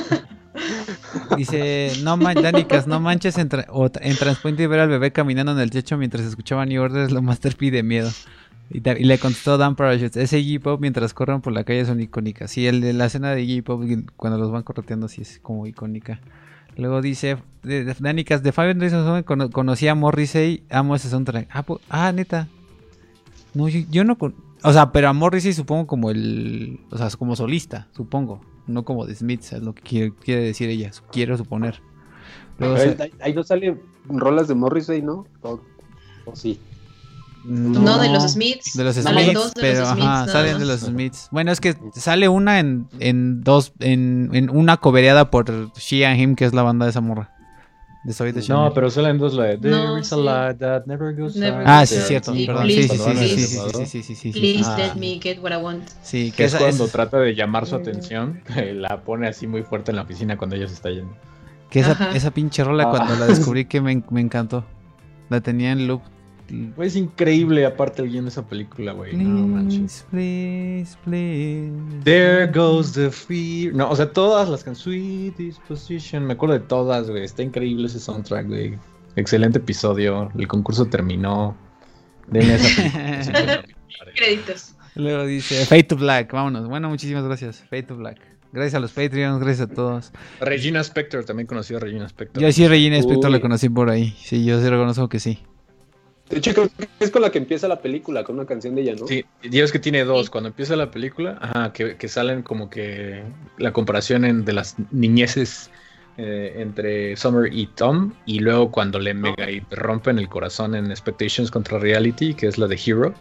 Danicas, no manches en Transpointe y ver al bebé caminando en el techo mientras escuchaba New Order es lo más terpi de miedo. Y le contestó Dan Parachutes, ese Iggy Pop mientras corren por la calle son icónicas. Sí, la escena de Iggy Pop cuando los van correteando sí es como icónica. Luego dice, Danicas, de 500 Days of Summer conocí a Morrissey, amo ese soundtrack. Neta. No, yo no... O sea, pero a Morrissey supongo como como solista, supongo. No como The Smiths, es lo que quiere decir ella, quiero suponer. Luego, ahí no salen rolas de Morrissey, ¿no? ¿O sí? No, de los Smiths. De los Smiths, pero salen de los Smiths. Bueno, es que sale una en una cobereada por She and Him, que es la banda de esa morra. No, pero salen dos, la de There is a light that never goes out. Sí, cierto, perdón. Sí. Please let me get what I want. Sí, que es cuando trata de llamar su atención, la pone así muy fuerte en la oficina cuando ella se está yendo. Que esa pinche rola cuando la descubrí que me encantó. La tenía en loop. Güey, es increíble aparte el guión de esa película, güey. No manches. Please. There goes the fear. No, o sea, todas las canciones. Sweet Disposition. Me acuerdo de todas, güey. Está increíble ese soundtrack, güey. Excelente episodio. El concurso terminó. Denle esa película. Créditos. Luego dice Fade to Black. Vámonos. Bueno, muchísimas gracias. Fade to Black. Gracias a los Patreons, gracias a todos. Regina Spektor, también conocí a Regina Spektor. Yo sí, Regina Spektor la conocí por ahí. Sí, yo sí reconozco que sí. De hecho, creo que es con la que empieza la película, con una canción de ella, ¿no? Sí, y es que tiene dos. Cuando empieza la película, que salen como que la comparación de las niñeces entre Summer y Tom. Y luego cuando le mega y rompen el corazón en Expectations contra Reality, que es la de Hero.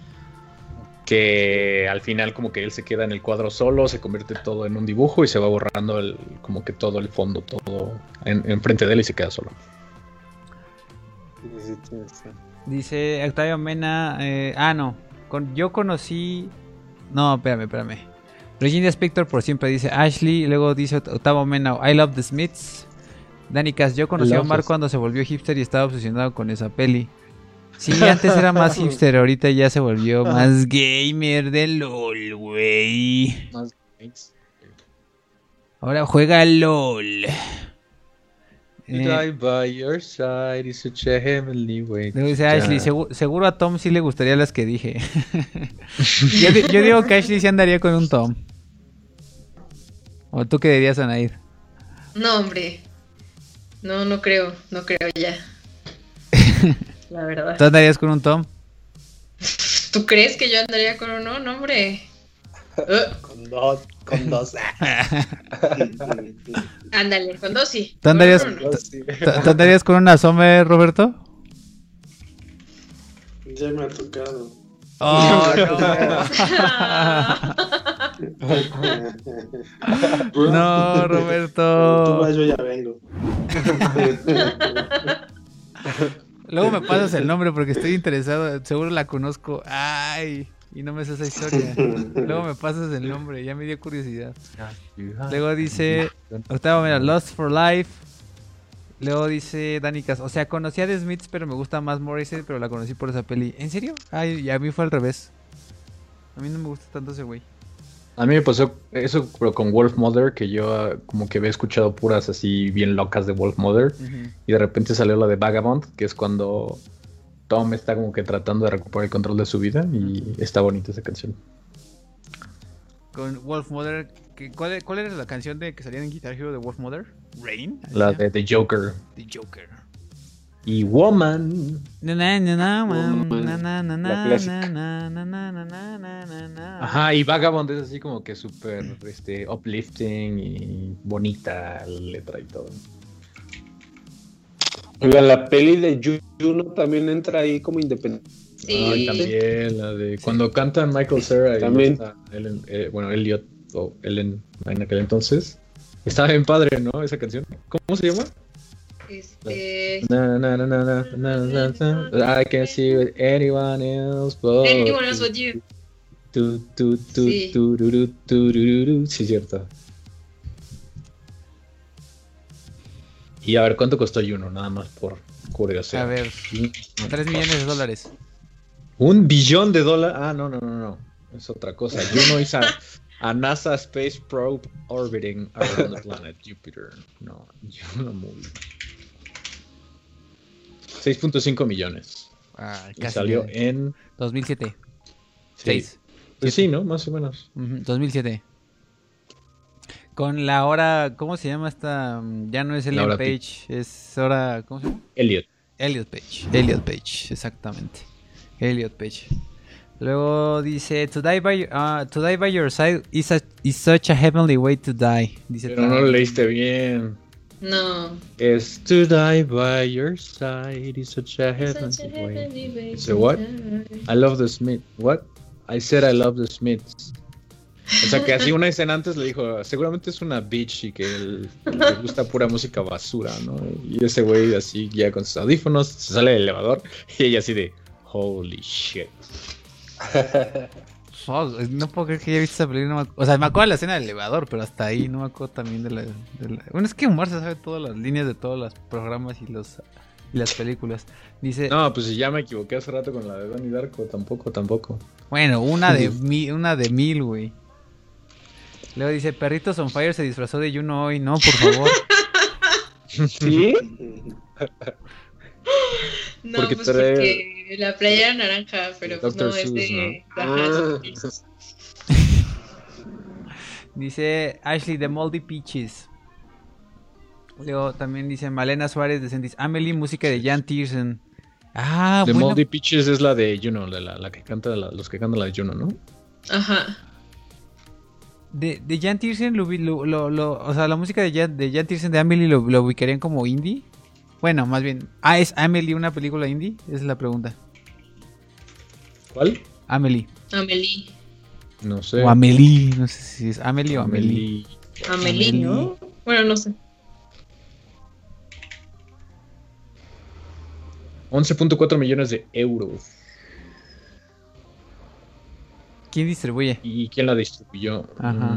Que al final como que él se queda en el cuadro solo, se convierte todo en un dibujo y se va borrando como que todo el fondo, todo enfrente de él y se queda solo. Dice Octavio Mena, yo conocí... No, espérame. Regina Spektor por siempre dice Ashley, luego dice Octavio Mena, I love the Smiths. Dani Cas, yo conocí a Omar cuando se volvió hipster y estaba obsesionado con esa peli. Sí, antes era más hipster, ahorita ya se volvió más gamer de LOL, güey. Ahora juega LOL. Die by your side is such a heavenly way. Luego dice Ashley, seguro a Tom sí le gustaría las que dije. yo digo que Ashley sí andaría con un Tom. ¿O tú qué dirías, Anaid? No, hombre. No creo ya. La verdad. ¿Tú andarías con un Tom? ¿Tú crees que yo andaría con uno? No, hombre. Con dos. Ándale, con dos sí. ¿Tú andarías con una Sommer, Roberto? Ya me ha tocado. Oh, no. No, Roberto. Tú vas, yo ya vengo. Luego me pasas el nombre porque estoy interesado. Seguro la conozco. Ay, y no me sé esa historia. Luego me pasas el nombre. Ya me dio curiosidad. Luego dice Octavio, mira, Lost for Life. Luego dice Dani Cas, o sea, conocí a The Smiths, pero me gusta más Morrissey, pero la conocí por esa peli. ¿En serio? Ay, y a mí fue al revés. A mí no me gusta tanto ese güey. A mí me pasó eso, pero con Wolf Mother, que yo como que había escuchado puras así bien locas de Wolf Mother, y de repente salió la de Vagabond, que es cuando Tom está como que tratando de recuperar el control de su vida, y está bonita esa canción. Con Wolf Mother, ¿cuál era la canción de que salía en Guitar Hero de Wolf Mother? ¿Rain? La de The Joker. The Joker. Y Woman. Ajá, y Vagabond es así como que súper uplifting y bonita la letra y todo. Oiga, la peli de Juno también entra ahí como independiente. Sí. Ay, también la de cuando cantan Michael Cera y también. Ellen, Elliot o Ellen en aquel entonces. Estaba bien padre, ¿no? Esa canción. ¿Cómo se llama? I can't see with anyone else but you. Sí, cierto. Y a ver, ¿cuánto costó Juno? Nada más por curiosidad. A ver, $3 millones. ¿$1 billón? Ah, no. Es otra cosa. Juno hizo a NASA Space Probe orbiting around the planet Jupiter. No, Juno Movie. 6.5 millones. Casi. Y salió en 2007. Sí. 6. Pues sí, ¿no? Más o menos. 2007. Con la hora, ¿cómo se llama esta? Ya no es Ellen Page, es ahora, ¿cómo se llama? Elliot Page, exactamente. Elliot Page. Luego dice, to die by your side is such a heavenly way to die. Dice, pero no lo leíste bien. No. Es to die by your side is such a heavenly way. So what? I love the Smiths. What? I said I love the Smiths. O sea que así una escena antes le dijo, seguramente es una bitch y que le gusta pura música basura, ¿no? Y ese güey así ya con sus audífonos se sale del elevador y ella así de holy shit. fuck, no puedo creer que haya visto esa película. O sea, me acuerdo de la escena del elevador, pero hasta ahí no me acuerdo también de la... Bueno, es que Omar se sabe todas las líneas de todos los programas y las películas. Dice... No, pues si ya me equivoqué hace rato con la de Donnie Darko, tampoco. Bueno, una de 1000, güey. Luego dice, Perritos on Fire se disfrazó de Juno hoy. No, por favor. ¿Sí? No, Porque pues trae- porque la playera naranja, pero pues Dr. no, es Seuss, de... ¿no? Ajá, Dice Ashley de Moldy Peaches. Luego también dice Malena Suárez de Sentis. Amelie, música de Jan Tiersen. Ah, The bueno. Moldy Peaches es la de Juno, la que canta, los que cantan la de Juno, ¿no? Ajá. De Jan Tiersen, o sea, la música de Jan Tiersen de Amelie lo ubicarían como indie. Bueno, más bien. ¿Es Amelie una película indie? Esa es la pregunta. ¿Cuál? Amelie. Amelie. No sé. O Amelie. No sé si es Amelie o Amelie. Amelie, ¿no? Bueno, no sé. 11.4 millones de euros. ¿Quién distribuye? ¿Y quién la distribuyó? Ajá.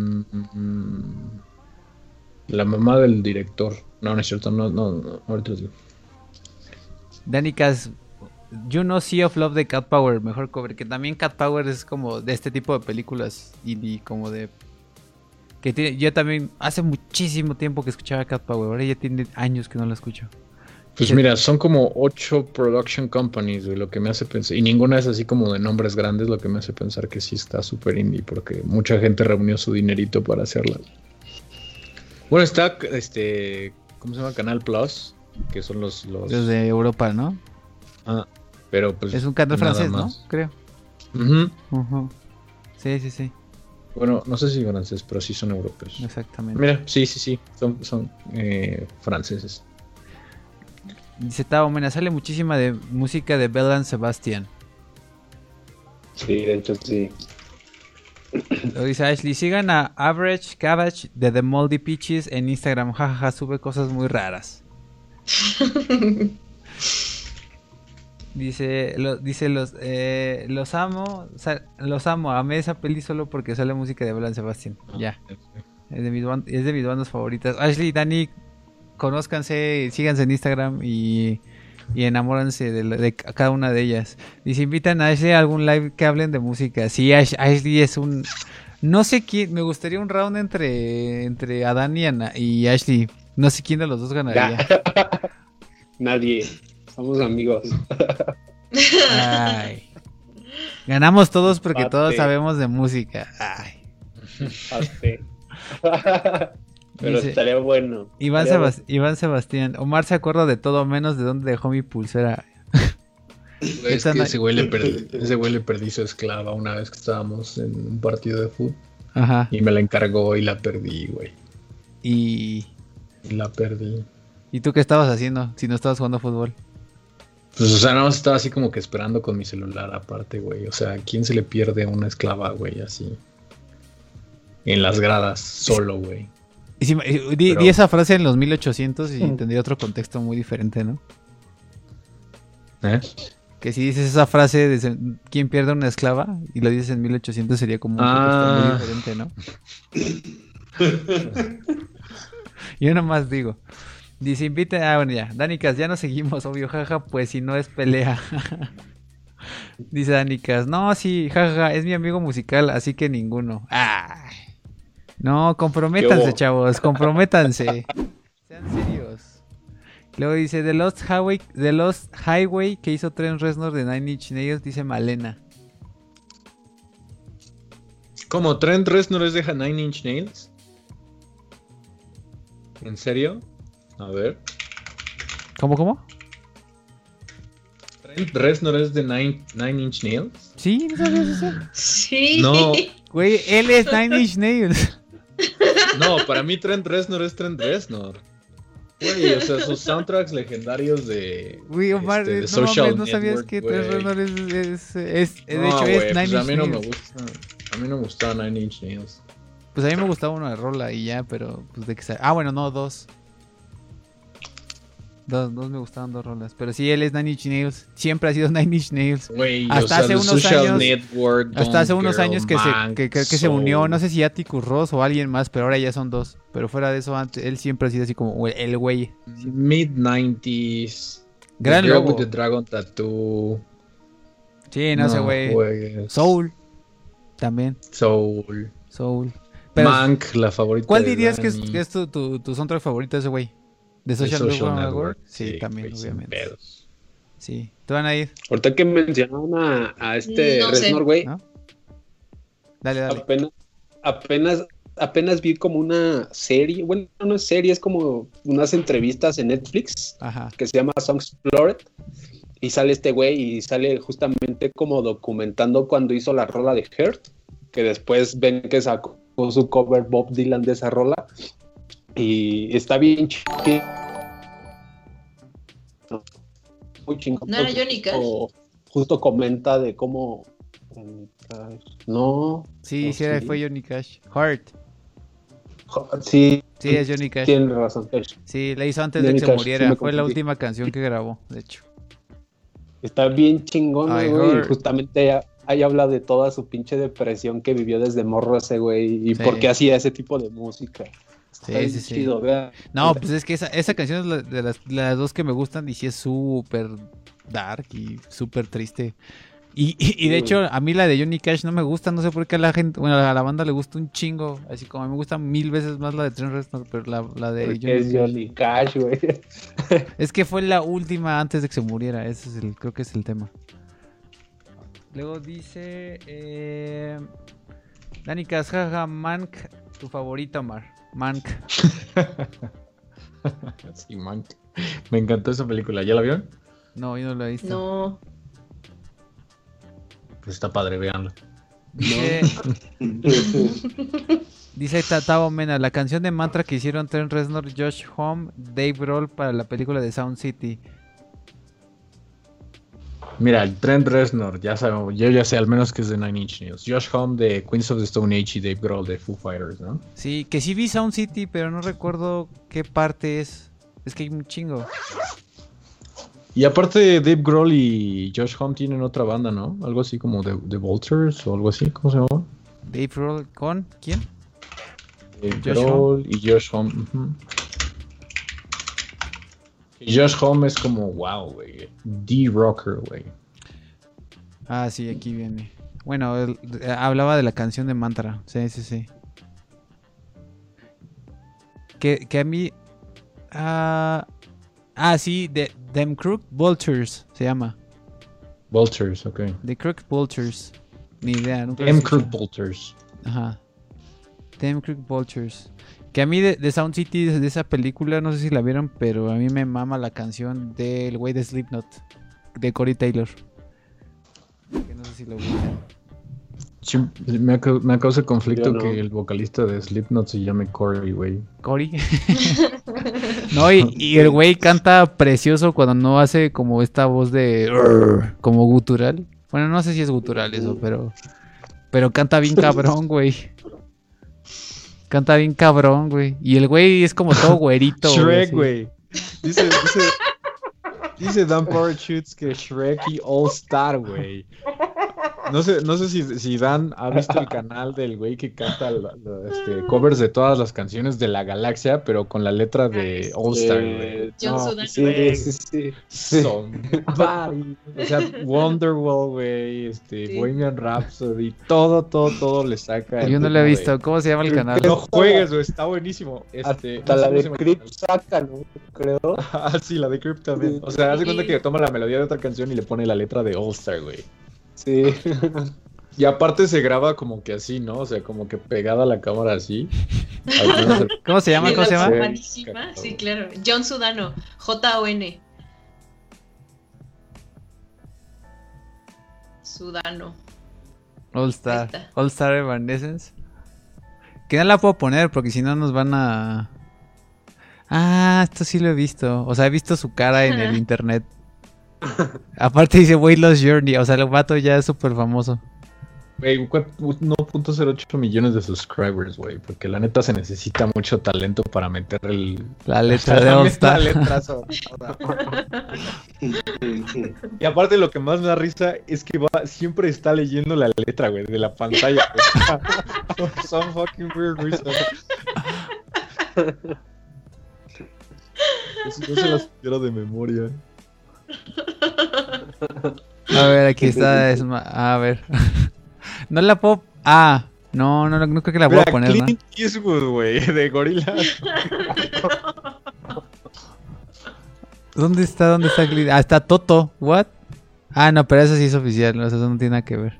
La mamá del director. No es cierto, no, ahorita les digo. Danicas, You Know Sea of Love de Cat Power, mejor cover. Que también Cat Power es como de este tipo de películas indie, como de... Que tiene, yo también hace muchísimo tiempo que escuchaba Cat Power, ahora ya tiene años que no la escucho. Pues mira, son como 8 production companies, güey, lo que me hace pensar, y ninguna es así como de nombres grandes, lo que me hace pensar que sí está súper indie, porque mucha gente reunió su dinerito para hacerla. Bueno, está, ¿cómo se llama? Canal Plus, que son los... Desde Europa, ¿no? Ah, pero pues... Es un canal nada francés, más. ¿no? Creo. Ujú. Ujú. Sí, Bueno, no sé si francés, pero sí son europeos. exactamente. Mira, sí, son franceses. Dice Tao Mena, sale muchísima de música de Belle Sebastian. Sí, de hecho sí. Lo dice Ashley, sigan a Average Cabbage de The Moldy Peaches en Instagram, jajaja, sube cosas muy raras. Dice, los amo, amé esa peli solo porque sale música de Belle Sebastian. Ya, es de mis bandas favoritas. Ashley y Dani, conózcanse, síganse en Instagram y enamóranse de cada una de ellas. Dice, invitan a Ashley a algún live que hablen de música. Sí, Ashley es un... No sé quién, me gustaría un round entre Adán y Ashley. No sé quién de los dos ganaría. Nadie. Somos amigos. Ay. Ganamos todos porque Pate. todos sabemos de música. Ay. Pero Dice, estaría bueno. Iván Sebastián. Omar se acuerda de todo menos de dónde dejó mi pulsera. Es que ese güey le perdí su esclava una vez que estábamos en un partido de fútbol. Ajá. Y me la encargó y la perdí, güey. Y La perdí. ¿y tú qué estabas haciendo si no estabas jugando fútbol? Pues, o sea, nada más estaba así como que esperando con mi celular aparte, güey. O sea, ¿a quién se le pierde una esclava, güey, así? En las gradas, solo, güey. Y si, di esa frase en los 1800 y tendría otro contexto muy diferente, ¿no? ¿Eh? Que si dices esa frase de ¿quién pierde una esclava? Y lo dices en 1800 sería como un contexto muy diferente, ¿no? Yo nomás digo. Dice, invita... bueno, ya. Danicas, ya nos seguimos, obvio, jaja, pues si no es pelea. Dice Danicas, no, sí, jaja, es mi amigo musical, así que ninguno. Ay. No, comprométanse, chavos, comprométanse. Sean serios. Luego dice, The Lost Highway que hizo Trent Reznor de Nine Inch Nails, dice Malena. ¿Cómo? ¿Trent Reznor es de Nine Inch Nails? ¿En serio? A ver. ¿Cómo? ¿Trent Reznor es de Nine Inch Nails? ¿Sí? ¿No sabías eso? Sí. No. Güey, él es Nine Inch Nails. No, para mí Trent Reznor es Trent Reznor. Güey, o sea, sus soundtracks legendarios de... Güey, Omar, de no, Social no sabías Network, que güey. Trent Reznor es de No, hecho, güey, es Nine pues Inch a mí no me Nails. gusta. A mí no me gustaba Nine Inch Nails. Pues a mí me gustaba una rola y ya, pero pues de que sea... Ah, bueno, no, dos. Dos me gustaban 2 rolas. Pero sí, él es Nine Inch Nails. Siempre ha sido Nine Inch Nails. Güey, hasta hace unos años que se unió, no sé si Atticus Ross o alguien más, pero ahora ya son 2. Pero fuera de eso, antes, él siempre ha sido así como el güey. Mid-90s. Gran Girl logo. with the Dragon Tattoo. Sí, no sé, güey. Soul. También. Soul. Pero, Mank, la favorita. ¿cuál de dirías que Dani. es tu soundtrack favorito de ese güey? ¿De Social Network? Sí, también, güey, sin obviamente. pedos. Sí. ¿Te van a ir? Ahorita que mencionaron a este No sé. Reznor, güey, ¿No? Dale. apenas vi como una serie, bueno, no es serie, es como unas entrevistas en Netflix Ajá. que se llama Songs Explored, y sale este güey y sale justamente como documentando cuando hizo la rola de Hurt, que después ven que sacó su cover Bob Dylan de esa rola, y está bien chido. Muy chingón. ¿No era Johnny Cash? Justo comenta de cómo... No. Sí, no, sí, fue Johnny Cash. Heart. Sí. Sí, es Johnny Cash. Tienes razón. Sí, la hizo antes de Johnny que se Cash, muriera. sí me Fue la confundí. última canción que grabó, de hecho. Está bien chingón, I güey. heard. Y justamente ahí habla de toda su pinche depresión que vivió desde morro ese güey y Sí. por qué hacía ese tipo de música. Está Sí, bien sí, sí. chido, vean. No, pues es que esa canción es de las 2 que me gustan y sí es súper dark y súper triste. Y de hecho, a mí la de Johnny Cash no me gusta, no sé por qué a la gente, bueno, a la banda le gusta un chingo, así como a mí me gusta 1000 veces más la de Trent Reznor, pero la de Porque es Johnny Cash, güey. Es que fue la última antes de que se muriera, ese es creo que es el tema. Luego dice Dani Casjaja, Mank, tu favorito, Omar. Mank. Sí, Mank. Me encantó esa película. ¿Ya la vieron? No, yo no la he visto. No. Pues está padre, veanla. Dice Tavo Mena, la canción de Mantra que hicieron Trent Reznor, Josh Homme, Dave Grohl para la película de Sound City. Mira, el Trent Reznor, ya sabemos, yo ya sé al menos que es de Nine Inch Nails. Josh Homme de Queens of the Stone Age y Dave Grohl de Foo Fighters, ¿no? Sí, que sí vi Sound City, pero no recuerdo qué parte es. Es que hay un chingo. Y aparte Dave Grohl y Josh Homme tienen otra banda, ¿no? Algo así como The Vultures o algo así, ¿cómo se llama? Dave Grohl con ¿quién? Dave Josh Grohl y Josh Homme. Y Josh Homme es como, wow, güey. D-Rocker, güey. Ah, sí, aquí viene. Bueno, hablaba de la canción de Mantra. Sí. Que a mí... sí, Them Crooked Vultures se llama. Vultures, ok. The Crooked Vultures. Ni idea, nunca Them lo he Crooked escuchado. Vultures. Ajá. Them Crooked Vultures. Que a mí de Sound City, de esa película, no sé si la vieron, pero a mí me mama la canción del güey de Slipknot, de Corey Taylor. Que no sé si lo vieron. Sí, me causa conflicto Yo no. que el vocalista de Slipknot se llame Corey, güey. Corey. No, y el güey canta precioso cuando no hace como esta voz de... como gutural. Bueno, no sé si es gutural eso, pero canta bien cabrón, güey. Canta bien cabrón, güey. Y el güey es como todo güerito. Shrek, así. güey. Dice Dan Parachutes que Shrek y All Star, güey. No sé si Dan ha visto el canal del güey que canta covers de todas las canciones de la galaxia, pero con la letra de All Star, güey. John No, Sudan. sí. Somebody. O sea, Wonderwall, güey, Sí. Bohemian Rhapsody, todo le saca. Yo no lo he visto. ¿Cómo se llama el canal? No juegues, güey, está buenísimo. Hasta no sé la cómo se de llama el Creep canal. saca, ¿no? Creo. Ah, sí, la de Creep también. O sea, hace cuenta que toma la melodía de otra canción y le pone la letra de All Star, güey. Sí. Y aparte se graba como que así, ¿no? O sea, como que pegada a la cámara así. ¿Cómo se llama? Sí, ¿Cómo se la llama? buenísima, sí, claro. John Sudano, Jon. Sudano. All Ahí Star. está. All Star Evanescence. Que no la puedo poner porque si no nos van a... Ah, esto sí lo he visto. O sea, he visto su cara en el internet. Aparte dice Weight Loss Journey. O sea, el vato ya es súper famoso. Güey, no 1.08 millones de subscribers, güey, porque la neta se necesita mucho talento para meter la letra de All Star. Y aparte lo que más me da risa es que siempre está leyendo la letra, güey, de la pantalla. For some fucking weird reason. Yo se las quiero de memoria. A ver, aquí está. A ver. No la puedo. No creo que la puedo poner, Clint ¿no? Eastwood, güey, de Gorillaz. ¿Dónde está Clint? Está Toto. ¿What? No, pero eso sí es oficial. Eso no tiene nada que ver.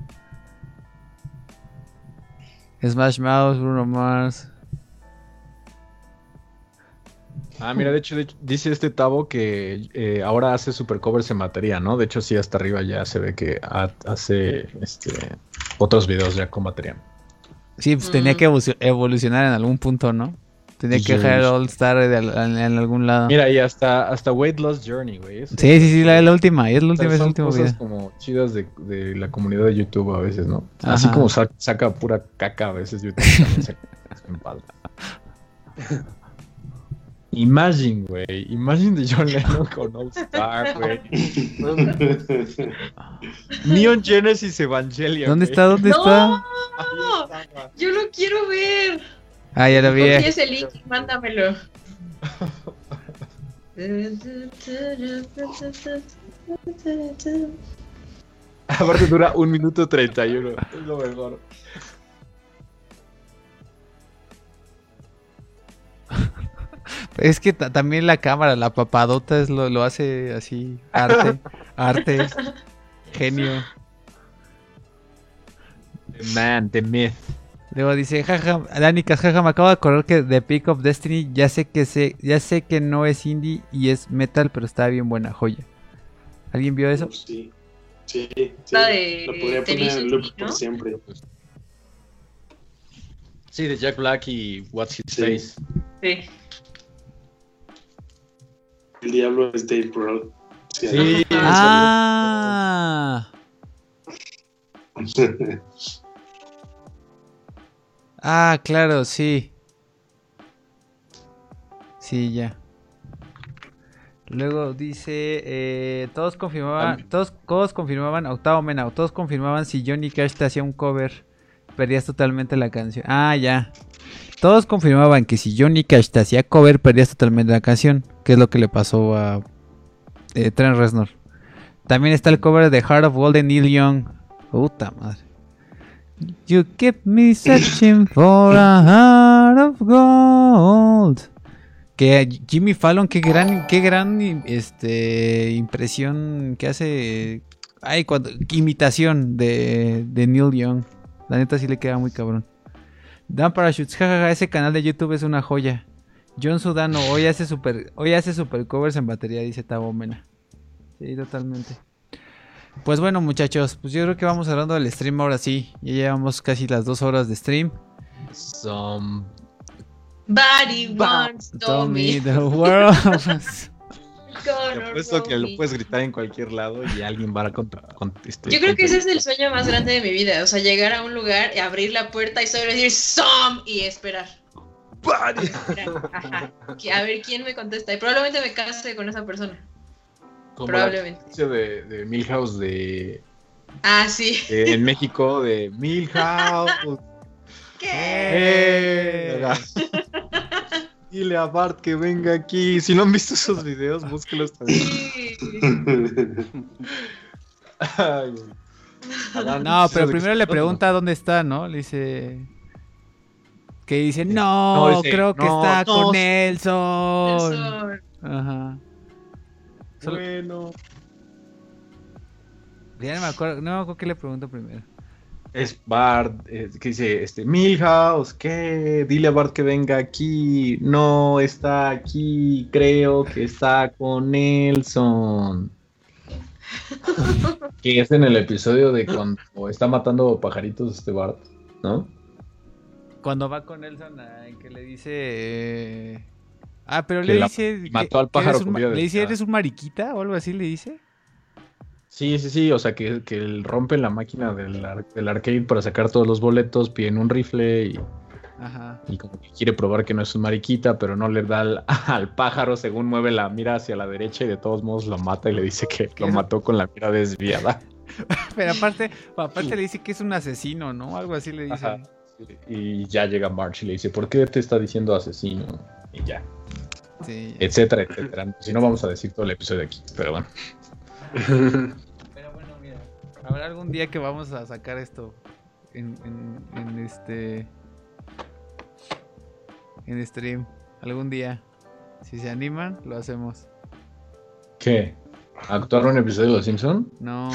Smash Mouth, Bruno Mars. Mira, de hecho, dice este Tavo que ahora hace super covers en batería, ¿no? De hecho, sí, hasta arriba ya se ve que hace otros videos ya con batería. Sí, pues tenía que evolucionar en algún punto, ¿no? Tenía que dejar All Star en algún lado. Mira, y hasta Weight Loss Journey, güey. Sí, la última. Es el último cosas video. como chidas de la comunidad de YouTube a veces, ¿no? Ajá. Así como saca pura caca a veces YouTube. Imagine, güey. Imagine de John Lennon con All Star, güey. Neon Genesis Evangelion. ¿Dónde güey. está? ¿Dónde está? ¡No! Yo lo quiero ver. Ya lo vi. Copia ese link y mándamelo. Aparte dura 1 minuto 31. Es lo mejor. Es que también la cámara, la papadota lo hace así. Arte. Genio. The myth. Luego dice, Danicas, me acabo de acordar que The Peak of Destiny ya sé que no es indie y es metal, pero está bien buena, joya. ¿Alguien vio eso? Sí. La de Lo podría poner en loop, ¿no? Por siempre. Sí, de Jack Black y What's His Face. Sí. El diablo es Dave Grohl. Sí. Claro, sí. Sí, ya. Luego dice, todos confirmaban, Octavo Mena, todos confirmaban si Johnny Cash te hacía un cover, perdías totalmente la canción. Ya. Todos confirmaban que si Johnny Cash te hacía cover, perdías totalmente la canción, que es lo que le pasó a Trent Reznor. También está el cover de Heart of Gold de Neil Young. Puta madre. You keep me searching for a heart of gold. Que Jimmy Fallon, qué gran impresión que hace. Imitación de Neil Young. La neta sí le queda muy cabrón. Dan Parachutes, jajaja, ese canal de YouTube es una joya. John Sudano, hoy hace super covers en batería, dice Tavo Mena. Sí, totalmente. Pues bueno, muchachos, pues yo creo que vamos hablando del stream ahora sí. Ya llevamos casi las 2 horas de stream. Somebody once told me the world. Te apuesto que lo puedes gritar en cualquier lado y alguien va a Yo creo que ese es el sueño más grande de mi vida. O sea, llegar a un lugar, abrir la puerta y solo decir "Som" y esperar. Ajá. A ver quién me contesta. Y probablemente me case con esa persona. Como probablemente. de Milhouse sí. En México de Milhouse. ¿Qué? Dile a Bart que venga aquí. Si no han visto esos videos, búsquelos también. Sí. Ay, no, pero primero le pregunta dónde está, ¿no? Le dice... Que dice, no, creo que está con Nelson. Ajá. Bueno. Ya no me acuerdo qué le pregunto primero. Es Bart, que dice, Milhouse, ¿qué? Dile a Bart que venga aquí. No está aquí, creo que está con Nelson. Que es en el episodio de cuando está matando pajaritos Bart, ¿no? Cuando va con Nelson, que le dice... pero le dice... Mató al pájaro. Le dice, ¿eres un mariquita? O algo así le dice. Sí, o sea que rompen la máquina del arcade para sacar todos los boletos, piden un rifle y como que quiere probar que no es un mariquita, pero no le da al pájaro, según mueve la mira hacia la derecha y de todos modos lo mata y le dice que lo mató con la mira desviada. Pero aparte le dice que es un asesino, ¿no? Algo así le dice. Ajá, sí. Y ya llega Marge y le dice, ¿por qué te está diciendo asesino? Y ya. Sí. Etcétera. Si no vamos a decir todo el episodio aquí, pero bueno. Pero bueno, mira, habrá algún día que vamos a sacar esto en stream. Algún día. Si se animan, lo hacemos. ¿Qué? ¿Actuar un episodio de Los Simpson? No.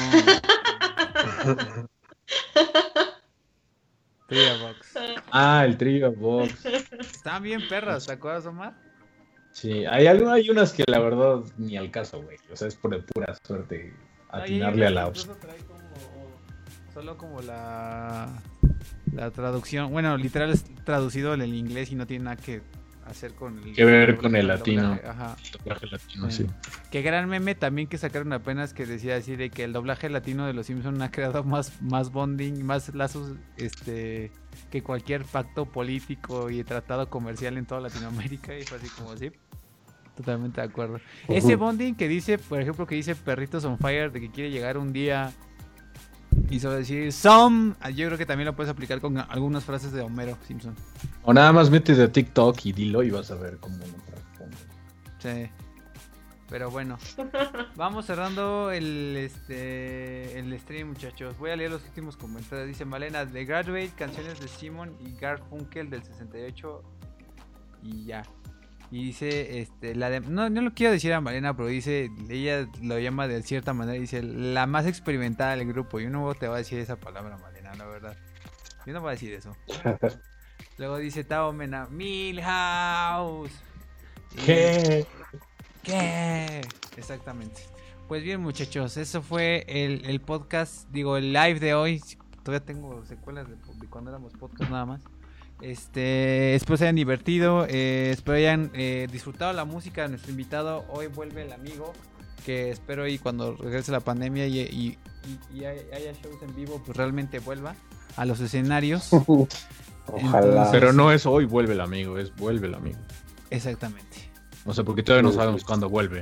Trivia Box. El Trivia Box. Estaban bien perras, ¿te acuerdas, Omar? Sí, hay unas que la verdad ni al caso, güey. O sea, es por pura suerte atinarle a la opción. Solo como la traducción, bueno, literal es traducido en el inglés y no tiene nada que hacer con el... Que ver con el latino. Ajá. El doblaje latino, sí. Qué gran meme también que sacaron apenas que decía así de que el doblaje latino de Los Simpsons ha creado más bonding, más lazos que cualquier pacto político y tratado comercial en toda Latinoamérica, y fue así como así. Totalmente de acuerdo. Ese bonding que dice, por ejemplo, que dice Perritos on Fire, de que quiere llegar un día y solo decir some, yo creo que también lo puedes aplicar con algunas frases de Homero Simpson. O nada más métete a TikTok y dilo y vas a ver cómo nos responde. Sí. Pero bueno, vamos cerrando el stream, muchachos. Voy a leer los últimos comentarios. Dice Malena, The Graduate, canciones de Simon y Garfunkel del 68 y ya. Y dice, no lo quiero decir a Malena, pero dice, ella lo llama de cierta manera, dice, la más experimentada del grupo. Yo no te voy a decir esa palabra, Malena, la verdad. Yo no voy a decir eso. Luego dice Tao Mena, Milhouse. ¿Qué? Exactamente. Pues bien, muchachos, eso fue el podcast, el live de hoy. Todavía tengo secuelas de cuando éramos podcast nada más. Espero se hayan divertido, espero hayan disfrutado la música de nuestro invitado. Hoy vuelve el amigo, que espero y cuando regrese la pandemia y haya shows en vivo, pues realmente vuelva a los escenarios. Ojalá. Entonces, pero no es hoy vuelve el amigo, es vuelve el amigo. Exactamente. O sea, porque todavía no sabemos cuándo vuelve.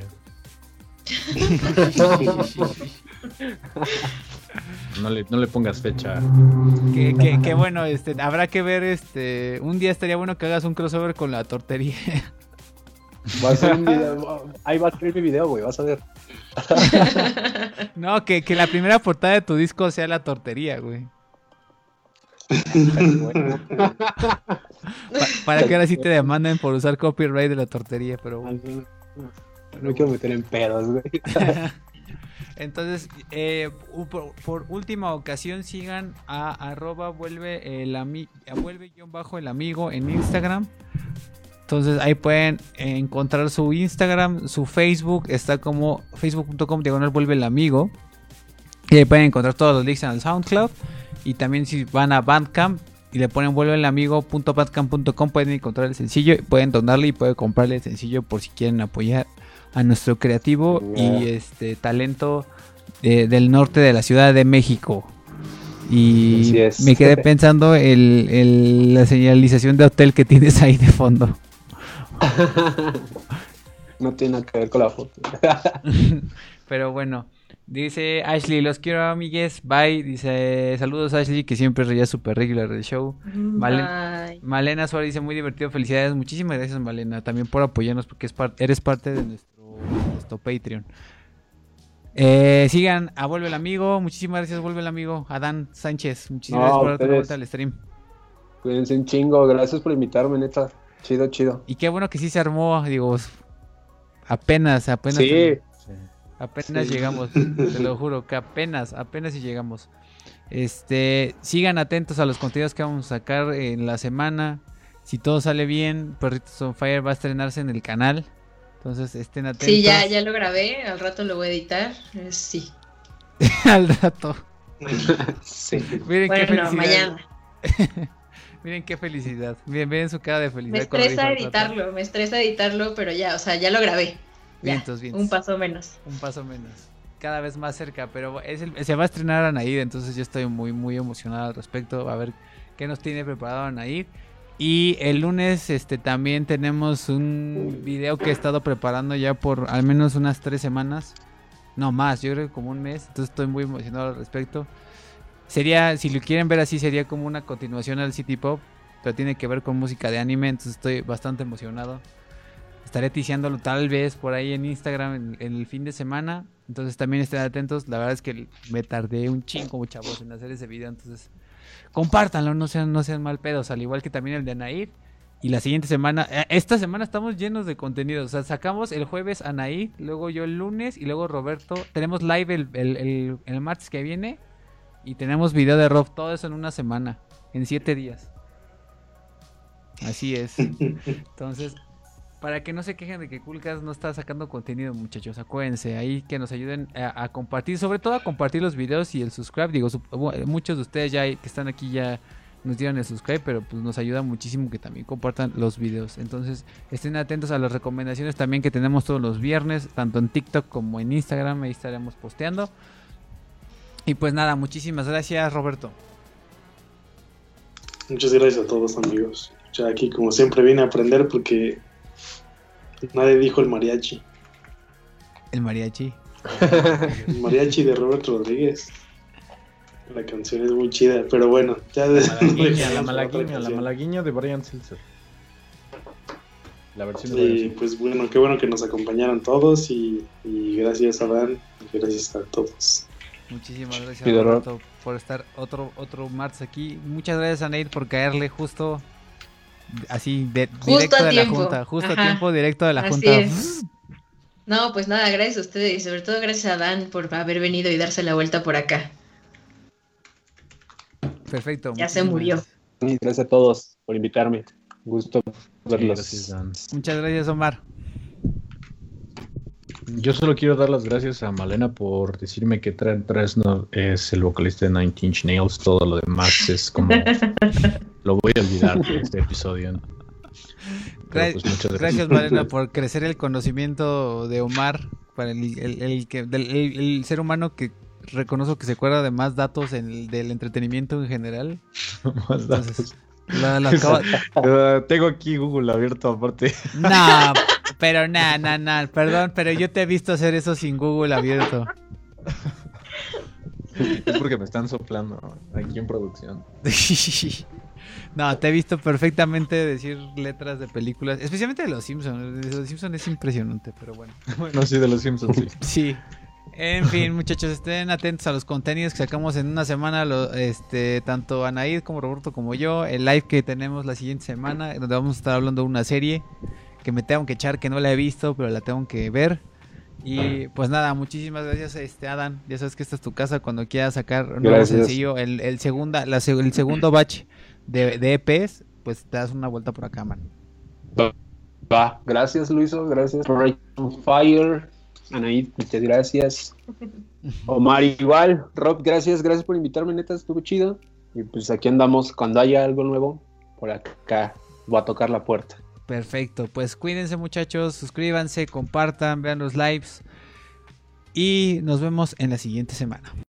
No le pongas fecha. Que bueno, habrá que ver, un día estaría bueno que hagas un crossover con la tortería. Va a ser un video, ahí va a escribir mi video, güey, vas a ver. No, que la primera portada de tu disco sea la tortería, güey. Para que ahora sí te demanden por usar copyright de la tortería, pero bueno. No quiero meter en pedos, güey. Entonces, por última ocasión, sigan a @vuelve_el_amigo en Instagram. Entonces ahí pueden encontrar su Instagram, su Facebook, está como facebook.com/vuelve_el_amigo. Y ahí pueden encontrar todos los links en el SoundCloud. Y también si van a Bandcamp y le ponen vuelveelamigo.bandcamp.com, pueden encontrar el sencillo, pueden donarle y pueden comprarle el sencillo por si quieren apoyar a nuestro creativo y talento del norte de la Ciudad de México. Y me quedé pensando la señalización de hotel que tienes ahí de fondo. No tiene nada que ver con la foto. Pero bueno, dice Ashley, los quiero, amigues, bye. Dice, saludos Ashley, que siempre reía super regular del show. Malena Suárez dice, muy divertido, felicidades. Muchísimas gracias, Malena, también por apoyarnos, porque eres parte de nuestro Patreon. Sigan a Vuelve el Amigo. Muchísimas gracias, Vuelve el Amigo. Adán Sánchez, muchísimas gracias por darte la vuelta al stream. Cuídense un chingo, gracias por invitarme, neta. Chido. Y qué bueno que sí se armó, apenas sí. Apenas llegamos, te lo juro, que apenas si llegamos. Sigan atentos a los contenidos que vamos a sacar en la semana. Si todo sale bien, Perritos on Fire va a estrenarse en el canal. Entonces estén atentos. Sí, ya lo grabé, al rato lo voy a editar. Sí. Al rato. Sí. Miren bueno, qué felicidad. Mañana. Miren qué felicidad. Miren su cara de felicidad. Me estresa editarlo, pero ya lo grabé. Vientos. Un paso menos. cada vez más cerca, pero se va a estrenar Anaid, entonces yo estoy muy, muy emocionado al respecto, a ver qué nos tiene preparado Anaid. Y el lunes también tenemos un video que he estado preparando ya por al menos unas 3 semanas, no más, yo creo que como un mes, entonces estoy muy emocionado al respecto. Sería, si lo quieren ver así, sería como una continuación al City Pop, pero tiene que ver con música de anime, entonces estoy bastante emocionado. Estaré ticiándolo tal vez por ahí en Instagram en el fin de semana. Entonces también estén atentos. La verdad es que me tardé un chingo, chavos, en hacer ese video. Entonces compártanlo, no sean mal pedos. Al igual que también el de Anaid. Y la siguiente semana, esta semana estamos llenos de contenido. O sea, sacamos el jueves Anaid, luego yo el lunes y luego Roberto. Tenemos live el martes que viene. Y tenemos video de Rob. Todo eso en una semana, en 7 días. Así es. Entonces... para que no se quejen de que Coolcast no está sacando contenido, muchachos, acuérdense ahí que nos ayuden a compartir, sobre todo a compartir los videos y el subscribe. Digo, muchos de ustedes ya que están aquí ya nos dieron el subscribe, pero pues nos ayuda muchísimo que también compartan los videos. Entonces estén atentos a las recomendaciones también que tenemos todos los viernes, tanto en TikTok como en Instagram, ahí estaremos posteando. Y pues nada, muchísimas gracias, Roberto. Muchas gracias a todos, amigos. Ya aquí como siempre vine a aprender porque nadie dijo el mariachi. El mariachi. El mariachi de Roberto Rodríguez. La canción es muy chida, pero bueno, ya la malagueña de Brian Seltzer. La versión de Brian Seltzer. Pues bueno, qué bueno que nos acompañaron todos y gracias a Dan y gracias a todos. Muchísimas gracias, Roberto, por estar otro martes aquí. Muchas gracias a Nate por caerle justo así directo de la junta, justo a tiempo, directo de la así junta. Es. No, pues nada, gracias a ustedes y sobre todo gracias a Dan por haber venido y darse la vuelta por acá. Perfecto. Ya se murió. Gracias a todos por invitarme. Gusto verlos. Gracias, Dan. Muchas gracias, Omar. Yo solo quiero dar las gracias a Malena por decirme que Trent Reznor es el vocalista de Nine Inch Nails. Todo lo demás es como... lo voy a olvidar de este episodio, ¿no? Pues muchas gracias, Malena, por crecer el conocimiento de Omar para el ser humano que reconozco que se acuerda de más datos del entretenimiento en general. Más datos. Entonces, tengo aquí Google abierto aparte. No, pero perdón, pero yo te he visto hacer eso sin Google abierto. Es porque me están soplando aquí en producción. No, te he visto perfectamente decir letras de películas, especialmente de Los Simpsons. De Los Simpsons es impresionante, pero bueno. Bueno, sí, de Los Simpsons, sí. Sí. En fin, muchachos, estén atentos a los contenidos que sacamos en una semana, tanto Anaid como Roberto como yo, el live que tenemos la siguiente semana, donde vamos a estar hablando de una serie que me tengo que echar, que no la he visto, pero la tengo que ver. Y pues nada, muchísimas gracias, Adán. Ya sabes que esta es tu casa cuando quieras sacar un nuevo sencillo, el segundo batch de EPs, pues te das una vuelta por acá, man. Va. Gracias, Luiso, gracias por Fire. Anaid, muchas gracias. Omar igual. Rob, gracias por invitarme, neta, estuvo chido. Y pues aquí andamos, cuando haya algo nuevo, por acá voy a tocar la puerta. Perfecto, pues cuídense, muchachos, suscríbanse, compartan, vean los lives y nos vemos en la siguiente semana.